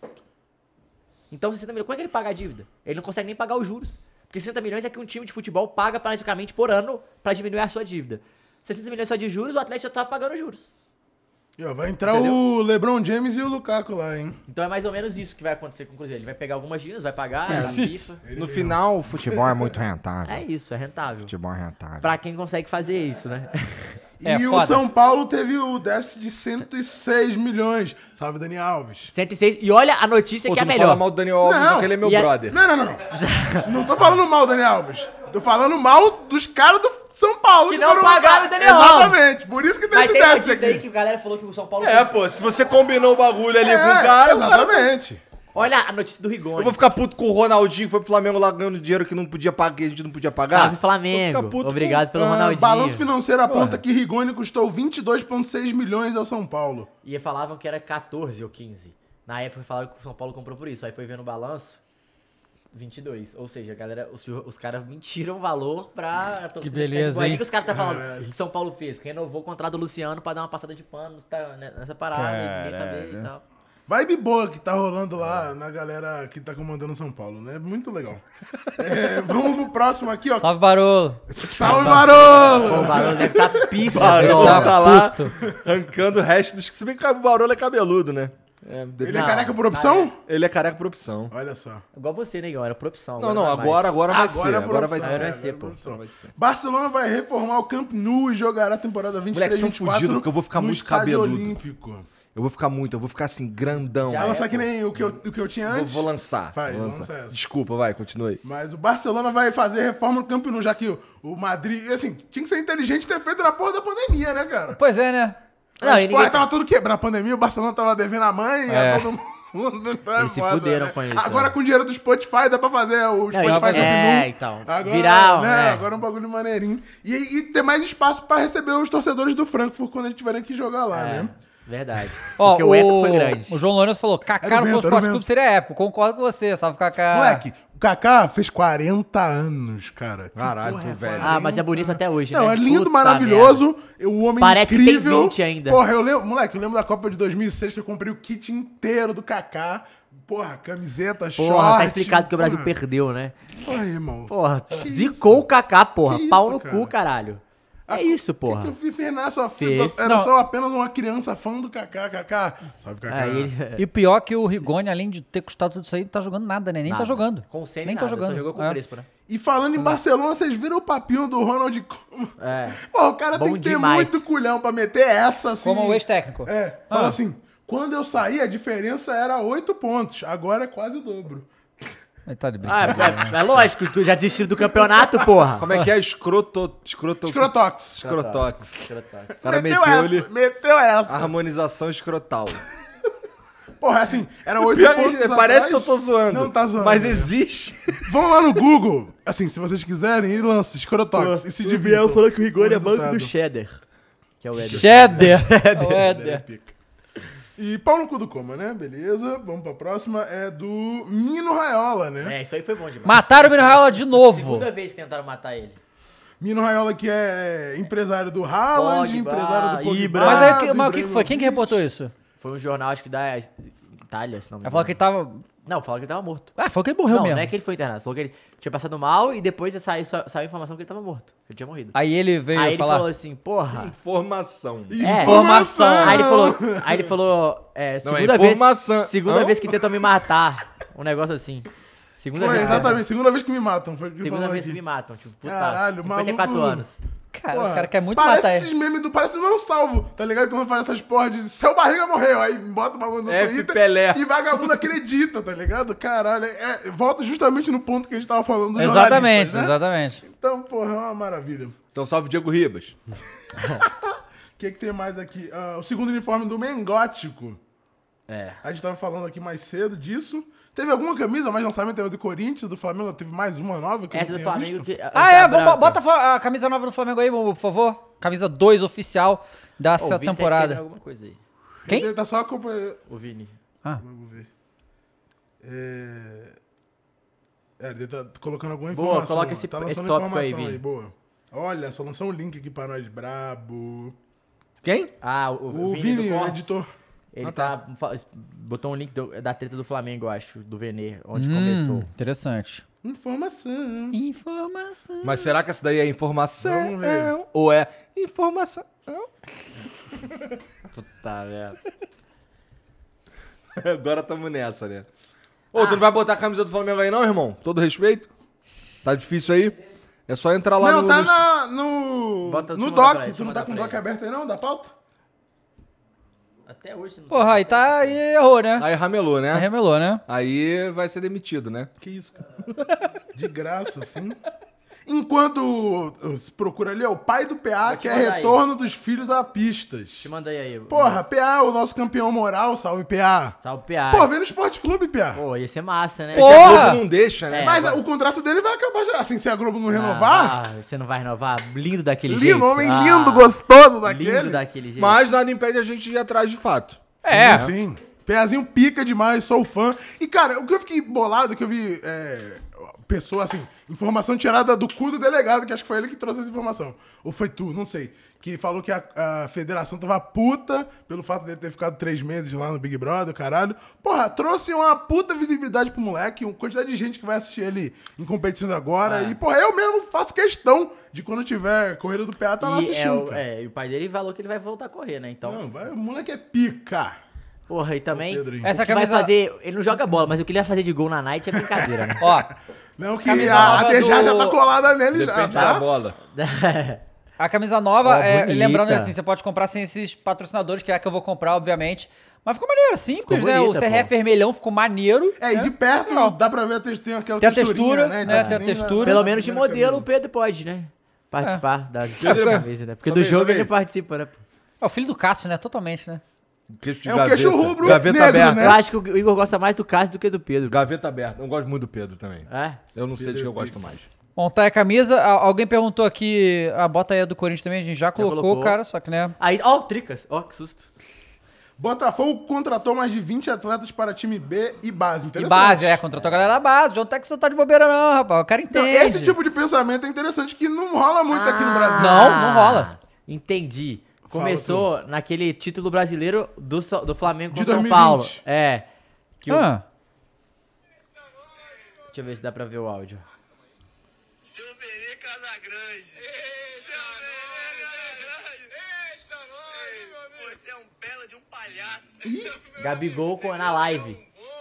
Então, 60 milhões, como é que ele paga a dívida? Ele não consegue nem pagar os juros. Porque 60 milhões é que um time de futebol paga praticamente por ano pra diminuir a sua dívida. 60 milhões só de juros, o Atlético já tá pagando juros. E, ó, vai entrar o LeBron James e o Lukaku lá, hein? Então é mais ou menos isso que vai acontecer com o Cruzeiro. Ele vai pegar algumas dívidas, vai pagar a FIFA. No final, o futebol é muito rentável. É isso, é rentável. Futebol é rentável. Pra quem consegue fazer isso, né? E o São Paulo teve o déficit de 106 milhões. Salve, Dani Alves. 106. E olha a notícia que é a melhor. Não fala mal do Daniel Alves, porque ele é meu brother. Não. Não tô falando mal do Dani Alves. Tô falando mal dos caras do São Paulo. Que não pagaram o Daniel Alves. Exatamente. Por isso que tem esse déficit aqui. Aí que a galera falou que o São Paulo... Pô, se você combinou o bagulho ali com o cara... Exatamente. Olha a notícia do Rigoni. Eu vou ficar puto com o Ronaldinho, que foi pro Flamengo lá ganhando dinheiro que não podia pagar, que a gente não podia pagar. Salve, Flamengo. Obrigado pelo Ronaldinho. Balanço financeiro aponta que Rigoni custou 22,6 milhões ao São Paulo. E falavam que era 14 ou 15. Na época falaram que o São Paulo comprou por isso. Aí foi vendo o balanço, 22. Ou seja, galera, os caras mentiram o valor pra... Que beleza, hein? O que os caras tá falando? O que o São Paulo fez? Renovou o contrato do Luciano pra dar uma passada de pano nessa parada, e ninguém saber e tal. Vibe boa que tá rolando lá na galera que tá comandando São Paulo, né? Muito legal. Vamos pro próximo aqui, ó. Salve, Barolo. Salve, Barolo. Pô, o Barolo deve estar pista. O Barolo tá lá arrancando o resto dos... Se bem que o Barolo é cabeludo, né? Ele é careca por opção? Ele é careca por opção. Olha só. Igual você, né, Igor? Era por opção. Agora vai ser. Agora vai ser, pô. Barcelona vai reformar o Camp Nou e jogará a temporada 23-24 fudido, porque eu vou ficar no muito Estádio cabeludo. Olímpico. Eu vou ficar assim, grandão. Vai lançar que nem o que eu tinha antes? Vou lançar. Lança essa. Desculpa, vai, continue. Mas o Barcelona vai fazer reforma no Camp Nou, já que o Madrid... Assim, tinha que ser inteligente e ter feito na porra da pandemia, né, cara? Pois é, né? Não, ninguém... tava tudo quebrado. Na pandemia, o Barcelona tava devendo a mãe, a todo mundo... Eles se fuderam com isso. Agora com o dinheiro do Spotify dá pra fazer o Spotify Camp Nou. Então. Agora, viral, né? Agora é um bagulho maneirinho. E ter mais espaço pra receber os torcedores do Frankfurt quando eles tiverem que jogar lá, né? Verdade. Porque o eco foi grande. O João Lourenço falou, Kaká no Esporte Clube seria épico. Concordo com você, salve Kaká. Moleque, o Kaká fez 40 anos, cara. Caralho, tô velho. Mas é bonito até hoje, Não, né? é lindo, Puta maravilhoso. Merda. O homem Parece incrível. Que tem 20 ainda. Porra, eu lembro da Copa de 2006 que eu comprei o kit inteiro do Kaká. Porra, camiseta, short. Porra, tá explicado que o Brasil perdeu, né? Porra, irmão. Porra, zicou o Kaká, porra. Que Pau isso, no cara? cu, caralho. É isso, porra. Que eu fiz nessa? Fez. Era só apenas uma criança fã do Kaká. Sabe, Kaká? E pior que o Rigoni, além de ter custado tudo isso aí, não tá jogando nada, né? Nem Nada. tá jogando. Com o Senna Nem nada, tá jogando. só jogou com o Crespo, né? E falando em Barcelona, vocês viram o papinho do Ronald Koeman? É. Pô, o cara Bom tem que ter demais. muito culhão pra meter essa, assim. Como o ex-técnico. Fala assim, quando eu saí, a diferença era 8 pontos. Agora é quase o dobro. Ele tá de brincadeira. É lógico, tu já desistiu do campeonato, porra. Como é que é? Escrotox. Escrotox. O cara Meteu essa. harmonização escrotal. Porra, assim, era 8 Pior pontos que parece atrás. que eu tô zoando. Não tá zoando. Mas existe. Vão lá no Google, assim, se vocês quiserem, e lança Escrotox. E se divirtam. falou que o Rigoni é banco do Cheddar. Que é o Éder. Cheddar. O Éder. E pau no cu do Coma, né? Beleza. Vamos pra próxima. É do Mino Raiola, né? É, isso aí foi bom demais. Mataram o Mino Raiola de novo. Segunda vez que tentaram matar ele. Mino Raiola, que é empresário do Haaland, Pogba, empresário do Pogba. Ibra. Mas, aí, mas o que foi? Quem que reportou isso? Foi um jornal, acho que da Itália, se não me Ela engano. falou que ele tava... Não, falou que ele tava morto. Ah, falou que ele morreu Não, mesmo. não é que ele foi internado. Falou que ele tinha passado mal e depois saiu a informação que ele tava morto. Que ele tinha morrido. Aí ele veio Aí ele falar... falou assim, porra... Informação. Informação. Aí ele falou segunda informação. vez que tentam me matar. Um negócio assim. Segunda Foi, vez. exatamente. Segunda vez que me matam. Foi o que Segunda falou vez aqui. que me matam. Tipo, puta, Caralho, 54 maluco. anos. Cara, Porra, os caras querem muito parece matar esses ele. memes do... Parece não salvo, tá ligado? Quando faz essas porra de seu barriga morreu, aí bota o bagulho no F Twitter Pelé. e vagabundo acredita, tá ligado? Caralho, volta justamente no ponto que a gente tava falando dos Exatamente, jornalistas, né? exatamente. Então, porra, é uma maravilha. Então salve Diego Ribas. O que tem mais aqui? O segundo uniforme do Mengótico. É. A gente tava falando aqui mais cedo disso. Teve alguma camisa, mas não sabe, teve do Corinthians, do Flamengo, teve mais uma nova que eu Essa não do tinha Flamengo visto. que... Bota a camisa nova do Flamengo aí, por favor. Camisa 2 oficial dessa temporada. Alguma coisa aí. Quem? Ele tá só acompanhando. O Vini. Ah. Vamos ver. Ele tá colocando alguma Boa, informação. coloca esse lançando tópico aí, informação Vini. boa. Olha, só lançou um link aqui pra nós, brabo. Quem? Ah, O Vini, Vini, do o Cortes. editor. Ele botou um link da treta do Flamengo, eu acho, do Venê, onde começou. Interessante. Informação. Mas será que essa daí é informação? Vamos ver. Ou é informação? Tá, velho. Agora tamo nessa, né? Ô, tu não vai botar a camisa do Flamengo aí não, irmão? Todo respeito? Tá difícil aí? É só entrar lá Não, no... tá no Bota- no deixa eu mandar pra doc. ele, Tu não tá com o doc aberto aí não, da pauta? Até hoje não Porra, aí tá... Aí errou, né? Aí ramelou, né? Aí remelou, né? Aí vai ser demitido, né? Que isso, cara? De graça, assim. Enquanto se procura ali, o pai do PA, Vou te que é mandar aí. retorno dos filhos a pistas. Te manda aí. Porra, PA, o nosso campeão moral, salve PA. Salve, PA. Pô, vem no Esporte Clube, PA. Pô, ia ser massa, né? É que a Globo não deixa, né? É, Mas agora- o contrato dele vai acabar já. Assim, se a Globo não renovar. você não vai renovar? Lindo daquele jeito. Lindo, homem lindo, gostoso daquele. Lindo daquele jeito. Mas nada impede a gente de ir atrás de fato. É. Sim. PAzinho pica demais, sou fã. E, cara, o que eu fiquei bolado, que eu vi pessoa, assim, informação tirada do cu do delegado, que acho que foi ele que trouxe essa informação. Ou foi tu, não sei. Que falou que a federação tava puta pelo fato dele ter ficado 3 meses lá no Big Brother, caralho. Porra, trouxe uma puta visibilidade pro moleque, uma quantidade de gente que vai assistir ele em competições agora. E, porra, eu mesmo faço questão de quando tiver corrida do PA, tá lá assistindo, cara. E o pai dele falou que ele vai voltar a correr, né? Então. Não, o moleque é pica. Porra, e também. Pedrinho. Essa o que vai camisa- fazer. Ele não joga bola, mas o que ele vai fazer de gol na night é brincadeira, né? Ó, Não, que Camisa a nova Dejá do- já tá colada nele já, Depende tá? da bola. a camisa nova, Ó, bonita. lembrando assim, você pode comprar sem esses patrocinadores, que é a que eu vou comprar, obviamente. Mas ficou maneiro, simples, Ficou né? bonita, O CRF pô. vermelhão ficou maneiro. E de perto Legal. dá pra ver tem aquela Tem a texturinha, textura, né? né? Então, Tem a nem textura. Pelo menos de primeira modelo o camisa. Pedro pode, né? Participar das Pedro- camisas, né? Porque Também, do jogo também. ele participa, né? É o filho do Cássio, né? Totalmente, né? Queixo de É um queixo rubro Gaveta negro, aberta. né? Eu acho que o Igor gosta mais do Cássio do que do Pedro. Gaveta aberta. Eu gosto muito do Pedro também. É? Eu não sei de que eu gosto mais. Bom, tá aí a camisa. Alguém perguntou aqui, a bota aí é do Corinthians também, a gente já colocou, colocou. cara, só que, né? Aí, ó, o Tricas. Ó, que susto. Botafogo contratou mais de 20 atletas para time B e base. E Interessante. base, contratou a galera da base. O John Tex não tá de bobeira não, rapaz. O cara Então, entende. esse tipo de pensamento é interessante que não rola muito aqui no Brasil. Não rola. Entendi. Fala Começou naquele título brasileiro do Flamengo De contra São 2020. Paulo. É. Que o- Ah, Deixa eu ver se dá pra ver o áudio. Seu Benê Casagrande. Seu Benê Gabigol na live.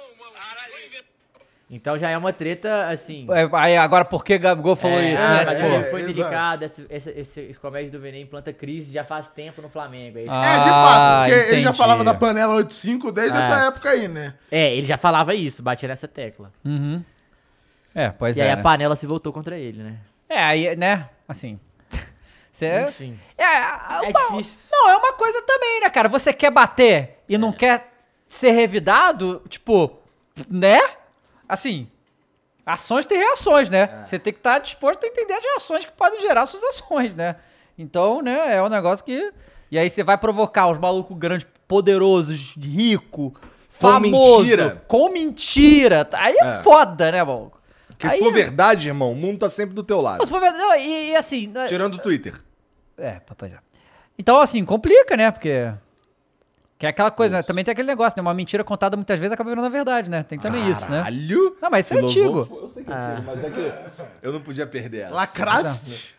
Então já é uma treta, assim... Aí agora por que Gabigol falou isso, né? Mas Tipo, ele foi dedicado, esse comédia do Veneno implanta crise já faz tempo no Flamengo. De fato, porque ele já entendi. falava da panela 8-5 desde essa época aí, né? Ele já falava isso, batia nessa tecla. Pois E aí a panela se voltou contra ele, né? Aí, né, assim... Enfim. É difícil. Não, é uma coisa também, né, cara? Você quer bater e não quer ser revidado, tipo, né? Assim, ações têm reações, né? Você tem que estar disposto a entender as reações que podem gerar suas ações, né? Então, né, é um negócio que... E aí você vai provocar os malucos grandes, poderosos, rico, famoso, com mentira. Aí é foda, né, maluco? Porque se for verdade, irmão, o mundo tá sempre do teu lado. Não, se for verdade, não, e assim... Tirando o Twitter. Pois é. Então, assim, complica, né? Porque... Que é aquela coisa, né? Também tem aquele negócio, né? Uma mentira contada muitas vezes acaba virando a verdade, né? Tem também isso, né? Caralho! Não, mas isso é antigo. Eu sei que é antigo, mas é que eu não podia perder essa. Lacraste.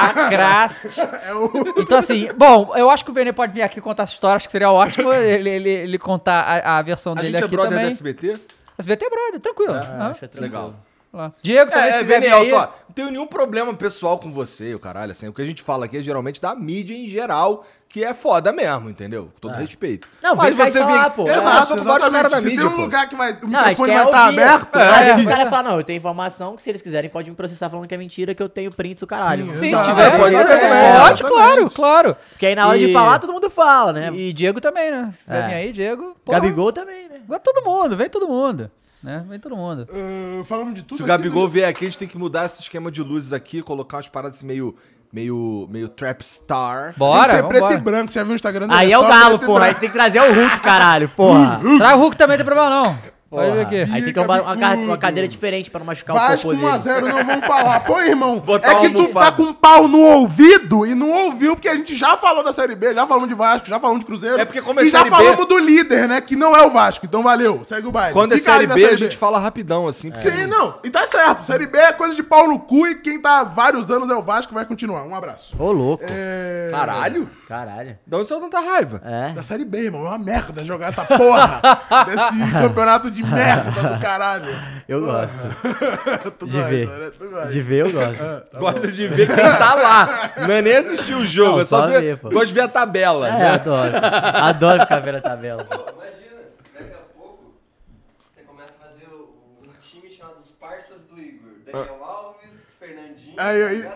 Então, assim, bom, eu acho que o Vene pode vir aqui contar essa história, acho que seria ótimo ele contar a versão dele aqui também. A gente é brother da SBT? SBT é brother, tranquilo. Acho que é legal. Diego, também, se quiser vir aí. Só, não tenho nenhum problema pessoal com você, o caralho, assim, o que a gente fala aqui é geralmente da mídia em geral, que é foda mesmo, entendeu? Com todo respeito. Não, mas você falar, pô. Exato, com vários caras da mídia, Se tem um lugar que vai, o não, microfone vai estar aberto... O cara fala, não, eu tenho informação que se eles quiserem pode me processar falando que é mentira, que eu tenho prints do caralho. Sim, se tiver, pode, claro. Porque aí na hora de falar, todo mundo fala, né? E Diego também, né? Se quiser vir aí, Diego... Gabigol também, né? Vem todo mundo. Né? Vem todo mundo. Falamos de tudo. Se o Gabigol vier aqui, a gente tem que mudar esse esquema de luzes aqui, colocar umas paradas meio trap star. Bora, tem que ser preto e branco, você já viu o Instagram dele? Aí é o Galo, porra. Aí você tem que trazer o Hulk, caralho, porra. Traz o Hulk também, não tem problema não. Pode vir aqui. Aí tem que uma cadeira diferente pra não machucar o Vasco corpo dele. 1x0 não vamos falar. Pô, irmão, Botar é que uma tu tá com um pau no ouvido e não ouviu, porque a gente já falou da Série B, já falamos de Vasco, já falamos de Cruzeiro. É porque como é e já Série B... falamos do líder, né, que não é o Vasco. Então valeu, segue o baile. Quando Fica é Série na B, a gente fala rapidão, assim. Sim, não. E tá certo. Série B é coisa de pau no cu e quem tá há vários anos é o Vasco, vai continuar. Um abraço. Ô, louco. Caralho? Caralho. De onde você tanta raiva? Da Série B, irmão. É uma merda jogar essa porra desse campeonato de merda do caralho. Eu gosto. Tu de gosta, ver. né? Tu gosta. De ver, eu gosto. Gosta de ver quem tá lá. Não é nem assistir o jogo, Não, é só ver. ver, pô. Gosta de ver a tabela. É, adoro. Adoro ficar vendo a tabela. Imagina, daqui a pouco você começa a fazer um time chamado os Parças do Igor. Daniel Alves, Fernandinho. Aí.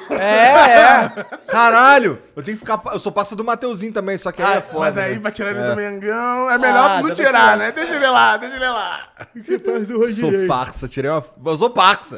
Caralho! Eu tenho que ficar. Eu sou parça do Mateuzinho também, só que aí é foda. Mas aí, né? pra tirar ele do Mengão, é melhor tu não tirar, né? Deixa ele lá. Que faz o Sou parça, tirei uma. Eu sou parça.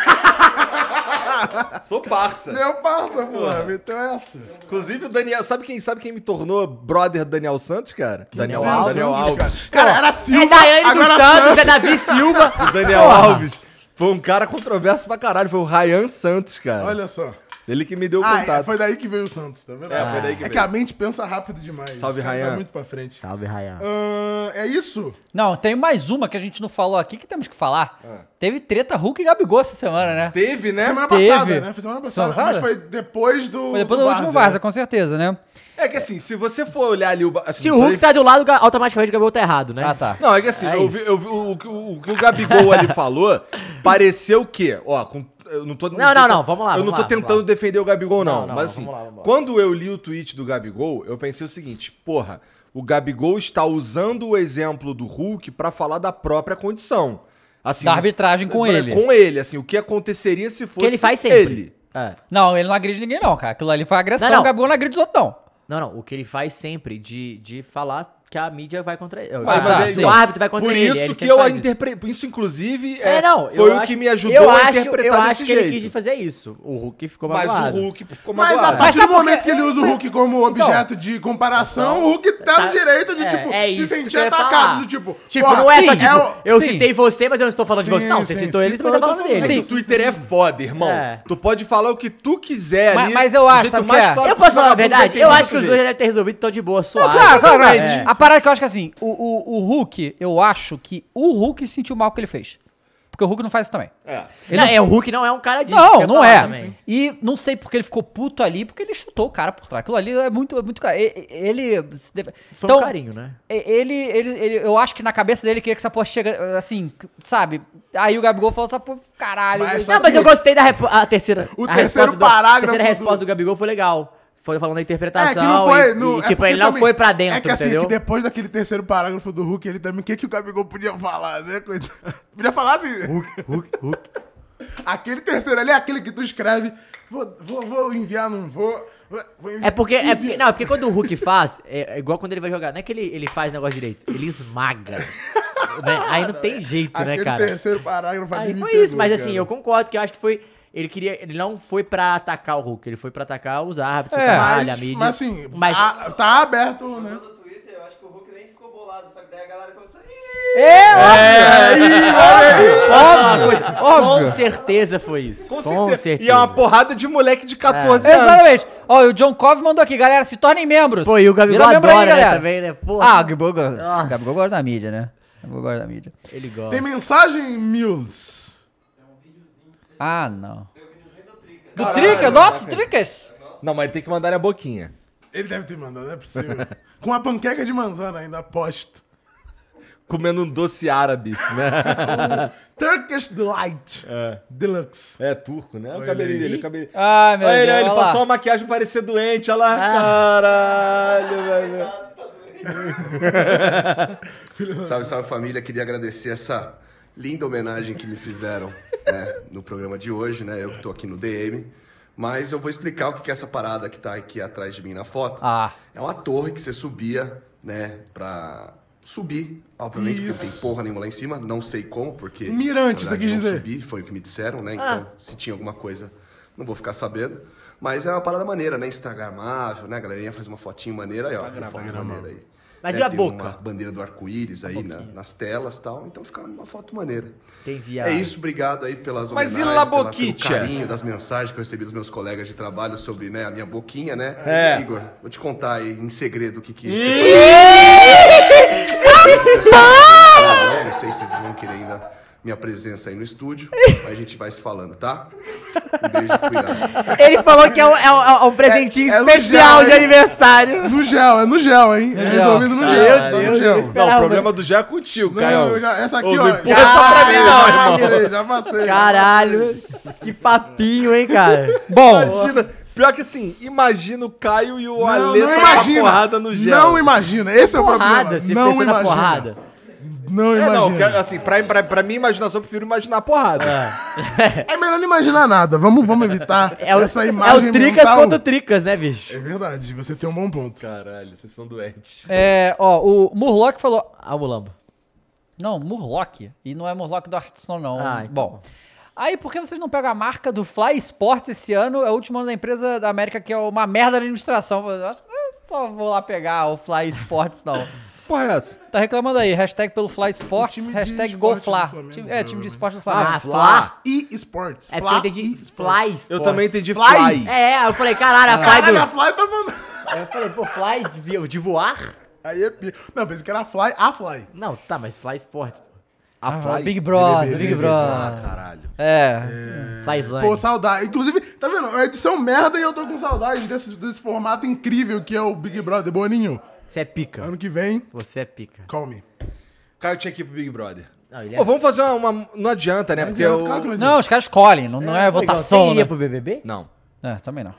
Sou parça. Meu parça, porra. Meteu essa. Inclusive o Daniel. Sabe quem me tornou brother do Daniel Santos, cara? Daniel Alves. Daniel Alves. Cara, era Silva. É Daiane dos agora Santos, é Davi Silva. O Daniel Alves foi um cara controverso pra caralho. Foi o Ryan Santos, cara. Olha só. Ele que me deu o contato. Foi daí que veio o Santos, tá vendo? Foi daí que veio. que a mente pensa rápido demais. Salve, O cara Ryan. Tá muito pra frente. Salve, Rayan. É isso? Não, tem mais uma que a gente não falou aqui que temos que falar. Teve treta Hulk e Gabigol essa semana, né? Teve, né? Semana Teve. passada, né? Foi semana passada. Semana Mas foi depois do. Foi depois do último Varsa, com certeza, né? É que assim, se você for olhar ali o. Assim, Se o Hulk tá do lado, automaticamente o Gabigol tá errado, né? Ah, tá. Não, é que assim, É eu vi o que o Gabigol ali falou, pareceu o quê? Ó, eu não tô... Não, vamos lá. Eu não tô tentando defender o Gabigol, não. Não, mas assim, vamos lá. quando eu li o tweet do Gabigol, eu pensei o seguinte, porra, o Gabigol está usando o exemplo do Hulk pra falar da própria condição. Assim, Da arbitragem com ele. Com ele, assim, o que aconteceria se fosse Que ele faz sempre. ele. Não, ele não agride ninguém não, cara. Aquilo ali foi agressão, Não. o Gabigol não agride os outros não. Não, o que ele faz sempre de falar que a mídia vai contra ele. sim. O árbitro vai contra Por ele. isso ele que sempre eu faz isso. interpretei. Isso, inclusive, foi o que me ajudou a interpretar eu desse acho que jeito. ele quis fazer isso. O Hulk ficou Mas magoado. o Hulk ficou Mas a magoado. partir sabe do por momento quê? que ele usa o Hulk como objeto de comparação, o Hulk tá no direito de, tipo, se isso sentir que eu ia atacado. falar. Do, tipo, Tipo, porra, não é só sim, tipo, eu sim. citei você, mas eu não estou falando de você. Sim, Não, você sim, citou sim, ele, também tá falando É dele. que o Twitter é foda, irmão. É. Tu pode falar o que tu quiser ali. Mas eu do acho, jeito sabe mais o que é? claro Eu posso falar a possível, verdade? não Eu tem acho que os jeito. dois já devem ter resolvido, tão de boa, suave. Claro, mas É. a parada que eu acho que assim, o Hulk, eu acho que o Hulk sentiu mal o que ele fez. Porque o Hulk não faz isso também. O Hulk não é um cara disso. Não é. Também. E não sei porque ele ficou puto ali, porque ele chutou o cara por trás. Aquilo ali é muito cara. Ele... Foi um carinho, né? Eu acho que na cabeça dele queria que essa porra chega, assim, sabe? Aí o Gabigol falou essa porra, caralho. Mas eu gostei da terceira... O terceiro parágrafo... A terceira resposta do Gabigol foi legal. Foi falando da interpretação. Que não foi... tipo, ele não foi pra dentro, que, entendeu? Que depois daquele terceiro parágrafo do Hulk, ele também... O que o Gabigol podia falar, né? Podia falar assim... Hulk. Aquele terceiro ali é aquele que tu escreve... Vou enviar, não vou... É porque quando o Hulk faz, é igual quando ele vai jogar. Não é que ele faz negócio direito, ele esmaga. Né? Aí não tem jeito, né, cara? Aquele terceiro parágrafo ali foi isso, mas assim, eu concordo que eu acho que foi... Ele não foi pra atacar o Hulk, ele foi pra atacar os árbitros, a mídia. Mas assim, tá aberto, né? No Twitter, eu acho que o Hulk nem ficou bolado, só que daí a galera começou... Com certeza foi isso. Com certeza. E é uma porrada de moleque de 14 anos. Exatamente. Ó, o John Cove mandou aqui, galera, se tornem membros. Pô, e o Gabigol adora, né, também, né? Porra. O Gabigol gosta da mídia, né? O Gabigol gosta da mídia. Ele gosta. Tem mensagem, Mills? Ah, não. Do Tricas? Nossa, Tricas! Não, mas tem que mandar na boquinha. Ele deve ter mandado, não é possível. Com a panqueca de manzana ainda, aposto. Comendo um doce árabe, né? Turkish Delight Deluxe. É turco, né? O cabelinho dele, o cabelinho. Ai, meu Deus. Ele passou a maquiagem pra parecer doente, olha lá. Caralho, velho. Salve família, queria agradecer essa linda homenagem que me fizeram no programa de hoje, né? Eu que tô aqui no DM. Mas eu vou explicar o que é essa parada que tá aqui atrás de mim na foto. É uma torre que você subia, né? Pra subir, obviamente, porque não tem porra nenhuma lá em cima. Não sei como, porque... Mirante, você quis dizer. Subir, foi o que me disseram, né? Então, se tinha alguma coisa, não vou ficar sabendo. Mas é uma parada maneira, né? Instagramável, né? A galerinha faz uma fotinho maneira aí, ó. Que foto maneira aí. Mas e a boca? Uma bandeira do arco-íris aí nas telas e tal. Então fica uma foto maneira. Tem viagem. É isso, obrigado aí pelas homenagens. Mas e la pelo boquicha? carinho das mensagens que eu recebi dos meus colegas de trabalho sobre, né, a minha boquinha, né? Igor, vou te contar aí em segredo o que não sei se vocês vão querer ainda minha presença aí no estúdio, mas a gente vai se falando, tá? Um beijo, fui lá. Ele falou que é um presentinho especial de aniversário. No gel, hein? Resolvido no gel. Meu Deus. Não, o problema do gel é contigo, Caio. Essa aqui, ó. Não é só pra mim, não, irmão. Já passei. Caralho, que papinho, hein, cara? Bom, imagina. Pior que assim, imagina o Caio e o Alê só porrada no gel. Não imagina, esse é o problema. Não imagina. Porrada. Não imagina. Não, assim, pra minha imaginação, eu prefiro imaginar porrada. É melhor não imaginar nada. Vamos evitar essa imagem. É o Tricas contra o Tricas, né, bicho? É verdade, você tem um bom ponto. Caralho, vocês são doentes. O Murloc falou... o Mulambo. Não, Murloc. E não é Murloc do Hearthstone, não. Então. Bom. Aí, por que vocês não pegam a marca do Fly Sports esse ano? É o último ano da empresa da América que é uma merda na administração. Eu acho que eu só vou lá pegar o Fly Sports, não. Porra é essa? Tá reclamando aí, hashtag pelo Fly Sports, hashtag GoFla. Time de esporte do Flamengo. Fla e Sports. É porque eu entendi Fly Sports. Eu também entendi Fly. Eu falei, caralho, a Fly a Fly tá mandando. Aí eu falei, pô, Fly de voar? Aí é... Não, pensei que era Fly, a Fly. Não, tá, mas Fly Sports. A Fly? Big Brother, Big Brother. Ah, caralho. Fly. Pô, saudade. Inclusive, tá vendo? É uma edição merda e eu tô com saudade desse formato incrível que é o Big Brother. Boninho. Você é pica. Ano que vem. Você é pica. Call me. Caio tinha que ir pro Big Brother. Não, vamos fazer uma... Não adianta, né? Porque Não, os caras escolhem, não é votação. Você iria pro BBB? Não. Também não.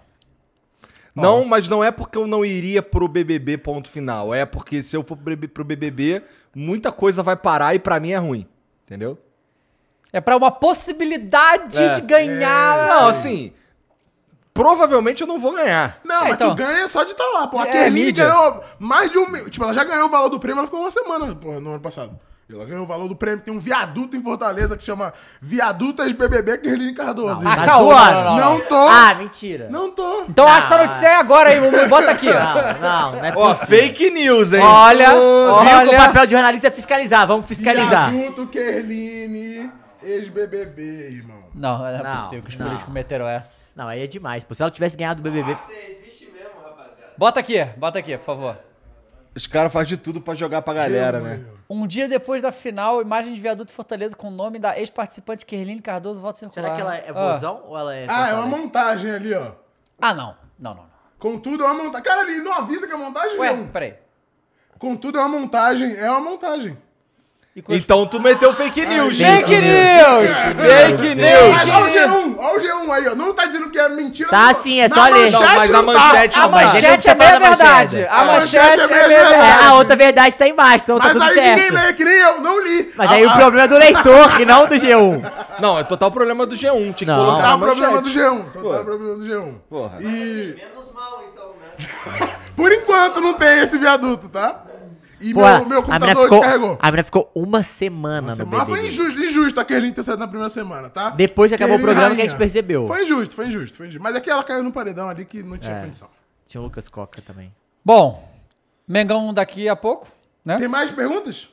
Não, mas não é porque eu não iria pro BBB, ponto final. É porque se eu for pro BBB, muita coisa vai parar e pra mim é ruim. Entendeu? É pra uma possibilidade de ganhar. Não, assim... Provavelmente eu não vou ganhar. Não, mas tu ganha só de estar lá, pô. A Kerline ganhou mais de Tipo, ela já ganhou o valor do prêmio, ela ficou uma semana, pô, no ano passado. Ela ganhou o valor do prêmio. Tem um viaduto em Fortaleza que chama Viadutas BBB Kerline Cardoso. Não tô. Mentira. Não tô. Então acha essa notícia aí agora aí, bota aqui. Não é possível. Ó, fake news, hein? Olha. O papel de jornalista é fiscalizar, vamos fiscalizar. Viaduto Kerline, ex-BBB, irmão. Não é possível que os políticos meteram essa. Não, aí é demais. Pô, se ela tivesse ganhado o BBB... Você existe mesmo, rapaziada. Bota aqui, por favor. Os caras fazem de tudo pra jogar pra galera, né? Um dia depois da final, imagem de viaduto Fortaleza com o nome da ex-participante Kerline Cardoso, voto circular. Será que ela é vozão ou ela é... é uma montagem ali, ó. Ah, não. Não. Contudo, é uma montagem. Cara, ele não avisa que é montagem, Ué, não. peraí. Contudo, é uma montagem. Então tu meteu fake news. Fake news! Fake news! Mas olha o G1 aí, ó. Não tá dizendo que é mentira. Tá sim, é só ler. Não, mas na manchete A não tá. manchete é meia verdade. A manchete é meia verdade. A outra verdade tá embaixo, então tá tudo certo. Mas aí ninguém lê, que nem eu, não li. Mas aí o problema é do leitor, que não do G1. Não, é total problema do G1. Tinha que Não. colocar Tá na o problema do manchete. G1. Tá o problema do G1. Porra. E... Menos mal, então, né? Por enquanto não tem esse viaduto, tá? E Porra, meu computador descarregou. A menina ficou uma semana no Mas BBB. foi injusto a Kerline ter saído na primeira semana, tá? Depois que acabou o Kerline programa que a rainha. gente percebeu. Foi injusto. Mas é que ela caiu no paredão ali que não tinha condição. Tinha o Lucas Coca também. Bom, Mengão daqui a pouco, né? Tem mais perguntas?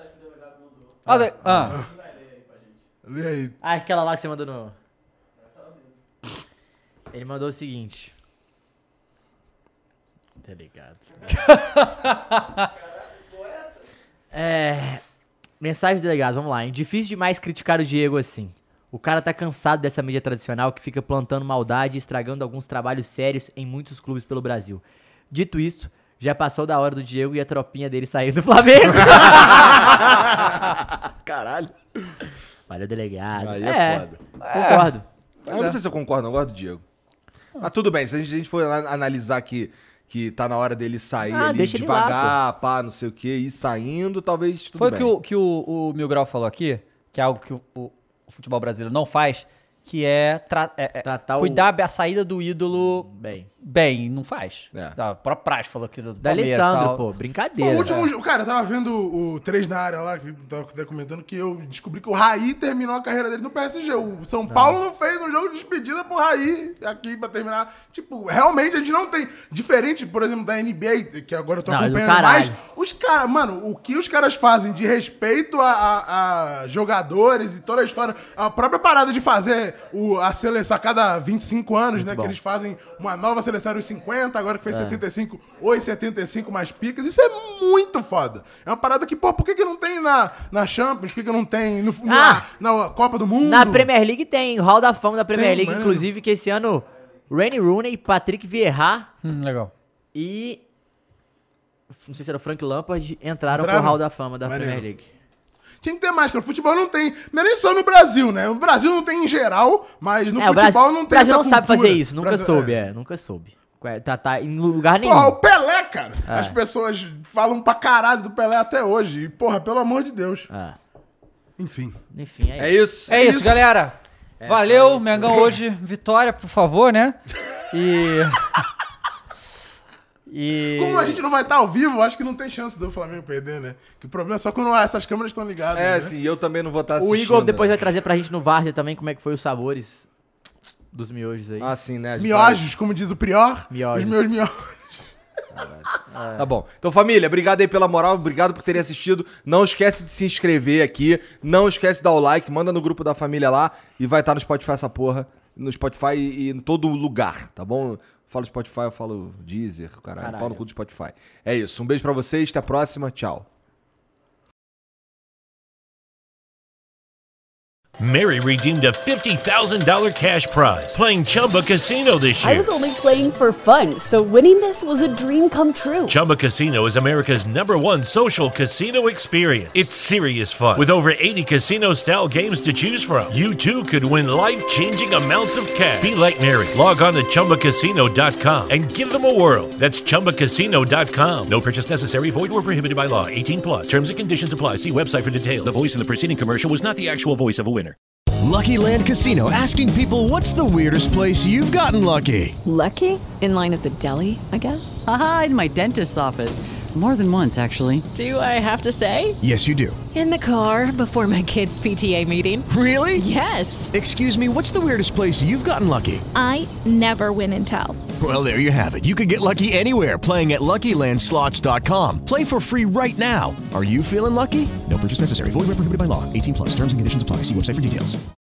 Lê aí. Ah, aquela lá que você mandou no... Ele mandou o seguinte. Tá ligado. Mensagem do delegado, vamos lá, hein? Difícil demais criticar o Diego assim. O cara tá cansado dessa mídia tradicional que fica plantando maldade e estragando alguns trabalhos sérios em muitos clubes pelo Brasil. Dito isso, já passou da hora do Diego e a tropinha dele sair do Flamengo. Caralho. Valeu, delegado. Aí é foda. Concordo. Eu não sei se eu concordo, não gosto do Diego. Mas tudo bem, se a gente for analisar que tá na hora dele sair ali deixa ele devagar, lá, pá, não sei o que, ir saindo, talvez tudo Foi bem. que o Mil Grau falou aqui, que é algo que o futebol brasileiro não faz, que é Tratar cuidar da saída do ídolo bem. não faz. É. A própria Praz falou aqui do Da Palmeiras e Alessandro, tal. pô, brincadeira. O último, cara, eu tava vendo o 3 na área lá, que tava até comentando que eu descobri que o Raí terminou a carreira dele no PSG. O São Paulo não fez um jogo de despedida pro Raí aqui pra terminar. Tipo, realmente a gente não tem. Diferente, por exemplo, da NBA, que agora eu tô Não, é do acompanhando caralho. mais. Os caras, mano, o que os caras fazem de respeito a jogadores e toda a história. A própria parada de fazer a seleção a cada 25 anos, né? bom. Que eles fazem uma nova seleção aos 50, agora que fez 75, os 75 mais picas. Isso é muito foda. É uma parada que, pô, por que não tem na Champions? Por que não tem na Copa do Mundo? Na Premier League tem Hall da Fama da Premier Tem, League, mano. inclusive, que esse ano Wayne Rooney, Patrick Vieira Legal. e não sei se era o Frank Lampard entraram pro Entraram? Hall da Fama da Maneiro. Premier League. Tinha que ter mais, cara. O futebol não tem. Não é nem só no Brasil, né? O Brasil não tem em geral, mas no O futebol Brasil, não tem o Brasil essa não sabe cultura. fazer isso, nunca Brasil- soube, nunca soube. Tratar em lugar nenhum. Porra, o Pelé, cara. As pessoas falam pra caralho do Pelé até hoje. E, porra, pelo amor de Deus. Enfim. Enfim, É isso. É isso, galera. Valeu, Mengão hoje. Vitória, por favor, né? E... Como a gente não vai estar ao vivo, acho que não tem chance do Flamengo perder, né? Que o problema é só quando essas câmeras estão ligadas. É, né? sim, eu também não vou estar O assistindo. Igor depois vai trazer pra gente no Várzea também como é que foi os sabores dos miojos aí. Ah, sim, né? a gente Miojos, como diz o Prior. Miojos. Os meus miojos. Tá bom. Então, família, obrigado aí pela moral, obrigado por terem assistido. Não esquece de se inscrever aqui, não esquece de dar o like, manda no grupo da família lá e vai estar no Spotify essa porra, no Spotify e em todo lugar, tá bom? Eu falo Spotify, eu falo Deezer, caralho, pau no cu do Spotify. É isso, um beijo pra vocês, até a próxima, tchau. Mary redeemed a $50,000 cash prize playing Chumba Casino this I year. was only playing for fun, so winning this was a dream come true. Chumba Casino is America's #1 social casino experience. It's serious fun. With over 80 casino-style games to choose from, you too could win life-changing amounts of cash. Be like Mary. Log on to ChumbaCasino.com and give them a whirl. That's ChumbaCasino.com. No purchase necessary. Void or prohibited by law. 18 plus. Terms and conditions apply. See website for details. The voice in the preceding commercial was not the actual voice of a winner. Lucky Land Casino, asking people, what's the weirdest place you've gotten lucky? Lucky? In line at the deli, I guess? Aha, in my dentist's office. More than once, actually. Do I have to say? Yes, you do. In the car before my kids' PTA meeting. Really? Yes. Excuse me, what's the weirdest place you've gotten lucky? I never win and tell. Well, there you have it. You can get lucky anywhere, playing at LuckyLandSlots.com. Play for free right now. Are you feeling lucky? No purchase necessary. Void where prohibited by law. 18 plus. Terms and conditions apply. See website for details.